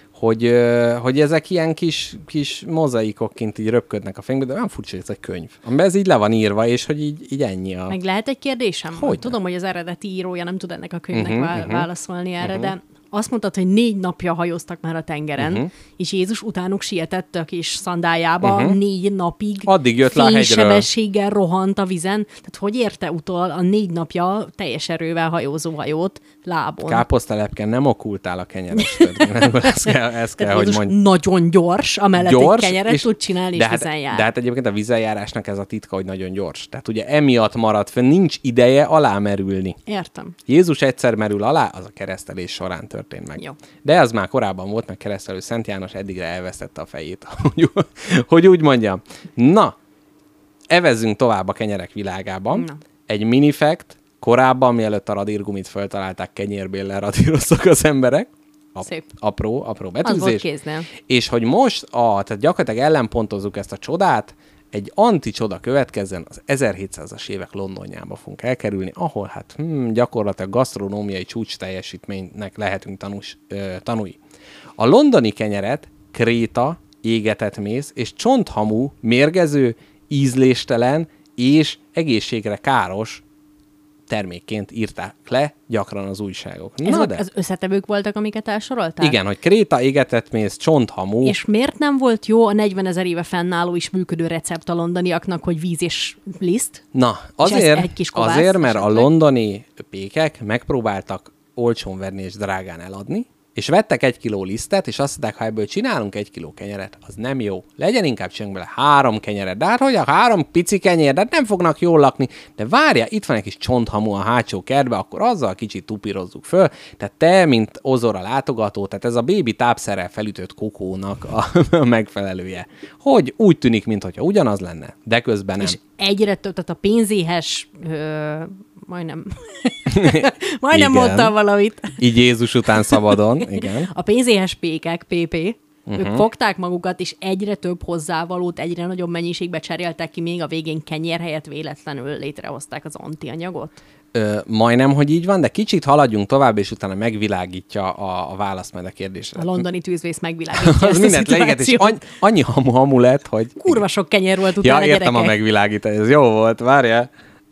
hogy ezek ilyen kis mozaikokként így röpködnek a fejünkbe, de olyan furcsa, hogy ez egy könyv. Amiben ez így le van írva, és hogy így ennyi a... Meg lehet egy kérdésem? Tudom, hogy az eredeti írója nem tud ennek a könyvnek válaszolni erre, de azt mondtad, hogy 4 napja hajóztak már a tengeren, és Jézus utánuk sietett a kis szandájába, 4 napig addig jött le a hegyről. Fénysebességgel rohant a vizen. Tehát hogy érte utol a 4 napja teljes erővel hajózó hajót lábon? Káposztalepke, nem okultál a kenyeres ezt kell, hogy mondj. Nagyon gyors, amellett egy kenyeret tud csinálni, és vizen jár. De hát egyébként a vizenjárásnak ez a titka, hogy nagyon gyors. Tehát ugye emiatt maradt fenn, nincs ideje alámerülni. Értem. Jézus egyszer merül alá, az a keresztelés során történt meg. Jó. De az már korábban volt, meg keresztelő Szent János eddigre elvesztette a fejét, hogy úgy mondjam. Na, evezzünk tovább a kenyerek világában. Na. Egy mini fact, korábban, mielőtt a radírgumit föltalálták, kenyérbéllel radíroztak az emberek. Apró betűzés. Az volt kéznél. És hogy most, tehát gyakorlatilag ellenpontozzuk ezt a csodát, egy anti-csoda következzen, az 1700-as évek Londonjába fogunk elkerülni, ahol hát gyakorlatilag gasztronómiai csúcs teljesítménynek lehetünk tanúi. A londoni kenyeret kréta, égetett méz és csonthamú, mérgező, ízléstelen és egészségre káros termékként írták le gyakran az újságok. Az összetevők voltak, amiket elsoroltál? Igen, hogy kréta, égetett méz, csonthamú. És miért nem volt jó a 40 000 éve fennálló és működő recept a londoniaknak, hogy víz és liszt? Na, azért, mert a londoni pékek megpróbáltak olcsón venni és drágán eladni, és vettek 1 kiló lisztet, és azt mondták, ha ebből csinálunk 1 kiló kenyeret, az nem jó. Legyen inkább csinálunk bele 3 kenyeret. De hát hogy a 3 pici kenyér, de nem fognak jól lakni. De várja, itt van egy kis csonthamú a hátsó kertbe, akkor azzal kicsit tupírozzuk föl. Tehát te, mint Ozora látogató, tehát ez a bébi tápszerrel felütött kokónak a megfelelője. Hogy úgy tűnik, mintha ugyanaz lenne, de közben nem. És egyre több, tehát a pénzéhes Majdnem mondtam valamit. Így Jézus után szabadon, igen. A pénzéhes pékek, PP, ők fogták magukat, és egyre több hozzávalót, egyre nagyobb mennyiségbe cseréltek ki, még a végén kenyér helyett véletlenül létrehozták az antianyagot. Majdnem, hogy így van, de kicsit haladjunk tovább, és utána megvilágítja a választ majd a kérdésre. A londoni tűzvész megvilágítja az mindent leéget, és annyi hamu lett, hogy... Kurva sok kenyér volt utána, ja, értem gyerekek. a megvilágítás, ez jó volt, várjál.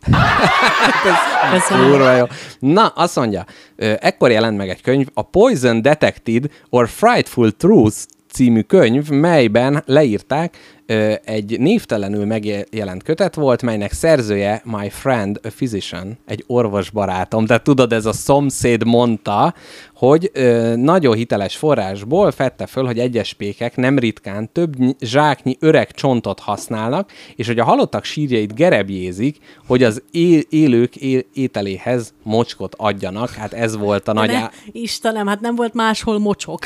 Ez kurva jó. Na, azt mondja, ekkor jelent meg egy könyv, a Poison Detected or Frightful Truth című könyv, melyben leírták, egy névtelenül megjelent kötet volt, melynek szerzője My Friend, a Physician, egy orvosbarátom. Tehát tudod, ez a szomszéd mondta, hogy nagyon hiteles forrásból fedte föl, hogy egyes pékek nem ritkán több zsáknyi öreg csontot használnak, és hogy a halottak sírjait gerebjézik, hogy az élők ételéhez mocskot adjanak. Hát ez volt a nagy... Istenem, hát nem volt máshol mocsok.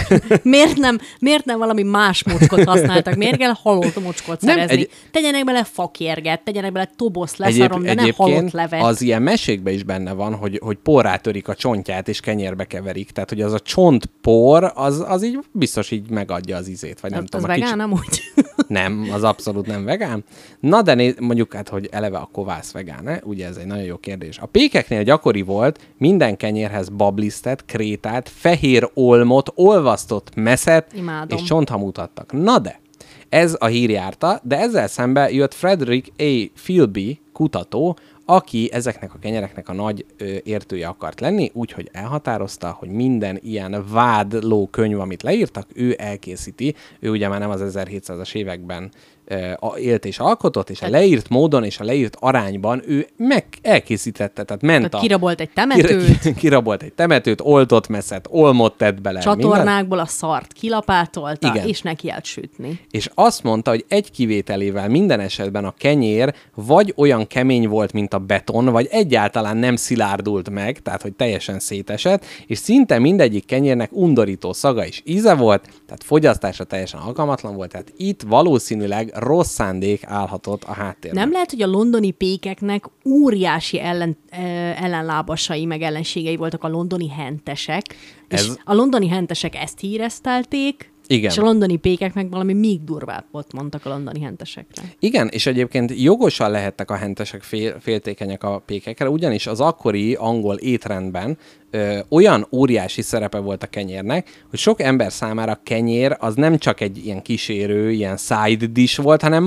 Miért nem valami más mocskot használtak? Miért kell halott mocskot szerezni? Tegyenek bele fakérget, tegyenek bele tobosz, leszarom, de nem halott levet. Az ilyen mesékben is benne van, hogy porrá törik a csontját, és kenyérbe keverik. Tehát, hogy az a csontpor, az így biztos így megadja az ízét. Vagy nem az tudom, vegán amúgy? Nem, az abszolút nem vegán. Na, de mondjuk hát, hogy eleve a kovász vegán-e? Ugye ez egy nagyon jó kérdés. A pékeknél gyakori volt minden kenyérhez bablisztet, krétát, fehér olmot, olvasztott meszet és csonthamut adtak. Na de, ez a hír járta, de ezzel szemben jött Frederick A. Philby kutató, aki ezeknek a kenyereknek a nagy értője akart lenni, úgyhogy elhatározta, hogy minden ilyen vádló könyv, amit leírtak, ő elkészíti. Ő ugye már nem az 1700-as években élt és alkotott, és a leírt módon és a leírt arányban ő elkészítette, tehát ment kirabolt egy temetőt. Kirabolt egy temetőt, oltott messzet, olmot tett bele. Csatornákból a szart kilapátolta, igen. És neki állt sütni. És azt mondta, hogy egy kivételével minden esetben a kenyér vagy olyan kemény volt, mint a beton, vagy egyáltalán nem szilárdult meg, tehát hogy teljesen szétesett, és szinte mindegyik kenyérnek undorító szaga és íze volt, tehát fogyasztásra teljesen alkalmatlan volt, tehát itt valószínűleg rossz szándék állhatott a háttérben. Nem lehet, hogy a londoni pékeknek óriási ellenlábasai, meg ellenségei voltak a londoni hentesek, és a londoni hentesek ezt híresztelték, igen. És a londoni pékek meg valami még durvábbot mondtak a londoni hentesekre. Igen, és egyébként jogosan lehettek a hentesek féltékenyek a pékekre, ugyanis az akkori angol étrendben olyan óriási szerepe volt a kenyérnek, hogy sok ember számára a kenyér az nem csak egy ilyen kísérő, ilyen side dish volt, hanem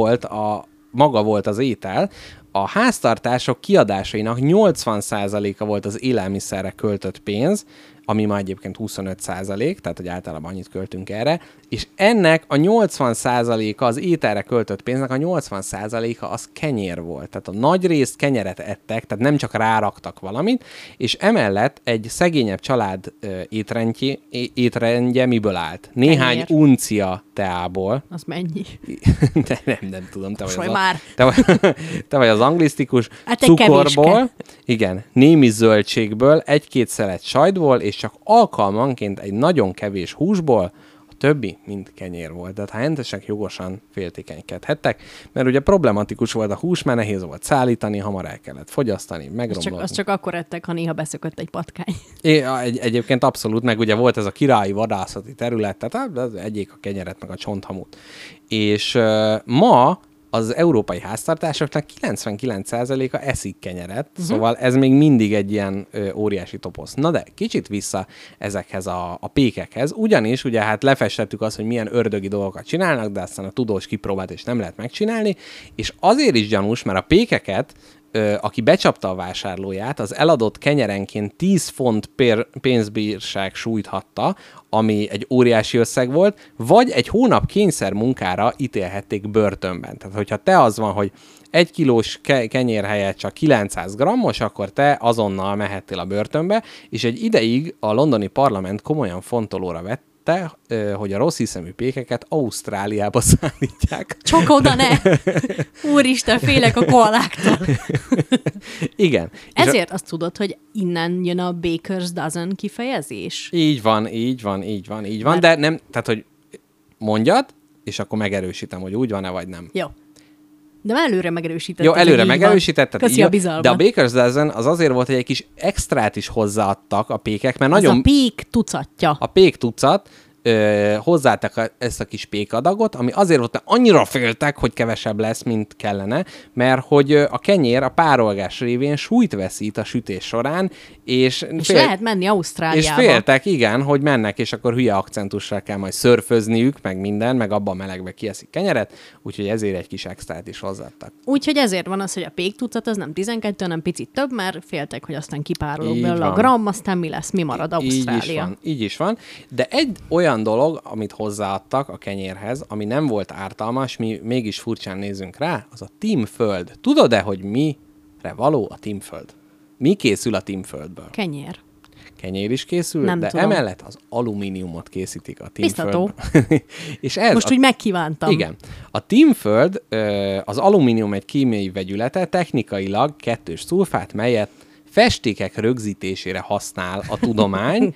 maga volt az étel. A háztartások kiadásainak 80%-a volt az élelmiszerre költött pénz, ami ma egyébként 25%, tehát hogy általában annyit költünk erre, és ennek a 80%-a, az ételre költött pénznek a 80%-a az kenyér volt. Tehát a nagy részt kenyeret ettek, tehát nem csak ráraktak valamit, és emellett egy szegényebb család étrendje miből állt? Néhány uncia teából. Az mennyi? De nem tudom. Te vagy az anglisztikus. Hát cukorból, igen, némi zöldségből, egy-két szelet sajtból, és csak alkalmanként egy nagyon kevés húsból, a többi mind kenyér volt. Tehát a hentesek jogosan féltékenykedhettek, mert ugye problematikus volt a hús, mert nehéz volt szállítani, hamar el kellett fogyasztani, megromlani. Azt csak akkor ettek, ha néha beszökött egy patkány. Egyébként abszolút, meg ugye volt ez a királyi vadászati terület, tehát egyik a kenyeret, meg a csonthamut. És ma az európai háztartásoknak 99%-a eszik kenyeret, szóval ez még mindig egy ilyen óriási toposz. Na de kicsit vissza ezekhez a pékekhez, ugyanis ugye hát lefestettük azt, hogy milyen ördögi dolgokat csinálnak, de aztán a tudós kipróbált és nem lehet megcsinálni, és azért is gyanús, mert a pékeket aki becsapta a vásárlóját, az eladott kenyerenként 10 font pénzbírság sújthatta, ami egy óriási összeg volt, vagy egy hónap kényszer munkára ítélhették börtönben. Tehát, hogyha te az van, hogy 1 kilós kenyér helyett csak 900 grammos, akkor te azonnal mehettél a börtönbe, és egy ideig a londoni parlament komolyan fontolóra vett, hogy a rossz hiszemű pékeket Ausztráliába szállítják. Csak oda ne! Úristen, félek a koaláktól. Igen. Ezért azt tudod, hogy innen jön a baker's dozen kifejezés? Így van. De nem, tehát, hogy mondjad, és akkor megerősítem, hogy úgy van-e, vagy nem. Jó. De már előre megerősítetted. Jó, előre hogy így van. megerősítetted. Köszi így a van. bizalmat. De a Baker's Dozen az azért volt, hogy egy kis extrát is hozzáadtak a pékek, mert Az nagyon... a pék tucatja. A pék tucat hozzáadtak ezt a kis pékadagot, ami azért volt, mert annyira féltek, hogy kevesebb lesz, mint kellene, mert hogy a kenyér a párolgás révén súlyt veszít a sütés során, és lehet menni és Ausztráliába. féltek, igen, hogy mennek, és akkor hülye akcentussal kell majd szörfözniük, meg minden, meg abban a melegbe kieszik kenyeret, úgyhogy ezért egy kis extrát is hozzáadtak. Úgyhogy ezért van az, hogy a pék tucat az nem 12, hanem picit több, mert féltek, hogy aztán kipárolok Így belőle a van. gram, aztán mi lesz, mi marad Ausztrália. Így is van. De egy olyan dolog, amit hozzáadtak a kenyérhez, ami nem volt ártalmas, mi mégis furcsán nézünk rá, az a tímföld. Tudod-e, hogy mire való a tímföld? Mi készül a tímföldből? Kenyér. Kenyér is készül, Nem de tudom. emellett az alumíniumot készítik a tímföldből. Biztató. És ez Most úgy megkívántam. Igen. A tímföld, az alumínium egy kémiai vegyülete, technikailag kettős szulfát, melyet festékek rögzítésére használ a tudomány,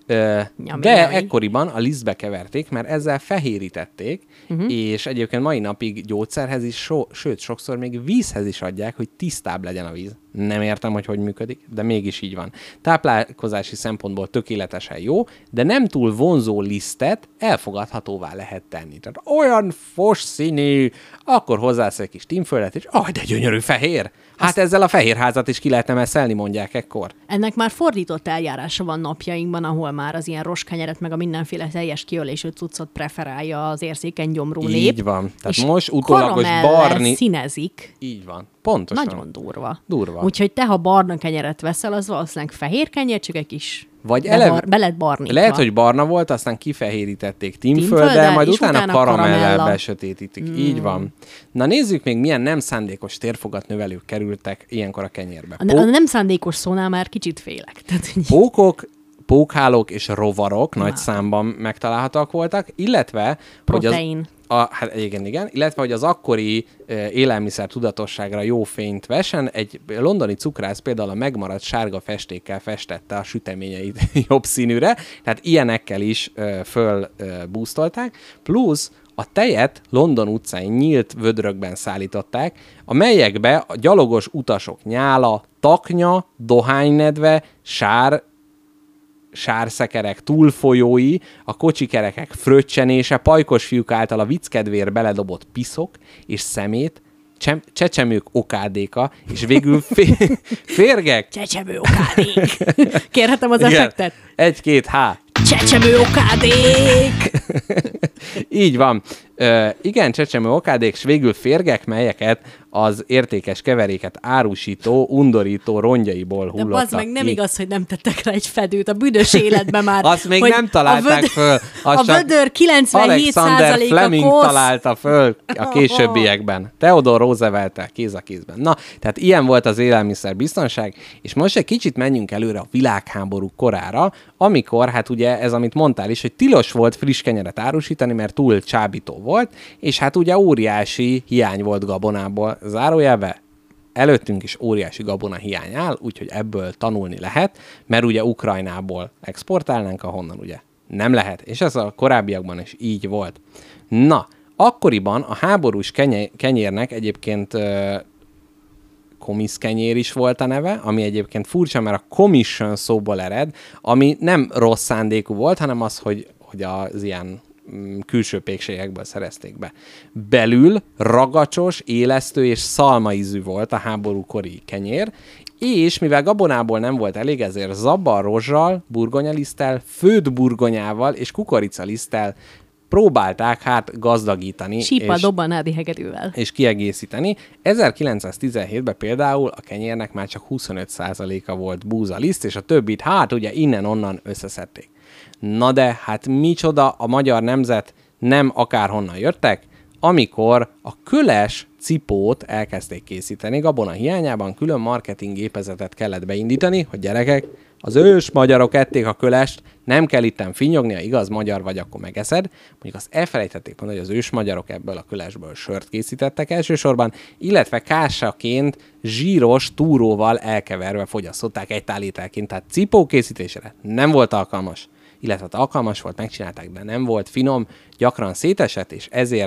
de ekkoriban a lisztbe keverték, mert ezzel fehérítették, és egyébként mai napig gyógyszerhez is, sőt, sokszor még vízhez is adják, hogy tisztább legyen a víz. Nem értem, hogy működik, de mégis így van. Táplálkozási szempontból tökéletesen jó, de nem túl vonzó lisztet elfogadhatóvá lehet tenni. Tehát olyan fos színű, akkor hozzász egy kis tímföldet, és de gyönyörű fehér! Hát ezzel a fehérházat is ki lehetne messzelni, mondják ekkor. Ennek már fordított eljárása van napjainkban, ahol már az ilyen roskenyeret, meg a mindenféle teljes kiölésű cuccot preferálja az érzékeny gyomrú nép. Így van. Tehát és most utólagos barni... színezik. Így van. Pontosan. Nagyon durva. Durva. Úgyhogy te, ha barna kenyeret veszel, az valószínűleg fehér kenyér, csak egy kis vagy be lett barnítva. Lehet, hogy barna volt, aztán kifehérítették tímfölddel, Tímfölddel, majd és utána utána karamellel karamella. besötétítik. Így van. Na nézzük még, milyen nem szándékos térfogatnövelők kerültek ilyenkor a kenyérbe. A nem szándékos szónál már kicsit félek. Tehát, Pókok, pókhálók és rovarok nagy számban megtalálhatóak voltak, illetve protein. Hát igen, illetve hogy az akkori élelmiszer tudatosságra jó fényt vesen, egy londoni cukrász például a megmaradt sárga festékkel festette a süteményeit jobb színűre, tehát ilyenekkel is fölbúztolták, plusz a tejet London utcáin nyílt vödrökben szállították, amelyekbe a gyalogos utasok nyála, taknya, dohánynedve, sárszekerek túlfolyói, a kocsikerekek fröccsenése, pajkos fiúk által a vicckedvéért beledobott piszok és szemét, csecsemők okádéka, és végül férgek. Csecsemő okádék. Kérhetem az effektet? 1, 2, H. Csecsemő okádék! Így van. Igen, csecsemő okádék, és végül férgek, melyeket az értékes keveréket árusító, undorító rongyaiból hullottak. De az meg nem igaz, hogy nem tettek rá egy fedőt a büdös életben már. Azt még nem találták föl. A vödör 97%-a Alexander Fleming találta föl a későbbiekben. Theodore Roosevelt-tel kéz a kézben. Na, tehát ilyen volt az élelmiszerbiztonság, és most egy kicsit menjünk előre a világháború korára, amikor, hát ugye ez, amit mondtál is, hogy tilos volt friss kenyeret árusítani, mert túl csábító volt, és hát ugye óriási hiány volt gabonából. Zárójelbe, előttünk is óriási gabona hiány áll, úgyhogy ebből tanulni lehet, mert ugye Ukrajnából exportálnánk, ahonnan ugye nem lehet, és ez a korábbiakban is így volt. Na, akkoriban a háborús kenyérnek egyébként komiszkenyér is volt a neve, ami egyébként furcsa, mert a commission szóból ered, ami nem rossz szándékú volt, hanem az, hogy az ilyen külső pékségekből szerezték be. Belül ragacsos, élesztő és szalmaízű volt a háborúkori kenyér, és mivel gabonából nem volt elég, ezért zabbarrozsal, burgonyaliszttel, főtt burgonyával és kukoricaliszttel próbálták gazdagítani. Síppal dobbanádi hegedűvel. És kiegészíteni. 1917-ben például a kenyérnek már csak 25%-a volt búzaliszt, és a többit ugye innen-onnan összeszedték. Na de, hát micsoda, a magyar nemzet nem akárhonnan jöttek, amikor a köles cipót elkezdték készíteni, gabona hiányában külön marketing gépezetet kellett beindítani, hogy gyerekek, az ős magyarok ették a kölest, nem kell itten finnyogni, ha igaz magyar vagy, akkor megeszed. Mondjuk azt elfelejtették mondani, hogy az ős magyarok ebből a kölesből sört készítettek elsősorban, illetve kásaként zsíros túróval elkeverve fogyasztották egy tálételként, tehát cipó készítésére nem volt alkalmas, illetve alkalmas volt, megcsinálták, de nem volt finom, gyakran szétesett, és ezért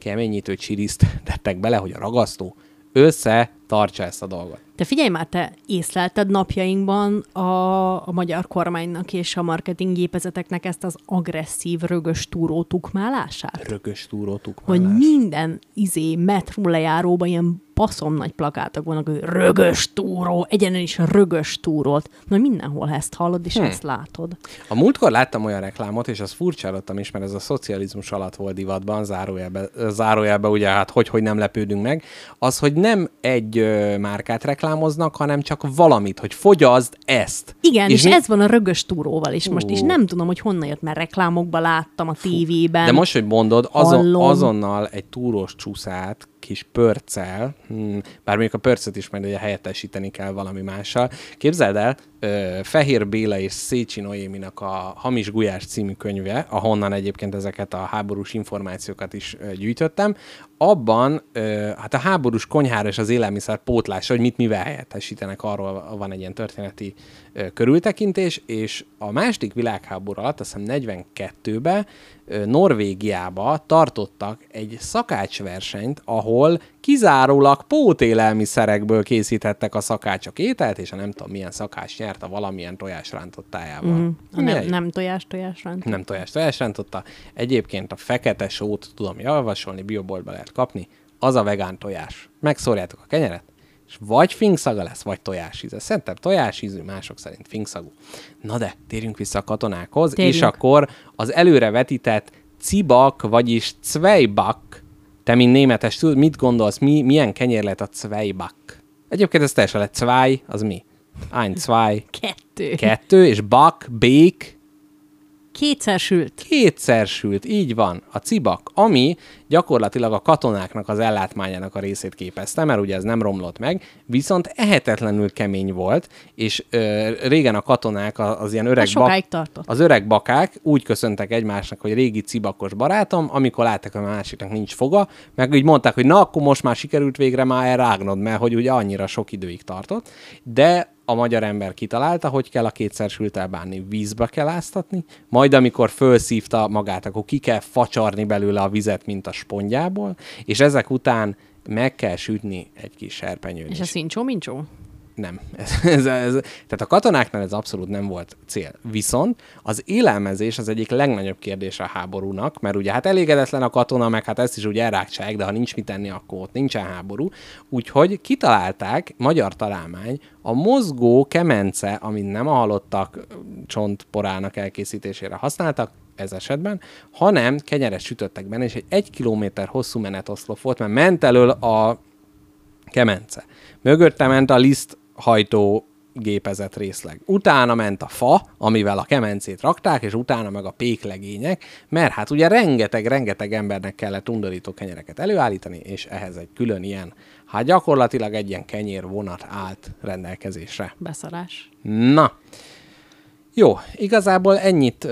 keményítő csirizt tettek bele, hogy a ragasztó összetartsa ezt a dolgot. Te figyelj már, te észlelted napjainkban a magyar kormánynak és a marketinggépezeteknek ezt az agresszív, rögös túró tukmálását? Rögös túró tukmálás. Hogy minden metró lejáróban ilyen baszom nagy plakátok vannak, hogy rögös túró, egyenen is rögös túrót. Na mindenhol ezt hallod, és ezt látod. A múltkor láttam olyan reklámot, és azt furcsálottam is, mert ez a szocializmus alatt volt divatban, zárójelbe ugye, hát hogy nem lepődünk meg, az, hogy nem egy márkát reklámoznak, hanem csak valamit, hogy fogyaszd ezt. Igen, és ez van a rögös túróval is most, és nem tudom, hogy honnan jött, mert reklámokban láttam a tévében. De most, hogy mondod, azonnal egy túrós csúszát kis pörccel, bár mondjuk a pörcöt is majd ugye helyettesíteni kell valami mással. Képzeld el, Fehér Béla és Szécsi Noéminak a Hamis Gulyás című könyve, ahonnan egyébként ezeket a háborús információkat is gyűjtöttem, abban hát a háborús konyhára és az élelmiszer pótlása, hogy mit mivel helyettesítenek, arról van egy ilyen történeti körültekintés, és a második világháború alatt, azt hiszem 42-ben Norvégiába tartottak egy szakácsversenyt, ahol kizárólag pótélelmiszerekből készítettek a szakácsok ételt, és a nem tudom milyen szakács nyert a valamilyen tojásrántottájával. Nem tojásrántotta. Nem tojásrántotta. Egyébként a fekete sót tudom javasolni, bioboltba lehet kapni, az a vegán tojás. Megszórjátok a kenyeret, és vagy finkszaga lesz, vagy tojásíze. Szerintem tojásízű, mások szerint finkszagú. Na de, térjünk vissza a katonákhoz, és akkor az előre vetített Zwieback, vagyis Zweiback, te mint németes, tudod, mit gondolsz, milyen kenyér lehet a Zweiback? Egyébként ez teljesen lett, zwei, az mi? Ein, zwei. Kettő, és bake. Kétszer sült, így van, a Zwieback, ami gyakorlatilag a katonáknak az ellátmányának a részét képezte, mert ugye ez nem romlott meg, viszont ehetetlenül kemény volt, és régen a katonák az ilyen öreg bakák úgy köszöntek egymásnak, hogy régi Zwiebackos barátom, amikor látták, hogy a másiknak nincs foga, meg úgy mondták, hogy na, akkor most már sikerült végre már elrágnod, mert hogy ugye annyira sok időig tartott, de a magyar ember kitalálta, hogy kell a kétszer sülttel bánni. Vízbe kell áztatni, majd amikor fölszívta magát, akkor ki kell facsarni belőle a vizet, mint a spongyából, és ezek után meg kell sütni egy kis serpenyőn. És a szincsó-mincsó? Nem. Tehát a katonáknál ez abszolút nem volt cél. Viszont az élelmezés az egyik legnagyobb kérdés a háborúnak, mert ugye hát elégedetlen a katona, meg hát ezt is ugye elrágcsálják, de ha nincs mit tenni, akkor ott nincsen háború. Úgyhogy kitalálták, magyar találmány, a mozgó kemence, amit nem a halottak csontporának elkészítésére használtak, ez esetben, hanem kenyeret sütöttek benne, és egy 1 kilométer hosszú menetoszlop volt, mert ment elől a kemence. Mögötte ment a liszthajtó gépezet részleg. Utána ment a fa, amivel a kemencét rakták, és utána meg a péklegények, mert hát ugye rengeteg embernek kellett undorító kenyereket előállítani, és ehhez egy külön ilyen, hát gyakorlatilag egy ilyen kenyérvonat állt rendelkezésre. Beszarás. Na, jó, igazából ennyit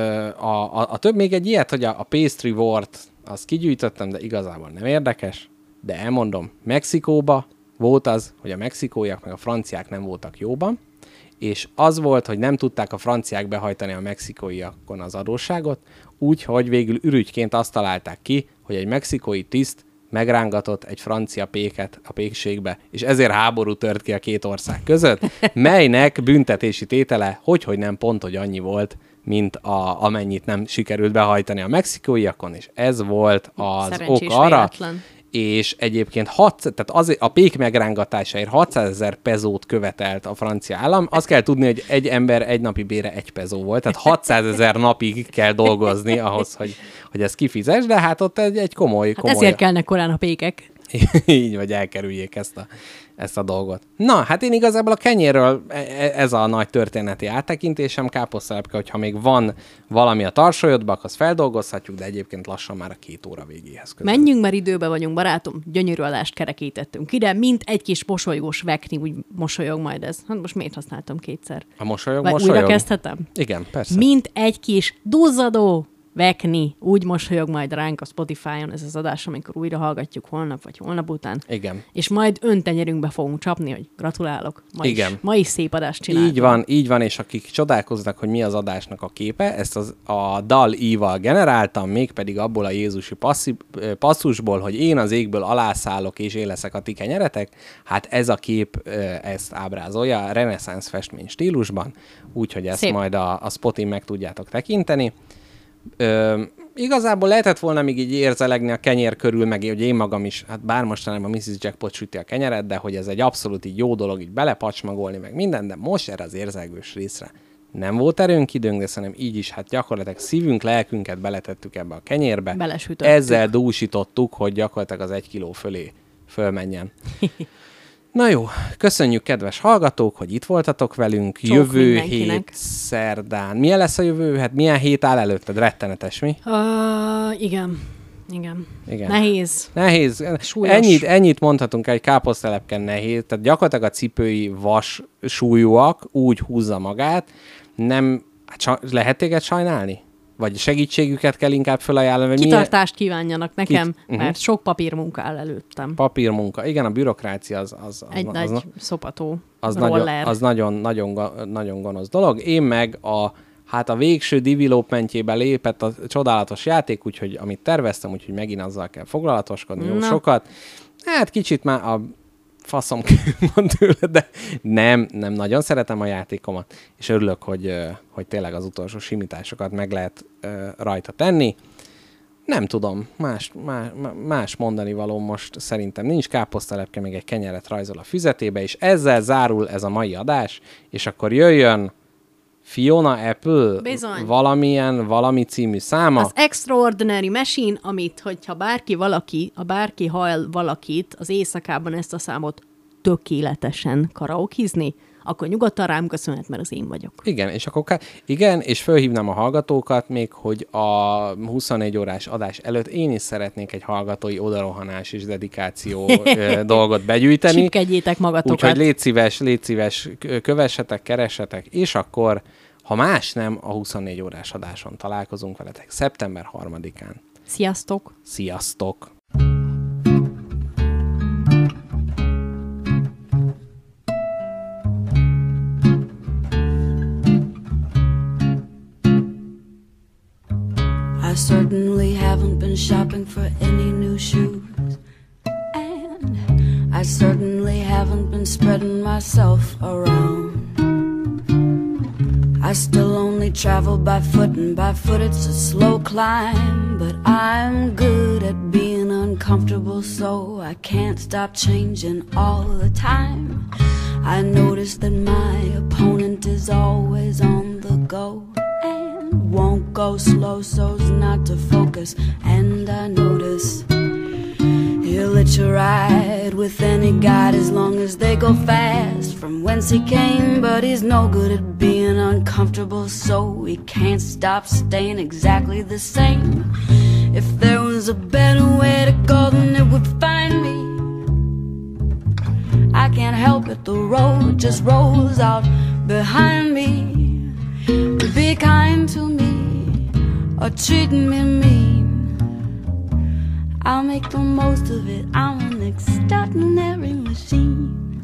a több, még egy ilyet, hogy a pastry wart, azt kigyűjtöttem, de igazából nem érdekes, de elmondom, Mexikóba volt az, hogy a mexikóiak meg a franciák nem voltak jóban, és az volt, hogy nem tudták a franciák behajtani a mexikóiakon az adósságot, úgyhogy végül ürügyként azt találták ki, hogy egy mexikói tiszt megrángatott egy francia péket a pékségbe, és ezért háború tört ki a két ország között, melynek büntetési tétele, hogy nem pont, hogy annyi volt, mint amennyit nem sikerült behajtani a mexikóiakon, és ez volt az ok arra, véletlen. És egyébként tehát a pék megrángatásáért 600 000 pezót követelt a francia állam. Azt kell tudni, hogy egy ember egy napi bére 1 pezó volt, tehát 600 000 napig kell dolgozni ahhoz, hogy ezt kifizess, de hát ott egy komoly... Ezért kellnek korán a pékek. Így, vagy elkerüljék ezt a dolgot. Na, hát én igazából a kenyérről ez a nagy történeti áttekintésem, káposztelepke, hogyha még van valami a tarsolyodban, azt feldolgozhatjuk, de egyébként lassan már a 2 óra végéhez közel. Menjünk, mert időben vagyunk, barátom. Gyönyörű adást kerekítettünk ide, mint egy kis mosolygós vekni, úgy mosolyog majd ez. Hát most miért használtam 2-szer? A mosolyog? Újra kezdhetem? Igen, persze. Mint egy kis duzzadó vekni. Úgy mosolyog majd ránk a Spotify-on ez az adás, amikor újra hallgatjuk holnap vagy holnap után. Igen. És majd öntenyerünkbe fogunk csapni, hogy gratulálok. Ma is szép adást csináltam. Így van, és akik csodálkoznak, hogy mi az adásnak a képe, ezt a dal íval generáltam, mégpedig abból a jézusi passzusból, hogy én az égből alászállok, és én leszek a ti kenyeretek. Hát ez a kép ezt ábrázolja reneszánsz festmény stílusban, úgyhogy ezt szép. Majd a Spotin meg tudjátok tekinteni. Igazából lehetett volna még így érzelegni a kenyér körül, meg hogy én magam is, hát bár mostanában Mrs. Jackpot süti a kenyeret, de hogy ez egy abszolút így jó dolog, így belepacsmagolni, meg minden, de most erre az érzelgős részre nem volt erőnk, időnk, de szerintem így is, hát gyakorlatilag szívünk, lelkünket beletettük ebbe a kenyérbe. Belesütöttük. Ezzel dúsítottuk, hogy gyakorlatilag az 1 kiló fölé fölmenjen. Na jó, köszönjük, kedves hallgatók, hogy itt voltatok velünk. Csók jövő mindenkinek. hét szerdán. Milyen lesz a jövő? Hát milyen hét áll előtted? Rettenetes, mi? Igen. Nehéz. Súlyos. Ennyit mondhatunk el, hogy káposztelepken nehéz. Tehát gyakorlatilag a cipői vas súlyúak, úgy húzza magát. Nem, lehet téged sajnálni? Vagy segítségüket kell inkább felajánlani? Kitartást kívánjanak nekem, mert sok papírmunka áll előttem. Papírmunka. Igen, a bürokrácia az egy nagy szopató az roller. Az nagyon gonosz dolog. Én meg a végső developmentjében lépett a csodálatos játék, úgyhogy amit terveztem, úgyhogy megint azzal kell foglalatoskodni jó sokat. Hát kicsit már a faszom van tőle, de nem nagyon szeretem a játékomat, és örülök, hogy tényleg az utolsó simításokat meg lehet rajta tenni. Nem tudom, más mondani való most szerintem nincs. Káposztelepke még egy kenyeret rajzol a füzetébe, és ezzel zárul ez a mai adás, és akkor jöjjön Fiona Apple, bizony. Valami című száma. Az Extraordinary Machine, amit, hogyha bárki hall valakit az éjszakában ezt a számot tökéletesen karaokizni, akkor nyugodtan rám köszönhet, mert az én vagyok. Igen, és akkor és fölhívnám a hallgatókat még, hogy a 24 órás adás előtt én is szeretnék egy hallgatói odarohanás és dedikáció dolgot begyűjteni. Csipkedjétek magatokat. Úgyhogy légy szíves, kövessetek, keressetek, és akkor, ha más nem, a 24 órás adáson találkozunk veletek szeptember 3-án. Sziasztok! Sziasztok! I certainly haven't been shopping for any new shoes, and I certainly haven't been spreading myself around. I still only travel by foot, and by foot it's a slow climb, but I'm good at being uncomfortable, so I can't stop changing all the time. I notice that my opponent is always on the go, won't go slow so's not to focus. And I notice he'll hitch a ride with any guide as long as they go fast from whence he came, but he's no good at being uncomfortable, so he can't stop staying exactly the same. If there was a better way to go, then it would find me. I can't help it, the road just rolls out behind me. Be kind to me or treating me mean, I'll make the most of it. I'm an extraordinary machine.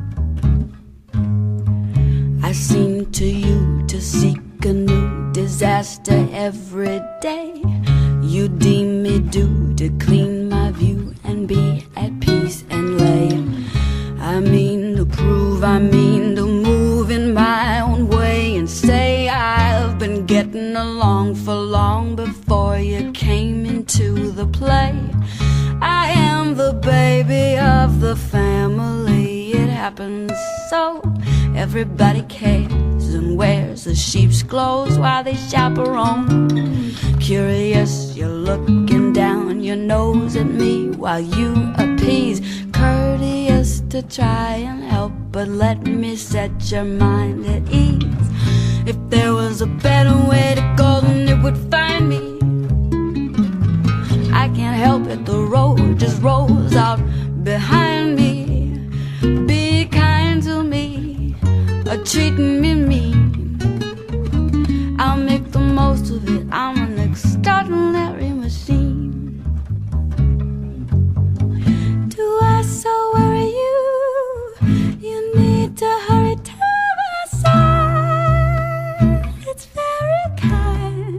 I seem to you to seek a new disaster every day. You deem me due to clean my view and be at peace and lay. I mean to prove, I mean to move in my own way and say I've been getting along for long before you came into the play. I am the baby of the family, it happens so. Everybody cares and wears the sheep's clothes while they chaperone. Curious, you're looking down your nose at me while you appease. Courteous to try and help, but let me set your mind at ease. If there was a better way to go, then it would find me. I can't help it, the road just rolls out behind me. Be kind to me or treating me mean, I'll make the most of it. I'm an extraordinary machine. Do I so worry you? You need to hurry to my side. It's very kind,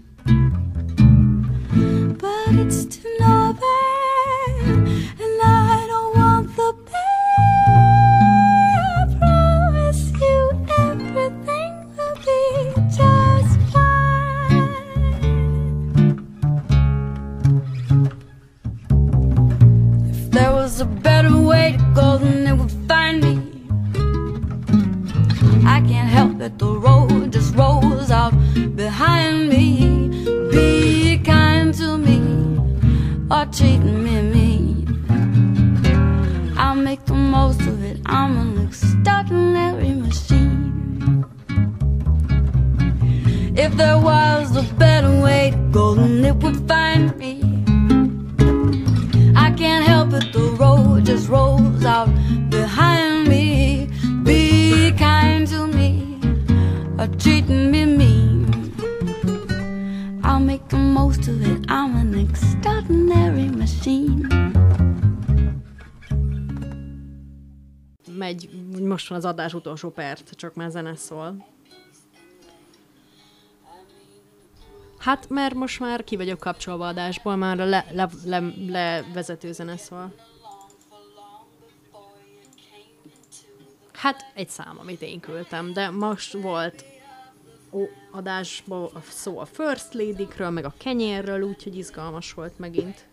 but it's to no avail, and I don't want the pain. I promise you everything will be just fine. If there was a better way to go, then it would find me. I can't help it, the road just rolls out behind me. Be kind to me or treat me mean. I'll make the most of it, I'm an extraordinary machine. If there was a better way to go, then it would find me. I can't help it, the road just rolls out behind me. Be kind to me or treat me mean. I'll make the most of it, I'm an extraordinary machine. Megy, most van az adás utolsó perc, csak már zene szól. Hát, mert most már ki vagyok kapcsolva adásból, már a levezető zene szól. Hát, egy szám, amit én küldtem, de most volt adásból szó a First Lady-kről, meg a kenyérről, úgyhogy izgalmas volt megint.